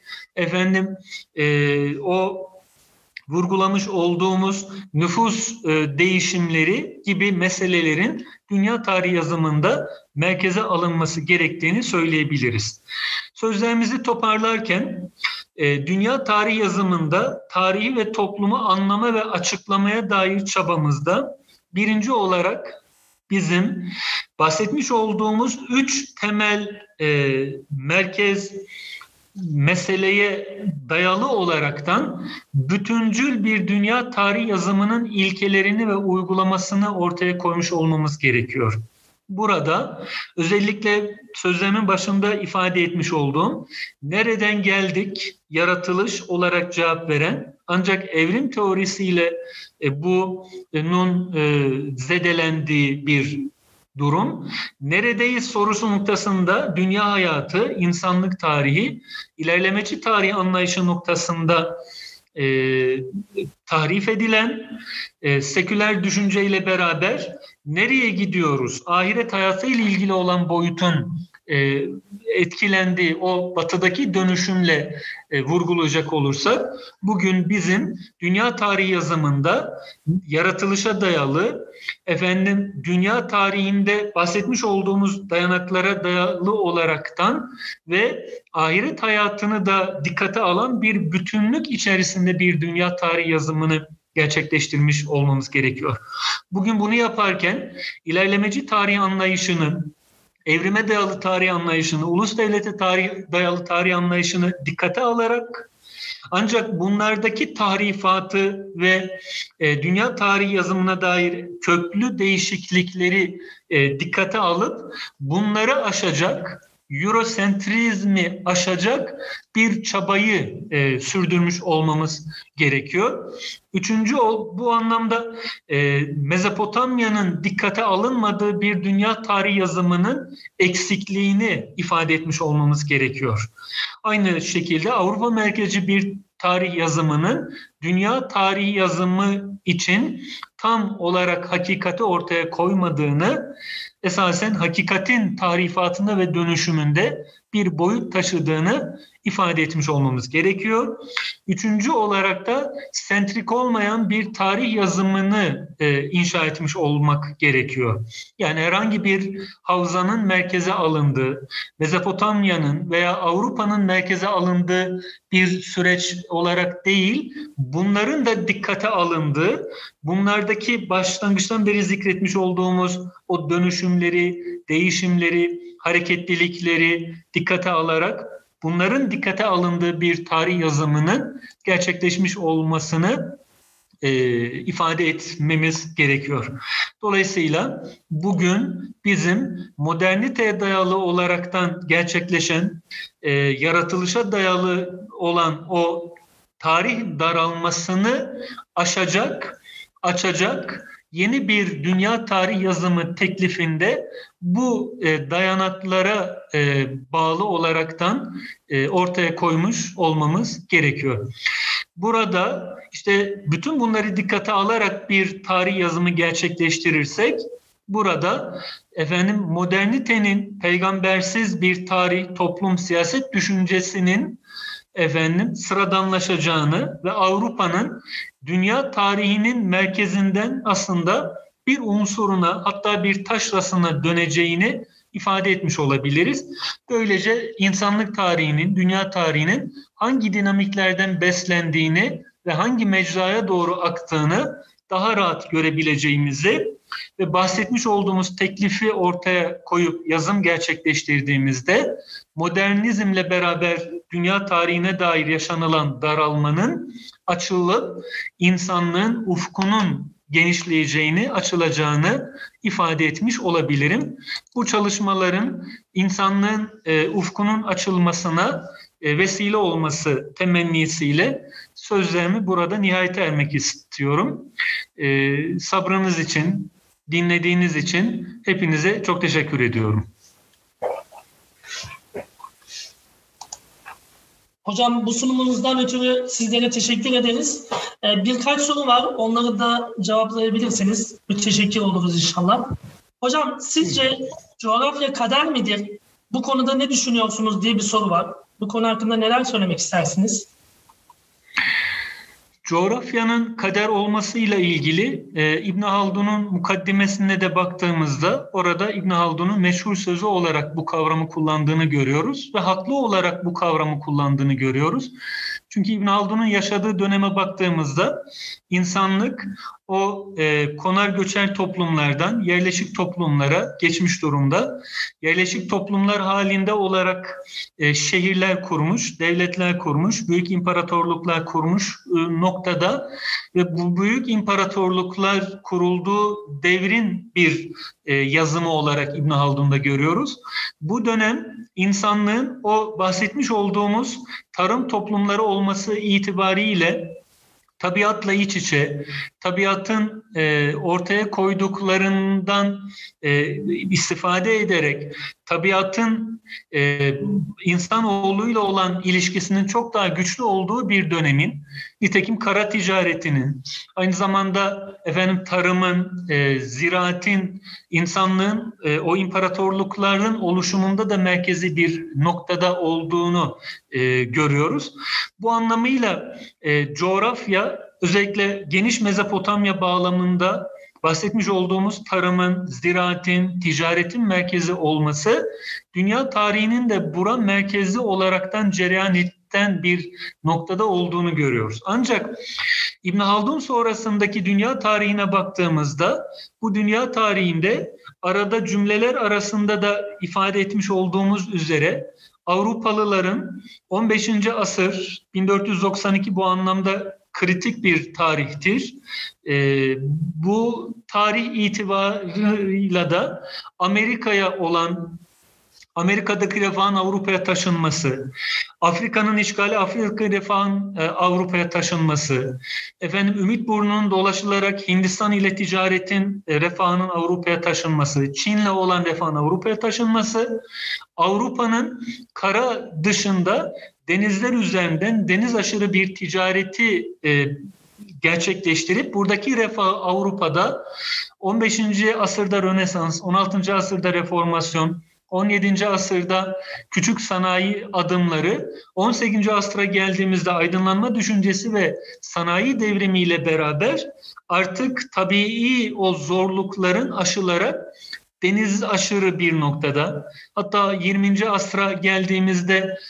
Speaker 2: o vurgulamış olduğumuz nüfus değişimleri gibi meselelerin dünya tarihi yazımında merkeze alınması gerektiğini söyleyebiliriz. Sözlerimizi toparlarken dünya tarihi yazımında tarihi ve toplumu anlama ve açıklamaya dair çabamızda birinci olarak bizim bahsetmiş olduğumuz 3 temel merkez meseleye dayalı olaraktan bütüncül bir dünya tarihi yazımının ilkelerini ve uygulamasını ortaya koymuş olmamız gerekiyor. Burada özellikle sözlerimin başında ifade etmiş olduğum nereden geldik, yaratılış olarak cevap veren ancak evrim teorisiyle bunun zedelendiği bir durum. Neredeyiz sorusu noktasında dünya hayatı, insanlık tarihi, ilerlemeci tarih anlayışı noktasında tahrif edilen seküler düşünceyle beraber nereye gidiyoruz? Ahiret hayatıyla ilgili olan boyutun etkilendiği o batıdaki dönüşümle vurgulayacak olursak, bugün bizim dünya tarihi yazımında yaratılışa dayalı, dünya tarihinde bahsetmiş olduğumuz dayanaklara dayalı olaraktan ve ahiret hayatını da dikkate alan bir bütünlük içerisinde bir dünya tarihi yazımını gerçekleştirmiş olmamız gerekiyor. Bugün bunu yaparken ilerlemeci tarih anlayışını, evrime dayalı tarih anlayışını, ulus devlete dayalı tarih anlayışını dikkate alarak, ancak bunlardaki tahrifatı ve dünya tarihi yazımına dair köklü değişiklikleri dikkate alıp bunları aşacak, Eurosentrizmi aşacak bir çabayı sürdürmüş olmamız gerekiyor. Üçüncü, bu anlamda Mezopotamya'nın dikkate alınmadığı bir dünya tarihi yazımının eksikliğini ifade etmiş olmamız gerekiyor. Aynı şekilde Avrupa merkezci bir tarih yazımının dünya tarihi yazımı için tam olarak hakikati ortaya koymadığını, esasen hakikatin tahrifatında ve dönüşümünde bir boyut taşıdığını ifade etmiş olmamız gerekiyor. Üçüncü olarak da sentrik olmayan bir tarih yazımını inşa etmiş olmak gerekiyor. Yani herhangi bir havzanın merkeze alındığı, Mezopotamya'nın veya Avrupa'nın merkeze alındığı bir süreç olarak değil, bunların da dikkate alındığı, bunlardaki başlangıçtan beri zikretmiş olduğumuz o dönüşümleri, değişimleri, hareketlilikleri dikkate alarak bunların dikkate alındığı bir tarih yazımının gerçekleşmiş olmasını ifade etmemiz gerekiyor. Dolayısıyla bugün bizim moderniteye dayalı olaraktan gerçekleşen, yaratılışa dayalı olan o tarih daralmasını açacak yeni bir dünya tarih yazımı teklifinde bu dayanaklara bağlı olaraktan ortaya koymuş olmamız gerekiyor. Burada işte bütün bunları dikkate alarak bir tarih yazımı gerçekleştirirsek, burada modernitenin peygambersiz bir tarih, toplum, siyaset düşüncesinin sıradanlaşacağını ve Avrupa'nın dünya tarihinin merkezinden aslında bir unsuruna, hatta bir taşrasına döneceğini ifade etmiş olabiliriz. Böylece insanlık tarihinin, dünya tarihinin hangi dinamiklerden beslendiğini ve hangi mecraya doğru aktığını daha rahat görebileceğimizi ve bahsetmiş olduğumuz teklifi ortaya koyup yazım gerçekleştirdiğimizde modernizmle beraber dünya tarihine dair yaşanılan daralmanın açılıp insanlığın ufkunun genişleyeceğini, açılacağını ifade etmiş olabilirim. Bu çalışmaların insanlığın ufkunun açılmasına vesile olması temennisiyle sözlerimi burada nihayete ermek istiyorum. Sabrınız için, dinlediğiniz için hepinize çok teşekkür ediyorum.
Speaker 1: Hocam, bu sunumunuzdan ötürü sizlere teşekkür ederiz. Birkaç soru var, onları da cevaplayabilirsiniz. Teşekkür oluruz inşallah. Hocam, sizce coğrafya kader midir? Bu konuda ne düşünüyorsunuz diye bir soru var. Bu konu hakkında neler söylemek istersiniz?
Speaker 2: Coğrafyanın kader olmasıyla ilgili İbn Haldun'un mukaddimesine de baktığımızda orada İbn Haldun'un meşhur sözü olarak bu kavramı kullandığını görüyoruz ve haklı olarak bu kavramı kullandığını görüyoruz. Çünkü İbn Haldun'un yaşadığı döneme baktığımızda insanlık o konar göçer toplumlardan yerleşik toplumlara geçmiş durumda. Yerleşik toplumlar halinde olarak şehirler kurmuş, devletler kurmuş, büyük imparatorluklar kurmuş noktada ve bu büyük imparatorluklar kurulduğu devrin bir yazımı olarak İbn Haldun'da görüyoruz. Bu dönem insanlığın o bahsetmiş olduğumuz tarım toplumları olması itibariyle tabiatla iç içe, tabiatın ortaya koyduklarından istifade ederek tabiatın insanoğluyla olan ilişkisinin çok daha güçlü olduğu bir dönemin, nitekim kara ticaretinin, aynı zamanda tarımın, ziraatin, insanlığın o imparatorlukların oluşumunda da merkezi bir noktada olduğunu görüyoruz. Bu anlamıyla coğrafya, özellikle geniş Mezopotamya bağlamında bahsetmiş olduğumuz tarımın, ziraatin, ticaretin merkezi olması, dünya tarihinin de bura merkezi olaraktan cereyan eden bir noktada olduğunu görüyoruz. Ancak İbn Haldun sonrasındaki dünya tarihine baktığımızda, bu dünya tarihinde arada cümleler arasında da ifade etmiş olduğumuz üzere Avrupalıların 15. asır, 1492 bu anlamda kritik bir tarihtir. Bu tarih itibarıyla da Amerika'daki refahın Avrupa'ya taşınması, Afrika'nın işgali, Afrika refahın Avrupa'ya taşınması, Ümit Burnu'nun dolaşılarak Hindistan ile ticaretin refahının Avrupa'ya taşınması, Çin'le olan refahın Avrupa'ya taşınması, Avrupa'nın kara dışında denizler üzerinden deniz aşırı bir ticareti gerçekleştirip buradaki refah Avrupa'da 15. asırda Rönesans, 16. asırda Reformasyon, 17. asırda küçük sanayi adımları, 18. asra geldiğimizde aydınlanma düşüncesi ve sanayi devrimiyle beraber artık tabii o zorlukların aşılarak deniz aşırı bir noktada, hatta 20. asra geldiğimizde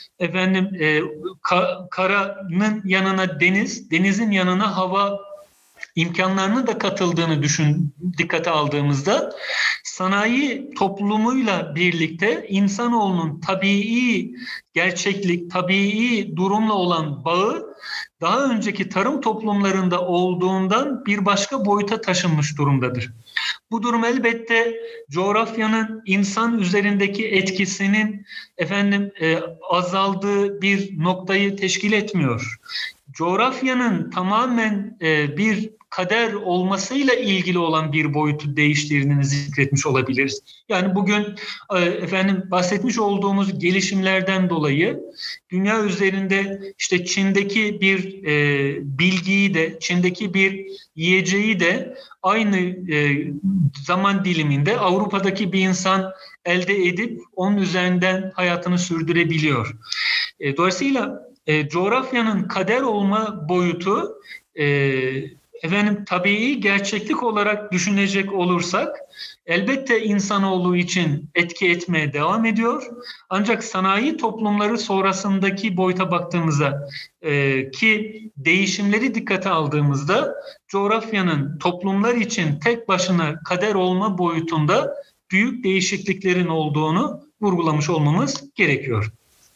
Speaker 2: karanın yanına deniz, denizin yanına hava imkanlarının da katıldığını dikkate aldığımızda sanayi toplumuyla birlikte insanoğlunun tabii gerçeklik, tabii durumla olan bağı daha önceki tarım toplumlarında olduğundan bir başka boyuta taşınmış durumdadır. Bu durum elbette coğrafyanın insan üzerindeki etkisinin azaldığı bir noktayı teşkil etmiyor. Coğrafyanın tamamen bir kader olmasıyla ilgili olan bir boyutu değiştirdiğini zikretmiş olabiliriz. Yani bugün bahsetmiş olduğumuz gelişimlerden dolayı dünya üzerinde işte Çin'deki bir bilgiyi de, Çin'deki bir yiyeceği de aynı zaman diliminde Avrupa'daki bir insan elde edip onun üzerinden hayatını sürdürebiliyor. Dolayısıyla coğrafyanın kader olma boyutu tabii gerçeklik olarak düşünecek olursak elbette insanoğlu için etki etmeye devam ediyor. Ancak sanayi toplumları sonrasındaki boyuta baktığımızda ki değişimleri dikkate aldığımızda coğrafyanın toplumlar için tek başına kader olma boyutunda büyük değişikliklerin olduğunu vurgulamış olmamız gerekiyor.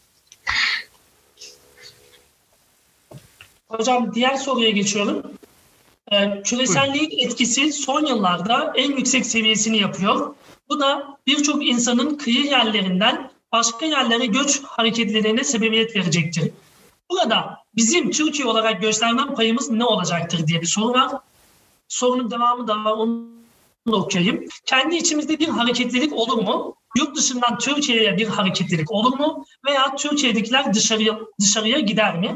Speaker 1: Hocam diğer soruya geçiyorum. Küreselliğin etkisi son yıllarda en yüksek seviyesini yapıyor. Bu da birçok insanın kıyı yerlerinden başka yerlere göç hareketlerine sebebiyet verecektir. Burada bizim Türkiye olarak gösterilen payımız ne olacaktır diye bir soru var. Sorunun devamı da var, onu da okuyayım. Kendi içimizde bir hareketlilik olur mu? Yurt dışından Türkiye'ye bir hareketlilik olur mu? Veya Türkiye'dekiler dışarıya gider mi?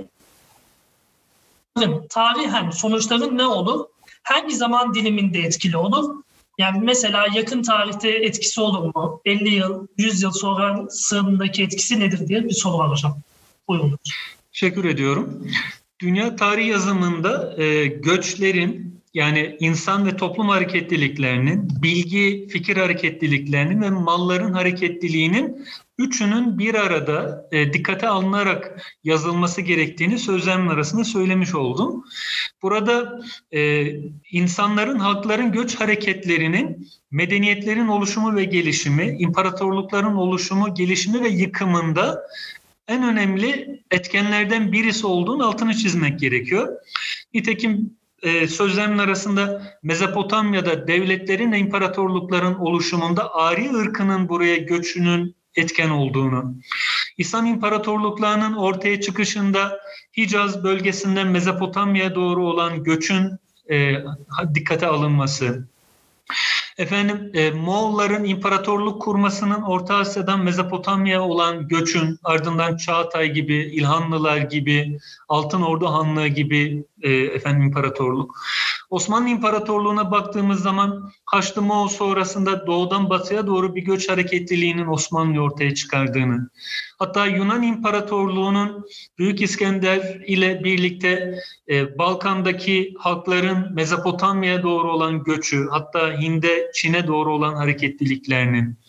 Speaker 1: Tarihen sonuçları ne olur? Hangi zaman diliminde etkili olur? Yani mesela yakın tarihte etkisi olur mu? 50 yıl, 100 yıl sonrasındaki etkisi nedir diye bir soru var hocam. Buyurun.
Speaker 2: Teşekkür ediyorum. Dünya tarih yazımında göçlerin, yani insan ve toplum hareketliliklerinin, bilgi, fikir hareketliliklerinin ve malların hareketliliğinin üçünün bir arada dikkate alınarak yazılması gerektiğini sözlerimin arasında söylemiş oldum. Burada insanların, halkların göç hareketlerinin medeniyetlerin oluşumu ve gelişimi, imparatorlukların oluşumu, gelişimi ve yıkımında en önemli etkenlerden birisi olduğunu altını çizmek gerekiyor. Nitekim sözlerimin arasında Mezopotamya'da devletlerin ve imparatorlukların oluşumunda Ari ırkının buraya göçünün etken olduğunu, İslam imparatorluklarının ortaya çıkışında Hicaz bölgesinden Mezopotamya'ya doğru olan göçün dikkate alınması, Moğolların imparatorluk kurmasının Orta Asya'dan Mezopotamya'ya olan göçün, ardından Çağatay gibi, İlhanlılar gibi, Altınordu Hanlığı gibi imparatorluk. Osmanlı İmparatorluğu'na baktığımız zaman Haçlı Moğol sonrasında doğudan batıya doğru bir göç hareketliliğinin Osmanlı'yı ortaya çıkardığını, hatta Yunan İmparatorluğu'nun Büyük İskender ile birlikte Balkan'daki halkların Mezopotamya'ya doğru olan göçü, hatta Hind'e, Çin'e doğru olan hareketliliklerinin,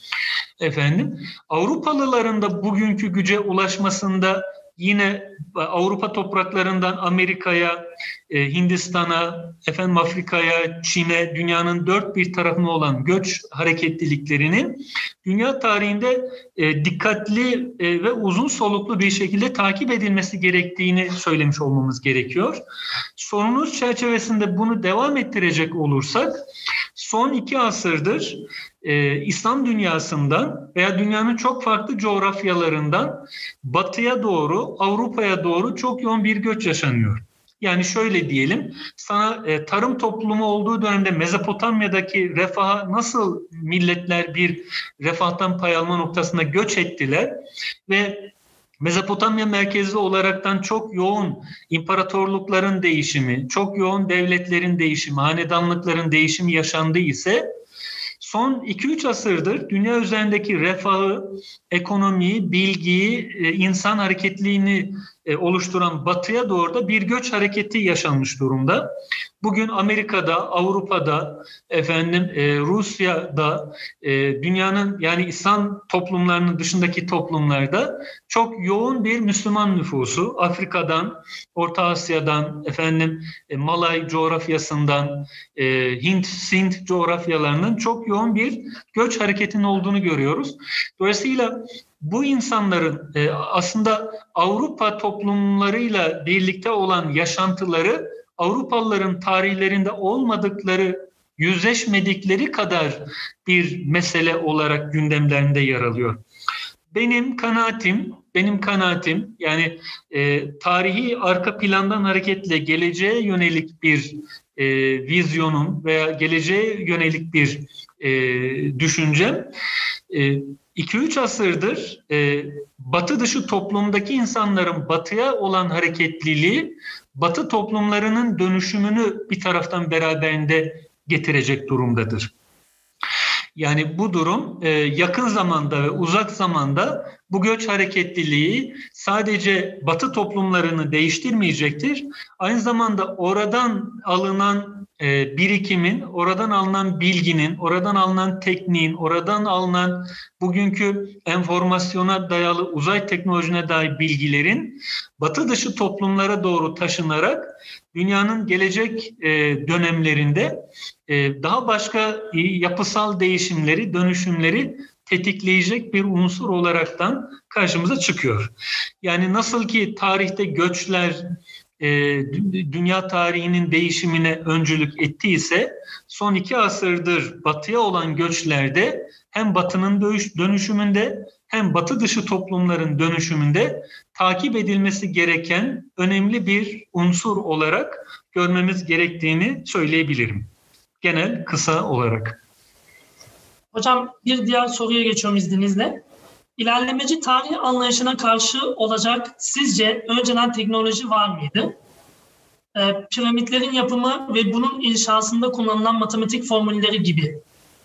Speaker 2: Avrupalıların da bugünkü güce ulaşmasında yine Avrupa topraklarından Amerika'ya, Hindistan'a, Afrika'ya, Çin'e, dünyanın dört bir tarafına olan göç hareketliliklerinin dünya tarihinde dikkatli ve uzun soluklu bir şekilde takip edilmesi gerektiğini söylemiş olmamız gerekiyor. Sorunuz çerçevesinde bunu devam ettirecek olursak, son 2 asırdır İslam dünyasından veya dünyanın çok farklı coğrafyalarından batıya doğru, Avrupa'ya doğru çok yoğun bir göç yaşanıyor. Yani şöyle diyelim, sana tarım toplumu olduğu dönemde Mezopotamya'daki refaha nasıl milletler bir refahtan pay alma noktasına göç ettiler ve Mezopotamya merkezli olaraktan çok yoğun imparatorlukların değişimi, çok yoğun devletlerin değişimi, hanedanlıkların değişimi yaşandığı ise son 2-3 asırdır dünya üzerindeki refahı, ekonomiyi, bilgiyi, insan hareketliliğini oluşturan batıya doğru da bir göç hareketi yaşanmış durumda. Bugün Amerika'da, Avrupa'da, Rusya'da, dünyanın yani İslam toplumlarının dışındaki toplumlarda çok yoğun bir Müslüman nüfusu, Afrika'dan, Orta Asya'dan, Malay coğrafyasından, Hint coğrafyalarının çok yoğun bir göç hareketinin olduğunu görüyoruz. Dolayısıyla bu insanların aslında Avrupa toplumlarıyla birlikte olan yaşantıları Avrupalıların tarihlerinde olmadıkları, yüzleşmedikleri kadar bir mesele olarak gündemlerinde yer alıyor. Benim kanaatim yani tarihi arka plandan hareketle geleceğe yönelik bir vizyonum veya geleceğe yönelik bir düşüncem 2-3 asırdır batı dışı toplumdaki insanların batıya olan hareketliliği batı toplumlarının dönüşümünü bir taraftan beraberinde getirecek durumdadır. Yani bu durum yakın zamanda ve uzak zamanda bu göç hareketliliği sadece batı toplumlarını değiştirmeyecektir. Aynı zamanda oradan alınan birikimin, oradan alınan bilginin, oradan alınan tekniğin, oradan alınan bugünkü enformasyona dayalı uzay teknolojisine dair bilgilerin batı dışı toplumlara doğru taşınarak dünyanın gelecek dönemlerinde daha başka yapısal değişimleri, dönüşümleri tetikleyecek bir unsur olaraktan karşımıza çıkıyor. Yani nasıl ki tarihte göçler dünya tarihinin değişimine öncülük ettiyse son 2 asırdır batıya olan göçlerde hem batının dönüşümünde hem batı dışı toplumların dönüşümünde takip edilmesi gereken önemli bir unsur olarak görmemiz gerektiğini söyleyebilirim. Genel, kısa olarak.
Speaker 1: Hocam bir diğer soruya geçiyorum izninizle. İlerlemeci tarih anlayışına karşı olacak sizce önceden teknoloji var mıydı? Piramitlerin yapımı ve bunun inşasında kullanılan matematik formülleri gibi.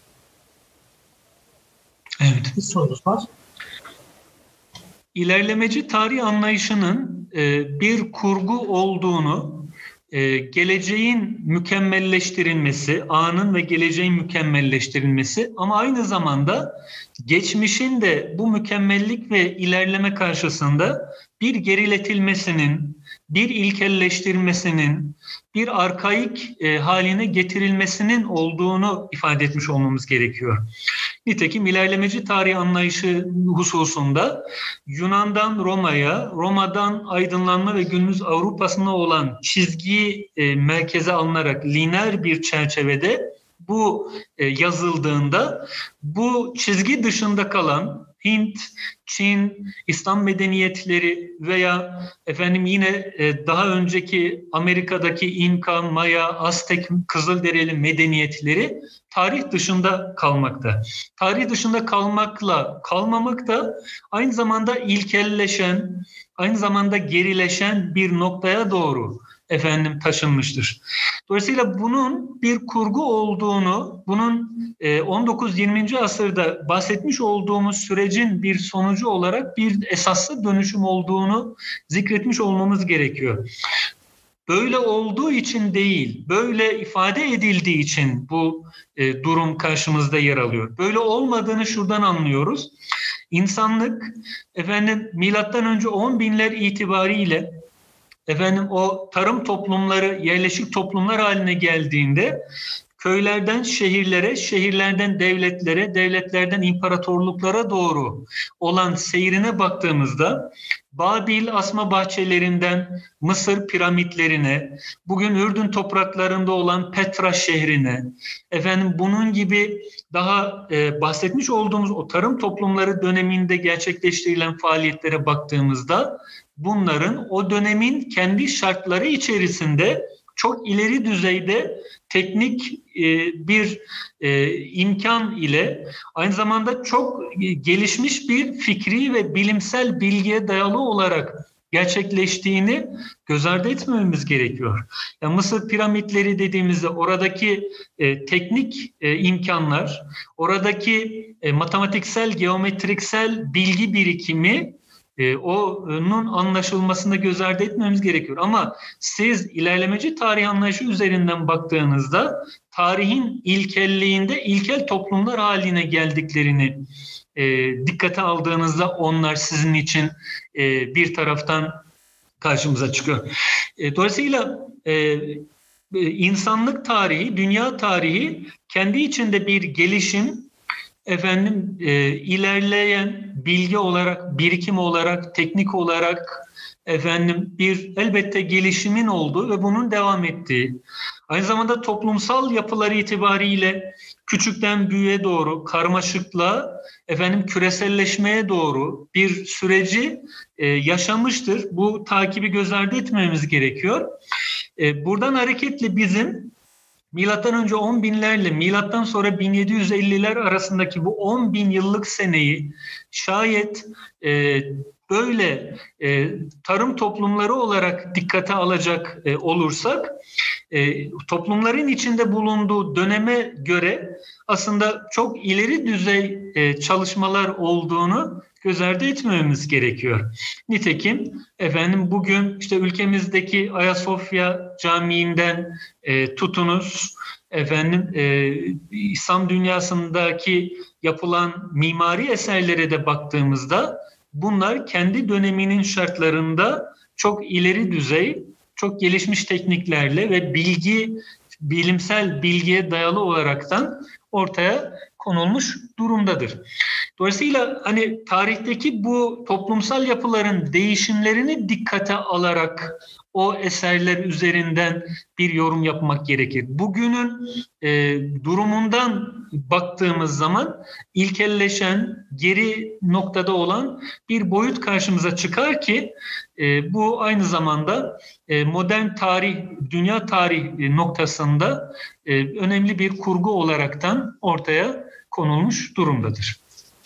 Speaker 2: Evet.
Speaker 1: Bir sorunuz var.
Speaker 2: İlerlemeci tarih anlayışının bir kurgu olduğunu, geleceğin mükemmelleştirilmesi, anın ve geleceğin mükemmelleştirilmesi ama aynı zamanda geçmişin de bu mükemmellik ve ilerleme karşısında bir geriletilmesinin, bir ilkelleştirilmesinin, bir arkaik haline getirilmesinin olduğunu ifade etmiş olmamız gerekiyor. Nitekim ilerlemeci tarih anlayışı hususunda Yunan'dan Roma'ya, Roma'dan aydınlanma ve günümüz Avrupa'sına olan çizgiyi merkeze alınarak lineer bir çerçevede bu yazıldığında bu çizgi dışında kalan Hint, Çin, İslam medeniyetleri veya yine daha önceki Amerika'daki İnka, Maya, Aztek, Kızılderili medeniyetleri tarih dışında kalmakta. Tarih dışında kalmakla kalmamak da aynı zamanda ilkelleşen, aynı zamanda gerileşen bir noktaya doğru taşınmıştır. Dolayısıyla bunun bir kurgu olduğunu, bunun 19-20. asırda bahsetmiş olduğumuz sürecin bir sonucu olarak bir esaslı dönüşüm olduğunu zikretmiş olmamız gerekiyor. Böyle olduğu için değil, böyle ifade edildiği için bu durum karşımızda yer alıyor. Böyle olmadığını şuradan anlıyoruz. İnsanlık milattan önce 10 binler itibariyle o tarım toplumları yerleşik toplumlar haline geldiğinde köylerden şehirlere, şehirlerden devletlere, devletlerden imparatorluklara doğru olan seyrine baktığımızda Babil asma bahçelerinden Mısır piramitlerine, bugün Ürdün topraklarında olan Petra şehrine, bunun gibi daha bahsetmiş olduğumuz o tarım toplumları döneminde gerçekleştirilen faaliyetlere baktığımızda bunların o dönemin kendi şartları içerisinde çok ileri düzeyde teknik bir imkan ile aynı zamanda çok gelişmiş bir fikri ve bilimsel bilgiye dayalı olarak gerçekleştiğini göz ardı etmememiz gerekiyor. Yani Mısır piramitleri dediğimizde oradaki teknik imkanlar, oradaki matematiksel, geometriksel bilgi birikimi onun anlaşılmasında göz ardı etmemiz gerekiyor. Ama siz ilerlemeci tarih anlayışı üzerinden baktığınızda tarihin ilkelliğinde ilkel toplumlar haline geldiklerini dikkate aldığınızda onlar sizin için bir taraftan karşımıza çıkıyor. Dolayısıyla insanlık tarihi, dünya tarihi kendi içinde bir gelişim, ilerleyen bilgi olarak, birikim olarak, teknik olarak bir elbette gelişimin olduğu ve bunun devam ettiği, aynı zamanda toplumsal yapıları itibariyle küçükten büyüğe doğru, karmaşıklığa, küreselleşmeye doğru bir süreci yaşamıştır. Bu takibi göz ardı etmemiz gerekiyor. Buradan hareketle bizim milattan önce 10 binlerle milattan sonra 1750'ler arasındaki bu 10 bin yıllık seneyi şayet böyle tarım toplumları olarak dikkate alacak olursak toplumların içinde bulunduğu döneme göre aslında çok ileri düzey çalışmalar olduğunu göz ardı etmememiz gerekiyor. Nitekim bugün ülkemizdeki Ayasofya Camii'nden tutunuz İslam dünyasındaki yapılan mimari eserlere de baktığımızda bunlar kendi döneminin şartlarında çok ileri düzey, çok gelişmiş tekniklerle ve bilimsel bilgiye dayalı olaraktan ortaya konulmuş durumdadır. Dolayısıyla tarihteki bu toplumsal yapıların değişimlerini dikkate alarak o eserler üzerinden bir yorum yapmak gerekir. Bugünün durumundan baktığımız zaman ilkelleşen, geri noktada olan bir boyut karşımıza çıkar ki bu aynı zamanda modern tarih, dünya tarih noktasında önemli bir kurgu olaraktan ortaya konulmuş durumdadır.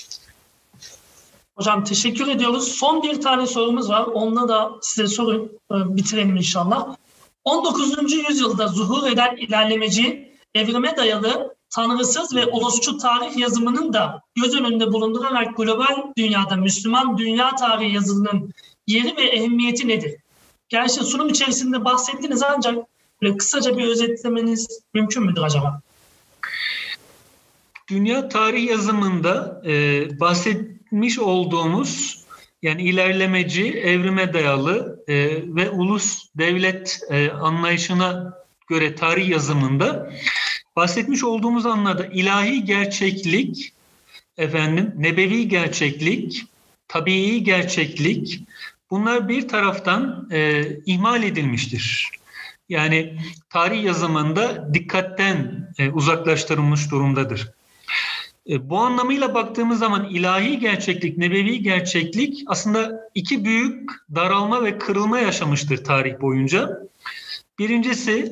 Speaker 1: Hocam teşekkür ediyoruz. Son bir tane sorumuz var. Onunla da size soru bitirelim inşallah. 19. yüzyılda zuhur eden ilerlemeci, evrime dayalı, tanrısız ve ulusçu tarih yazımının da göz önünde bulundurarak global dünyada Müslüman dünya tarihi yazılının yeri ve ehemmiyeti nedir? Gerçi sunum içerisinde bahsettiniz ancak böyle kısaca bir özetlemeniz mümkün müdür acaba?
Speaker 2: Dünya tarih yazımında bahsetmiş olduğumuz ilerlemeci, evrime dayalı ve ulus devlet anlayışına göre tarih yazımında bahsetmiş olduğumuz anlarda ilahi gerçeklik, nebevi gerçeklik, tabii gerçeklik bunlar bir taraftan ihmal edilmiştir. Yani tarih yazımında dikkatten uzaklaştırılmış durumdadır. Bu anlamıyla baktığımız zaman ilahi gerçeklik, nebevi gerçeklik aslında iki büyük daralma ve kırılma yaşamıştır tarih boyunca. Birincisi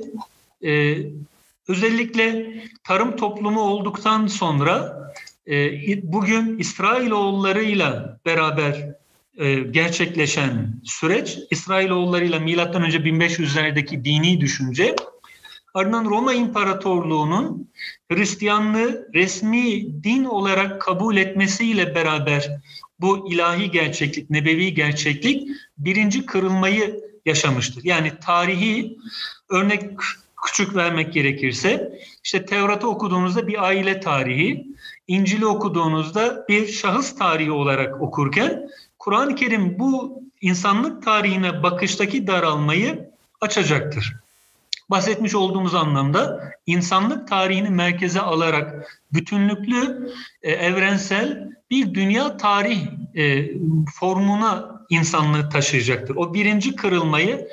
Speaker 2: özellikle tarım toplumu olduktan sonra bugün İsrailoğullarıyla beraber gerçekleşen süreç, İsrailoğullarıyla milattan önce 1500'lerdeki dini düşünce, ardından Roma İmparatorluğu'nun Hristiyanlığı resmi din olarak kabul etmesiyle beraber bu ilahi gerçeklik, nebevi gerçeklik birinci kırılmayı yaşamıştır. Yani tarihi örnek küçük vermek gerekirse, işte Tevrat'ı okuduğunuzda bir aile tarihi, İncil'i okuduğunuzda bir şahıs tarihi olarak okurken, Kur'an-ı Kerim bu insanlık tarihine bakıştaki daralmayı açacaktır. Bahsetmiş olduğumuz anlamda insanlık tarihini merkeze alarak bütünlüklü, evrensel bir dünya tarih formuna insanlığı taşıyacaktır. O birinci kırılmayı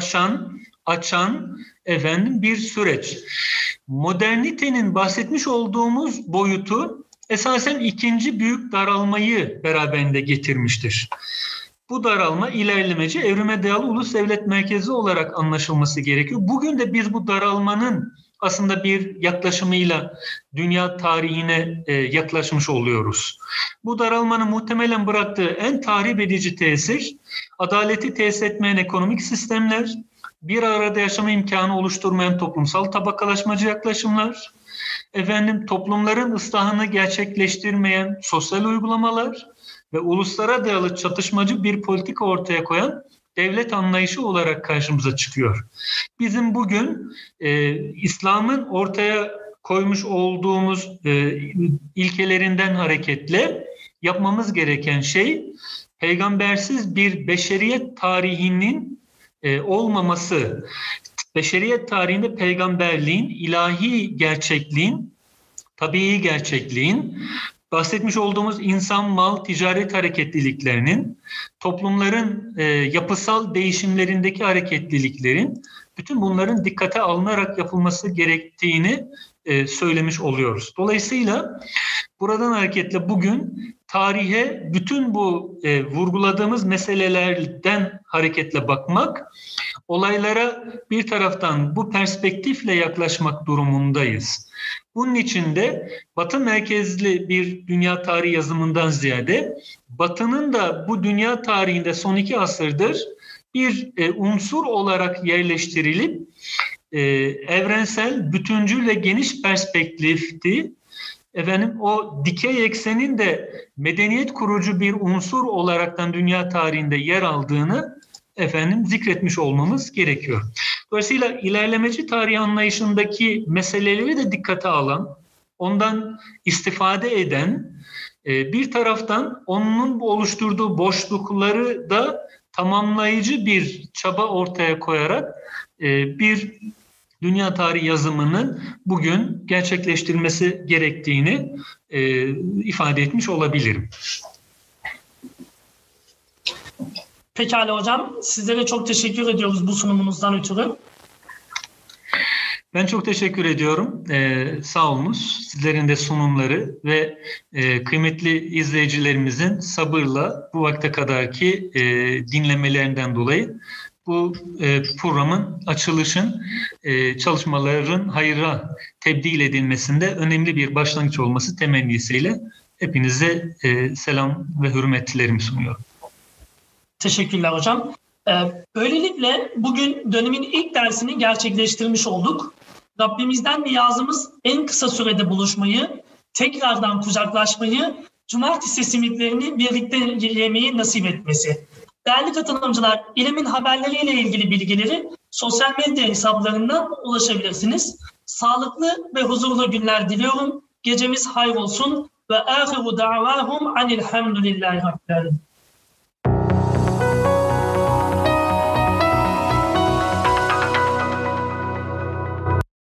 Speaker 2: açan bir süreç. Modernitenin bahsetmiş olduğumuz boyutu esasen ikinci büyük daralmayı beraberinde getirmiştir. Bu daralma ilerlemeci, evrime dayalı ulus devlet merkezi olarak anlaşılması gerekiyor. Bugün de biz bu daralmanın aslında bir yaklaşımıyla dünya tarihine yaklaşmış oluyoruz. Bu daralmanın muhtemelen bıraktığı en tahrip edici tesir, adaleti tesis etmeyen ekonomik sistemler, bir arada yaşama imkanı oluşturmayan toplumsal tabakalaşmacı yaklaşımlar, toplumların ıslahını gerçekleştirmeyen sosyal uygulamalar ve uluslara dayalı çatışmacı bir politika ortaya koyan devlet anlayışı olarak karşımıza çıkıyor. Bizim bugün İslam'ın ortaya koymuş olduğumuz ilkelerinden hareketle yapmamız gereken şey, peygambersiz bir beşeriyet tarihinin olmaması, beşeriyet tarihinde peygamberliğin, ilahi gerçekliğin, tabii gerçekliğin, bahsetmiş olduğumuz insan, mal, ticaret hareketliliklerinin, toplumların yapısal değişimlerindeki hareketliliklerin, bütün bunların dikkate alınarak yapılması gerektiğini söylemiş oluyoruz. Dolayısıyla buradan hareketle bugün tarihe bütün bu vurguladığımız meselelerden hareketle bakmak, olaylara bir taraftan bu perspektifle yaklaşmak durumundayız. Bunun için de Batı merkezli bir dünya tarihi yazımından ziyade, Batı'nın da bu dünya tarihinde son 2 asırdır bir unsur olarak yerleştirilip evrensel, bütüncül ve geniş perspektifti, o dikey eksenin de medeniyet kurucu bir unsur olaraktan dünya tarihinde yer aldığını zikretmiş olmamız gerekiyor. Dolayısıyla ilerlemeci tarih anlayışındaki meseleleri de dikkate alan, ondan istifade eden, bir taraftan onun oluşturduğu boşlukları da tamamlayıcı bir çaba ortaya koyarak bir dünya tarihi yazımının bugün gerçekleştirilmesi gerektiğini ifade etmiş olabilirim.
Speaker 1: Pekala hocam, sizlere çok teşekkür ediyoruz bu sunumunuzdan ötürü.
Speaker 2: Ben çok teşekkür ediyorum. Sağ olunuz. Sizlerin de sunumları ve kıymetli izleyicilerimizin sabırla bu vakte kadarki dinlemelerinden dolayı bu programın, açılışın, çalışmaların hayra tebdil edilmesinde önemli bir başlangıç olması temennisiyle hepinize selam ve hürmetlerimi sunuyorum.
Speaker 1: Teşekkürler hocam. Böylelikle bugün dönemin ilk dersini gerçekleştirmiş olduk. Rabbimizden niyazımız en kısa sürede buluşmayı, tekrardan kucaklaşmayı, cumartesi simitlerini birlikte yemeyi nasip etmesi. Değerli katılımcılar, ilimin haberleriyle ilgili bilgileri sosyal medya hesaplarından ulaşabilirsiniz. Sağlıklı ve huzurlu günler diliyorum. Gecemiz hayır olsun ve ahiru da'vahum anilhamdülillahi rabbil alemin.